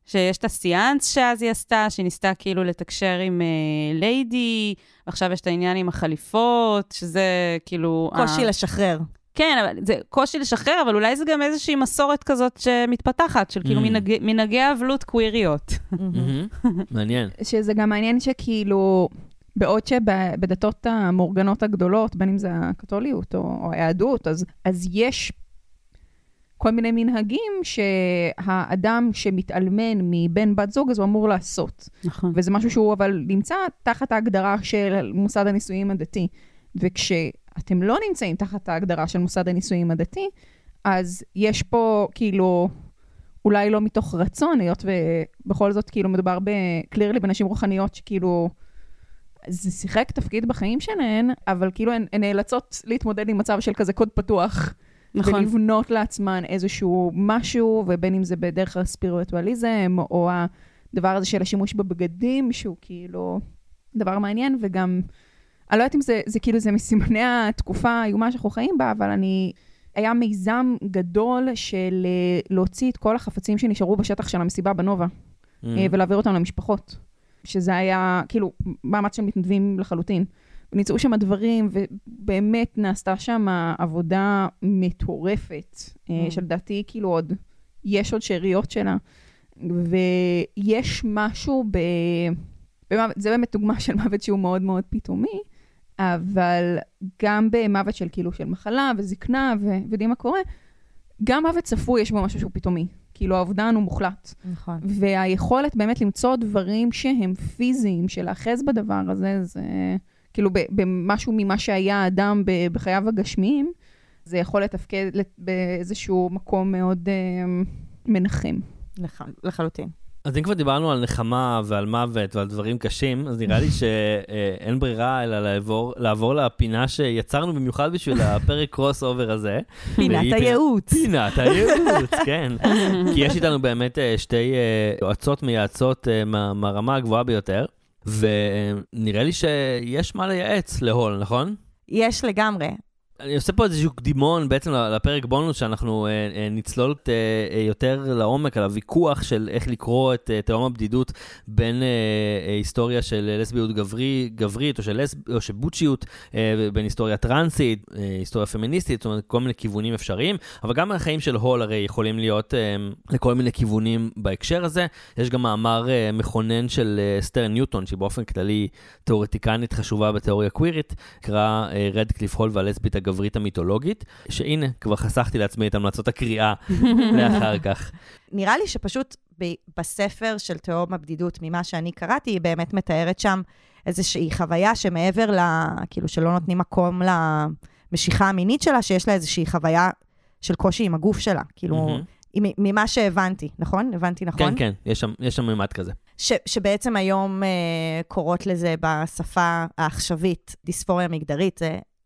שיש את הסיאנס שאז היא עשתה, שהיא ניסתה כאילו לתקשר עם ליידי, ועכשיו יש את העניין עם החליפות, שזה כאילו... קושי לשחרר. כן, אבל זה קושי לשחרר, אבל אולי זה גם איזושהי מסורת כזאת שמתפתחת, של כאילו מנהגי אבלות קוויריות. מעניין. שזה גם מעניין שכאילו, בעוד שבדתות המאורגנות הגדולות, בין אם זה הקתוליות או היהדות, אז יש כל מיני מנהגים שהאדם שמתעלמן מבן בת זוג, אז הוא אמור לעשות. נכון. וזה משהו שהוא אבל נמצא תחת ההגדרה של מוסד הנישואים הדתי. וכשאתם לא נמצאים תחת ההגדרה של מוסד הנישואים הדתי, אז יש פה כאילו, אולי לא מתוך רצון, היות ובכל זאת כאילו מדובר קלירלי בנשים רוחניות שכאילו, זה שיחק תפקיד בחיים שלהן, אבל כאילו הן נאלצות להתמודד עם מצב של כזה קוד פתוח, נכון. ולבנות לעצמן איזשהו משהו, ובין אם זה בדרך הספיריטואליזם, או הדבר הזה של השימוש בבגדים, שהוא כאילו דבר מעניין, וגם, אני לא יודעת אם זה כאילו, זה מסימני התקופה האיומה שאנחנו חיים בה, אבל היה מיזם גדול של להוציא את כל החפצים שנשארו בשטח של המסיבה בנובה, ולהעביר אותם למשפחות. שזה היה כאילו מאמץ של מתנדבים לחלוטין. ונמצאו שם הדברים, ובאמת נעשתה שם עבודה מטורפת, שלדעתי כאילו יש עוד שאריות שלה, ויש משהו זה באמת דוגמה של מוות שהוא מאוד מאוד פתאומי, אבל גם במוות של כאילו של מחלה וזקנה, ודעים מה קורה, גם מוות צפוי יש בו משהו שהוא פתאומי. כאילו האובדן הוא מוחלט. נכון. והיכולת באמת למצוא דברים שהם פיזיים, של לאחז בדבר הזה, זה כאילו במשהו ממה שהיה האדם בחייו הגשמיים, זה יכול לתפקד באיזשהו מקום מאוד מנחם. לחלוטין. אז אם כבר דיברנו על נחמה ועל מוות ועל דברים קשים, אז נראה לי שאין ברירה אלא לעבור לפינה שיצרנו במיוחד בשביל הפרק קרוס אובר הזה. פינת הייעוץ. פינת הייעוץ, כן. כי יש איתנו באמת שתי יועצות מייעצות מהרמה הגבוהה ביותר, ונראה לי שיש מה לייעץ להול, נכון? יש לגמרי. אני עושה פה איזשהו קדימון בעצם לפרק בונוס, שאנחנו נצלול יותר לעומק על הוויכוח של איך לקרוא את תהום הבדידות בין היסטוריה של לסביות גברית או של בוטשיות, בין היסטוריה טרנסית, היסטוריה פמיניסטית, זאת אומרת כל מיני כיוונים אפשריים, אבל גם החיים של הול הרי יכולים להיות לכל מיני כיוונים בהקשר הזה. יש גם מאמר מכונן של אסתר ניוטון, שהיא באופן כללי תיאורטיקנית חשובה בתיאוריה קווירית, קרא רדקליף הול והלסבית הגברית המיתולוגית, שהנה, כבר חסכתי לעצמי את המלצות הקריאה לאחר כך. נראה לי שפשוט בספר של תהום הבדידות, ממה שאני קראתי, היא באמת מתארת שם איזושהי חוויה שמעבר כאילו שלא נותנים מקום למשיכה המינית שלה, שיש לה איזושהי חוויה של קושי עם הגוף שלה, כאילו, ממה שהבנתי, נכון? הבנתי נכון? כן, כן, יש שם ממד כזה. שבעצם היום קוראות לזה בשפה העכשווית, דיספוריה מגדרית,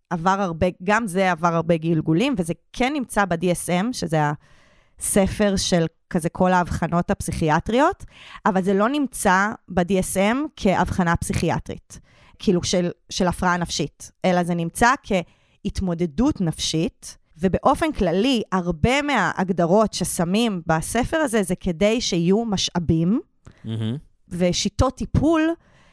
גם זה עבר הרבה גלגולים, וזה כן נמצא ב-DSM, שזה הספר של כזה כל ההבחנות הפסיכיאטריות, אבל זה לא נמצא ב-DSM כהבחנה פסיכיאטרית, כאילו של הפרעה נפשית, אלא זה נמצא כהתמודדות נפשית, ובאופן כללי, הרבה מההגדרות ששמים בספר הזה, זה כדי שיהיו משאבים, ושיטות טיפול,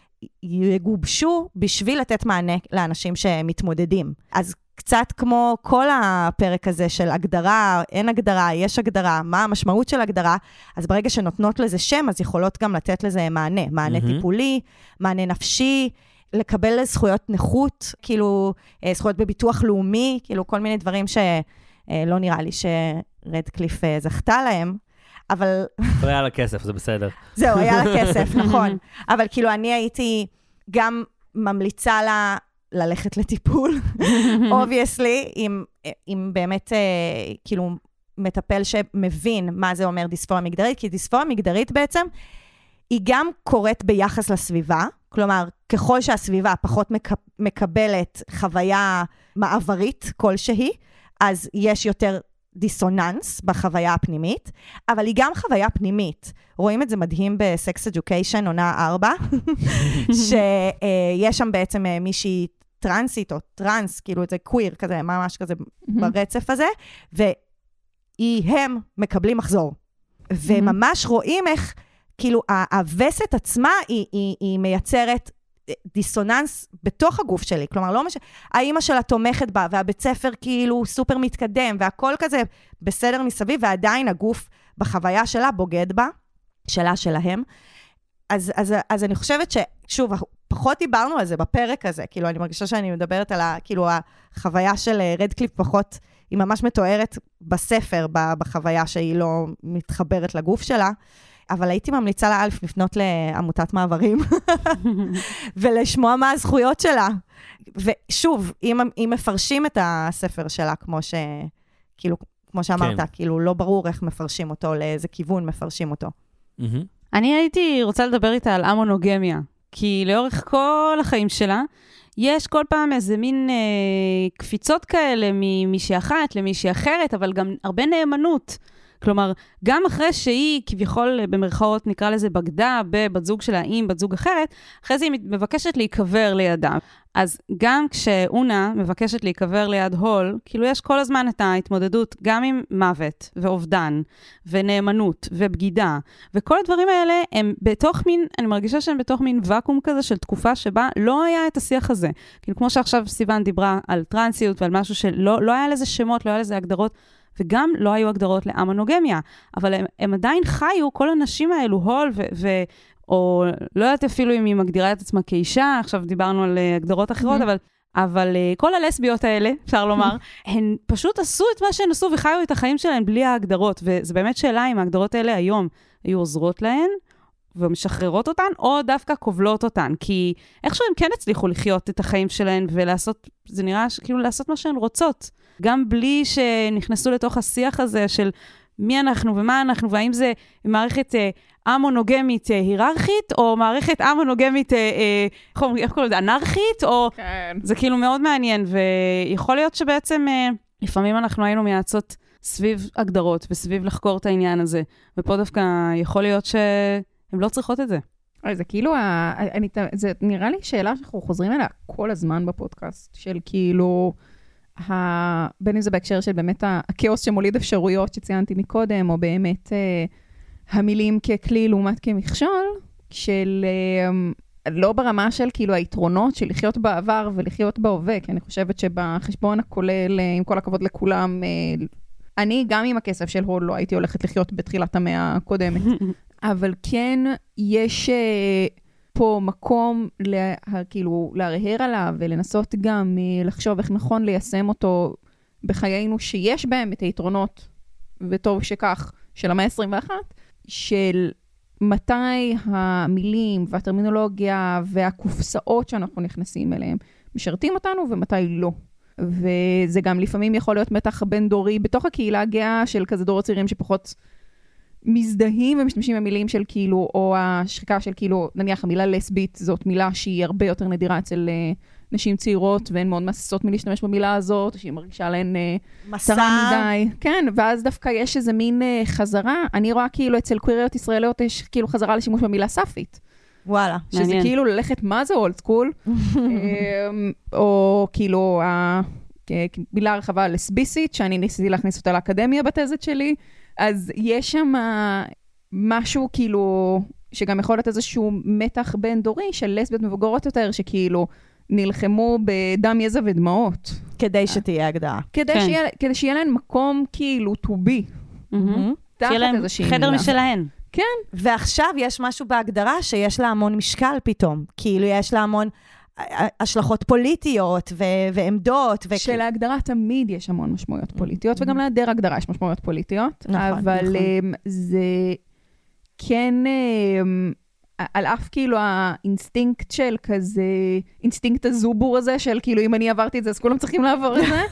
יגובשו בשביל לתת מענה לאנשים שמתמודדים. אז קצת כמו כל הפרק הזה של הגדרה, אין הגדרה, יש הגדרה, מה המשמעות של הגדרה, אז ברגע שנותנות לזה שם, אז יכולות גם לתת לזה מענה. מענה טיפולי, מענה נפשי, לקבל זכויות נכות, כאילו זכויות בביטוח לאומי, כאילו כל מיני דברים שלא נראה לי שרדקליף זכתה להם. אבל היה לה כסף, זה בסדר. זהו, היה לה כסף, נכון. אבל כאילו אני הייתי גם ממליצה לה ללכת לטיפול, obviously, אם באמת כאילו מטפל שמבין מה זה אומר דיספוריה מגדרית, כי דיספוריה מגדרית בעצם היא גם קורית ביחס לסביבה, כלומר, ככל שהסביבה פחות מקבלת חוויה מעברית כלשהי, אז יש יותר דיסוננס בחוויה הפנימית, אבל היא גם חוויה פנימית. רואים את זה מדהים בסקס אדיוקיישן, עונה 4, שיש שם בעצם מישהי טרנסית או טרנס, כאילו זה קוויר כזה, ממש כזה ברצף הזה, והם מקבלים מחזור. וממש רואים איך כאילו, הווסת עצמה היא מייצרת דיסוננס בתוך הגוף שלי. כלומר, לא האמא שלה תומכת בה, והבית ספר כאילו סופר מתקדם, והכל כזה בסדר מסביב, ועדיין הגוף בחוויה שלה בוגד בה, שלהם. אז אני חושבת ששוב, פחות דיברנו על זה בפרק הזה, כאילו, אני מרגישה שאני מדברת על כאילו, החוויה של רדקליף פחות, היא ממש מתוארת בספר, בחוויה שהיא לא מתחברת לגוף שלה, אבל הייתי ממליצה לאלף לפנות לעמותת מעברים, ולשמוע מה הזכויות שלה. ושוב, אם מפרשים את הספר שלה, כמו שאמרת, כאילו לא ברור איך מפרשים אותו, לאיזה כיוון מפרשים אותו. אני הייתי רוצה לדבר איתה על המונוגמיה, כי לאורך כל החיים שלה, יש כל פעם איזה מין קפיצות כאלה ממישהי אחת למישהי אחרת, אבל גם הרבה נאמנות. כלומר, גם אחרי שהיא כביכול במרכאות נקרא לזה בגדה בבת זוג שלה עם בת זוג אחרת, אחרי זה היא מבקשת להיקבר לידה. אז גם כשאונה מבקשת להיקבר ליד הול, כאילו יש כל הזמן את ההתמודדות גם עם מוות ואובדן ונאמנות ובגידה, וכל הדברים האלה הם בתוך מין, אני מרגישה שהם בתוך מין וקום כזה של תקופה שבה לא היה את השיח הזה. כאילו כמו שעכשיו סיוון דיברה על טרנסיות ועל משהו שלא היה לזה שמות, לא היה לזה הגדרות, וגם לא היו הגדרות לאמונוגמיה, אבל הם עדיין חיו, כל הנשים האלו, הול, או לא יודעת אפילו אם היא מגדירה את עצמה כאישה, עכשיו דיברנו על הגדרות אחרות, אבל כל הלסביות האלה, אפשר לומר, הן פשוט עשו את מה שהן עשו, וחיו את החיים שלהן בלי ההגדרות, וזו באמת שאלה אם ההגדרות האלה היום היו עוזרות להן, ומשחררות אותן, או דווקא קובלות אותן, כי איכשהו הם כן הצליחו לחיות את החיים שלהן, ולעשות, זה נראה כאילו לעשות מה שהן רוצות. גם בלי שנכנסו לתוך השיח הזה של מי אנחנו ומה אנחנו, והאם זה מערכת אמונוגמית היררכית, או מערכת אמונוגמית, איך קוראים לזה, אנרכית, או כן. זה כאילו מאוד מעניין, ויכול להיות שבעצם לפעמים אנחנו היינו מייעצות סביב הגדרות, וסביב לחקור את העניין הזה, ופה דווקא יכול להיות שהן לא צריכות את זה. זה כאילו, זה נראה לי שאלה שאנחנו חוזרים אליה כל הזמן בפודקאסט, של כאילו, בין אם זה בהקשר של באמת הכאוס שמוליד אפשרויות שציינתי מקודם, או באמת המילים ככלי לעומת כמכשול, של לא ברמה של כאילו היתרונות של לחיות בעבר ולחיות בהווה, כי אני חושבת שבחשבון הכולל, עם כל הכבוד לכולם, אני גם עם הכסף של הול לא הייתי הולכת לחיות בתחילת המאה הקודמת, אבל כן יש פה מקום כאילו להרהר עליו ולנסות גם לחשוב איך נכון ליישם אותו בחיינו שיש בהם את היתרונות, וטוב שכך, של המאה ה-21, של מתי המילים והטרמינולוגיה והקופסאות שאנחנו נכנסים אליהם משרתים אותנו ומתי לא. וזה גם לפעמים יכול להיות מתח בין דורי בתוך הקהילה הגאה של כזה דור הצעירים שפחות מזדהים ומשתמשים במילים של כאילו, או השחיקה של כאילו, נניח המילה לסבית, זאת מילה שהיא הרבה יותר נדירה אצל נשים צעירות, והן מאוד מססות מלהשתמש במילה הזאת, שהיא מרגישה להן צרה מדי. כן, ואז דווקא יש איזה מין חזרה, אני רואה כאילו אצל קוויריות ישראליות יש כאילו חזרה לשימוש במילה ספית. וואלה, שזה מעניין. כאילו ללכת מה זה אולד סקול, או כאילו מילה רחבה לסביסית, שאני ניסיתי להכניס אותה לאקדמיה בתזת שלי, אז יש שם משהו כאילו, שגם יכול להיות איזשהו מתח בין דורי, של לסביות מבוגרות יותר, שכאילו נלחמו בדם, יזע ודמעות. כדי שתהיה הגדרה. כדי שיהיה להן מקום כאילו to be. שיהיה להן חדר משלהן. כן. ועכשיו יש משהו בהגדרה שיש לה המון משקל פתאום. כאילו יש לה המון השלכות פוליטיות ועמדות. של ההגדרה תמיד יש המון משמעויות פוליטיות, וגם להיעדר הגדרה יש משמעויות פוליטיות. אבל זה כן, על אף כאילו האינסטינקט של כזה, אינסטינקט הזובור הזה, של כאילו אם אני עברתי את זה, אז כולם צריכים לעבור את זה.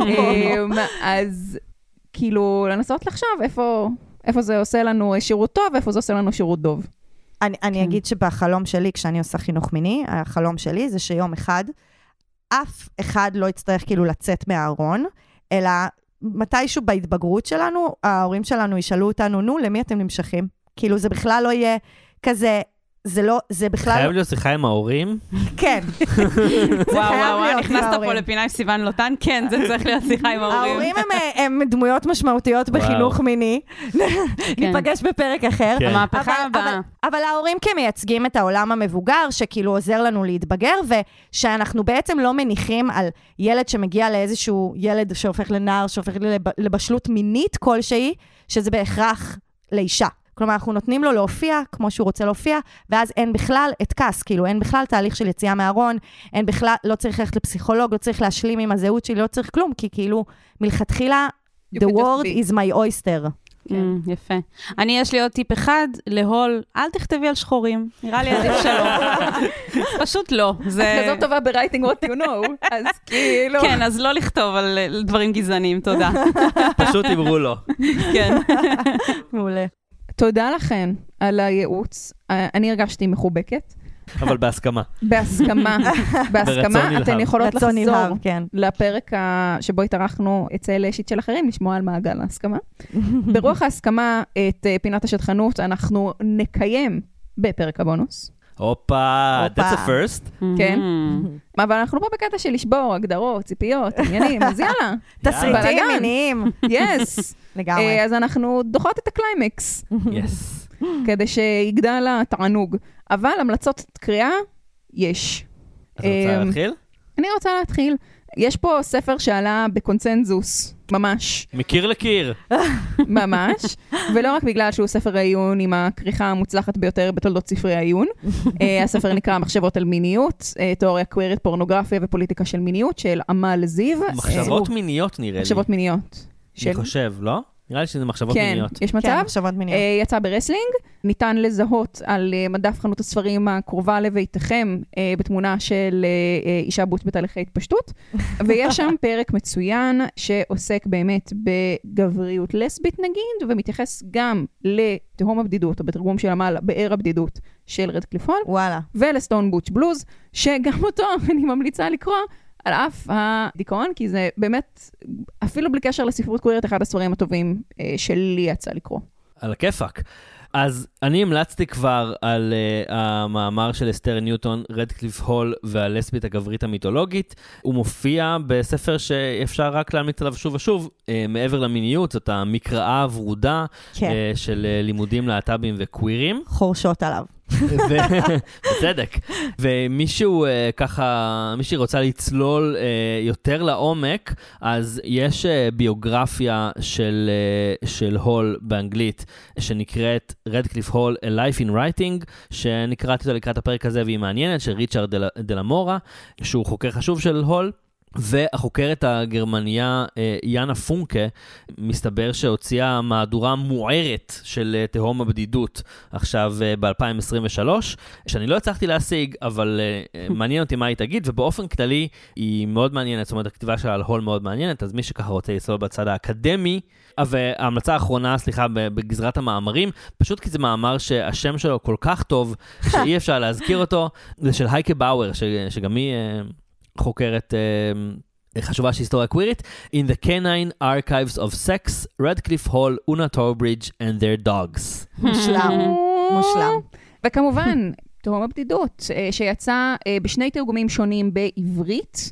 אז כאילו לנסות לחשוב איפה זה עושה לנו שירות טוב, ואיפה זה עושה לנו שירות דוב. אני אגיד שבחלום שלי, כשאני עושה חינוך מיני, החלום שלי זה שיום אחד, אף אחד לא יצטרך כאילו לצאת מהארון, אלא מתישהו בהתבגרות שלנו, ההורים שלנו ישאלו אותנו, נו, למי אתם נמשכים? כאילו זה בכלל לא יהיה כזה, זה בכלל... חייב להיות שיחה עם ההורים? כן. וואו, נכנסת פה לפינה עם סיוון לוטן, כן, זה צריך להיות שיחה עם ההורים. ההורים הם דמויות משמעותיות בחינוך מיני. ניפגש בפרק אחר. המהפכה הבאה. אבל ההורים כמייצגים את העולם המבוגר, שכאילו עוזר לנו להתבגר, ושאנחנו בעצם לא מניחים על ילד שמגיע לאיזשהו ילד שהופך לנער, שהופך לבשלות מינית כלשהי, שזה בהכרח לאישה. כלומר, אנחנו נותנים לו להופיע כמו שהוא רוצה להופיע, ואז אין בכלל את כס, כאילו אין בכלל תהליך של יציאה מהארון, אין בכלל, לא צריך ללכת לפסיכולוג, לא צריך להשלים עם הזהות שלי, לא צריך כלום, כי כאילו מלכתחילה, the world is my oyster. יפה. יש לי עוד טיפ אחד, להול, אל תכתבי על שחורים, נראה לי עדיף שלא. פשוט לא. את כזאת טובה ב-writing what you know, אז כאילו... כן, אז לא לכתוב על דברים גזעניים, תודה. פשוט אמרו לו. כן. מעולה. תודה לכן על הייעוץ. אני הרגשתי מחובקת. אבל בהסכמה. בהסכמה. אתן יכולות לחזור כן. לפרק שבו התארחנו אצל שיט של אחרים, לשמוע על מעגל ההסכמה. ברוח ההסכמה, את פינת השטחנות אנחנו נקיים בפרק הבונוס. הופה, that's a first. כן. אבל אנחנו פה בקטע של לשבור, הגדרות, ציפיות, עניינים, אז יאללה. תסריטים מיניים. יס. לגמרי. אז אנחנו דוחות את הקליימקס. יס. כדי שיגדל התענוג. אבל המלצות קריאה, יש. את רוצה להתחיל? אני רוצה להתחיל. יש פה ספר שעלה בקונצנזוס, ממש. מקיר לקיר. ממש. ולא רק בגלל שהוא ספר העיון עם הכריכה המוצלחת ביותר בתולדות ספרי העיון. הספר נקרא מחשבות על מיניות, תיאוריה קווירית, פורנוגרפיה ופוליטיקה של מיניות, של עמל זיו. מחשבות מיניות נראה לי. מחשבות מיניות. אני חושב, לא? נראה לי שזה מחשבות מיניות. כן, יש מצב. כן, מחשבות מיניות. יצא ברסלינג, ניתן לזהות על מדף חנות הספרים הקרובה לביתכם, בתמונה של אישה בוט בתהליכי התפשטות, ויש שם פרק מצוין שעוסק באמת בגבריות לסבית נגיד, ומתייחס גם לתהום הבדידות, או בתרגום של עמל, באר הבדידות של רדקליף הול, וואלה. ולסטון בוטש בלוז, שגם אותו אני ממליצה לקרוא, על אף הדיכאון, כי זה באמת, אפילו בלי קשר לספרות קווירית, אחד הספרים הטובים שלי יצא לקרוא. על הכיפק. אז אני המלצתי כבר על המאמר של אסתר ניוטון, רדקליף הול והלסבית הגברית המיתולוגית. הוא מופיע בספר שאפשר רק להמליץ עליו שוב ושוב, מעבר למיניות, זאת המקראה הוורודה של לימודים להט"בים וקווירים. חורשות עליו. בצדק. ומישהו ככה, מישהי רוצה לצלול יותר לעומק, אז יש ביוגרפיה של הול באנגלית, שנקראת רדקליף הול, A Life in Writing, שנקראתי אותה לקראת הפרק הזה, והיא מעניינת, של ריצ'רד דלמורה, שהוא חוקר חשוב של הול. והחוקרת הגרמניה יאנה פונקה, מסתבר שהוציאה מהדורה מוארת של תהום הבדידות עכשיו ב-2023, שאני לא הצלחתי להשיג, אבל מעניין אותי מה היא תגיד, ובאופן כללי היא מאוד מעניינת, זאת אומרת, הכתיבה שלה על הול מאוד מעניינת, אז מי שככה רוצה לסלול בצד האקדמי, וההמלצה האחרונה, סליחה, בגזרת המאמרים, פשוט כי זה מאמר שהשם שלו כל כך טוב, שאי אפשר להזכיר אותו, זה של הייקה באואר, שגם היא... חוקרת חשובה של היסטוריה קווירית, In the Canine Archives of Sex, Radcliffe Hall, Una Torbridge and Their Dogs. מושלם, מושלם. וכמובן, תהום הבדידות, שיצא בשני תרגומים שונים בעברית.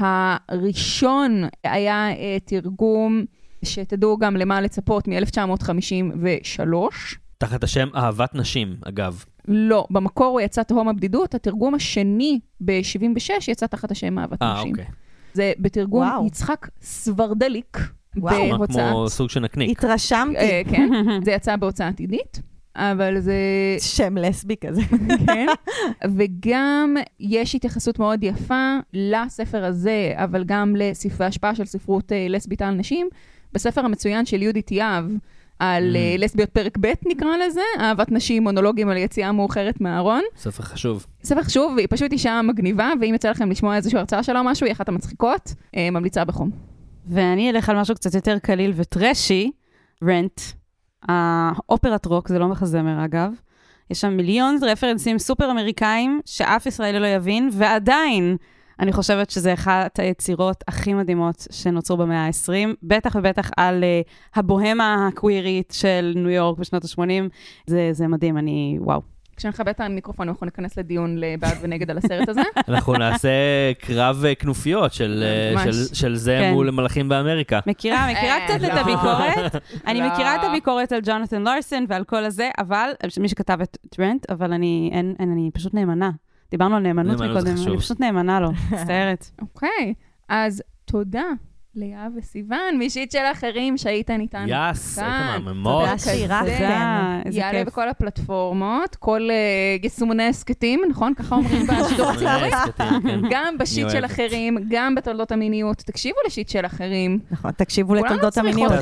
הראשון היה תרגום שתדעו גם למה לצפות מ-1953. תחת השם אהבת נשים, אגב. לא, במקור הוא יצא תהום הבדידות, התרגום השני ב-76 יצא תחת השם אהבת נשים. אוקיי. זה בתרגום יצחק סברדליק, בהוצאת... כמו סוג של נקניק. התרשמתי. כן, זה יצא בהוצאת עידית, אבל זה... שם לסבי כזה. כן, וגם יש התייחסות מאוד יפה לספר הזה, אבל גם לספרי השפעה של ספרות לסבית על נשים, בספר המצוין של יהודית יהב, על לסביות פרק ב' נקרא לזה, אהבת נשים, מונולוגים על יציאה מאוחרת מהארון. ספר חשוב. ספר חשוב, והיא פשוט אישה מגניבה, ואם יצא לכם לשמוע איזושהי הרצאה שלה או משהו, היא אחת המצחיקות, ממליצה בחום. ואני אלך על משהו קצת יותר קליל וטרשי, רנט, האופרת רוק, זה לא מחזמר אגב, יש שם מיליון רפרנסים סופר אמריקאים, שאף ישראלי לא יבין, ועדיין אני חושבת שזה אחת היצירות הכי מדהימות שנוצרו במאה ה-20, בטח ובטח על הבוהמה הקווירית של ניו יורק בשנות ה-80, זה מדהים, וואו. כשנחבא את המיקרופון, אנחנו ניכנס לדיון בעד ונגד על הסרט הזה. אנחנו נעשה קרב כנופיות של זה מול מלאכים באמריקה. מכירה קצת את הביקורת. אני מכירה את הביקורת על ג'ונתן לורסון ועל כל הזה, אבל, מי שכתב את טרנט, אבל אני פשוט נאמנה. דיברנו על נאמנות מקודם, אני פשוט נאמנה לו. מצטערת. אוקיי, אז תודה. ליאב וסיוון, מישית של אחרים שהייתן איתנו. יס, הייתם מהממות. תודה שאירחתם. יעלה בכל הפלטפורמות, כל יישומוני הסקטים, נכון? ככה אומרים בשידור הציבורי? גם בשיט של אחרים, גם בתולדות המיניות. תקשיבו לשיט של אחרים. נכון, תקשיבו לתולדות המיניות.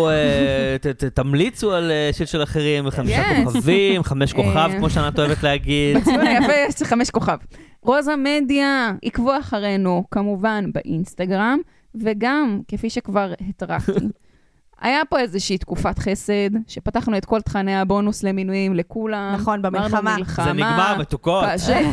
תמליצו על שיט של אחרים, 5 כוכבים, 5 כוכב, כמו שענת אוהבת להגיד. יפה, 5 כוכב. רוזה מדיה, עקבו אחרינו, כמובן באינסטגרם, וגם, כפי שכבר התרחתי, היה פה איזושהי תקופת חסד, שפתחנו את כל תכני הבונוס למינויים לכולם. נכון, במלחמה. זה נגמר, מתוקות. די.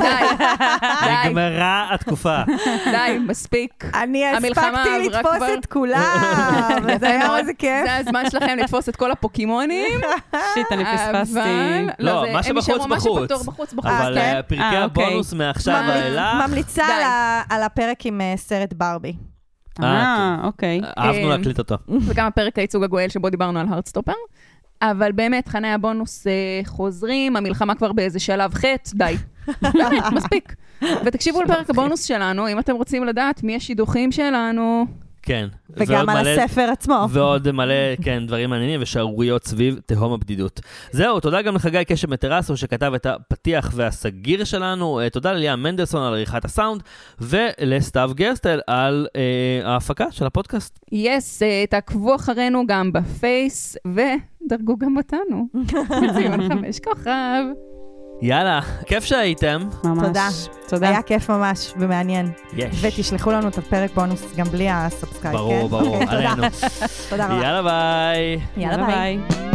נגמרה התקופה. די, מספיק. אני הספקתי לתפוס את כולם. וזה היה איזה כיף. זה הזמן שלכם לתפוס את כל הפוקימונים. שיט, אני פספסתי. לא, מה שבחוץ בחוץ. אבל פרקי הבונוס מעכשיו ואילך. ממליצה על הפרק עם סרט ברבי. אוקיי. אהבנו להקליט אותו. וגם הפרק הייצוג הגואל שבו דיברנו על הארדסטופר. אבל באמת, תכני הבונוס חוזרים, המלחמה כבר באיזה שלב חטא, די. מספיק. ותקשיבו לפרק הבונוס שלנו, אם אתם רוצים לדעת מי השידוכים שלנו. כן. וגם על הספר עצמו. ועוד מלא, כן, דברים מעניינים ושערוריות סביב תהום הבדידות. זהו, תודה גם לחגי קשב מטרסו שכתב את הפתיח והסגיר שלנו. תודה לליה מנדלסון על עריכת הסאונד, ולסתיו גרסטל על ההפקה של הפודקאסט. יס, תעקבו אחרינו גם בפייס, ודרגו גם אותנו. בציון 5 כוכב. יאללה, כיף שהייתם. ממש. תודה. היה כיף ממש ומעניין. יש. ותשלחו לנו את הפרק בונוס גם בלי הסאבסקרייב. ברור, עלינו. תודה רבה. יאללה ביי. יאללה ביי.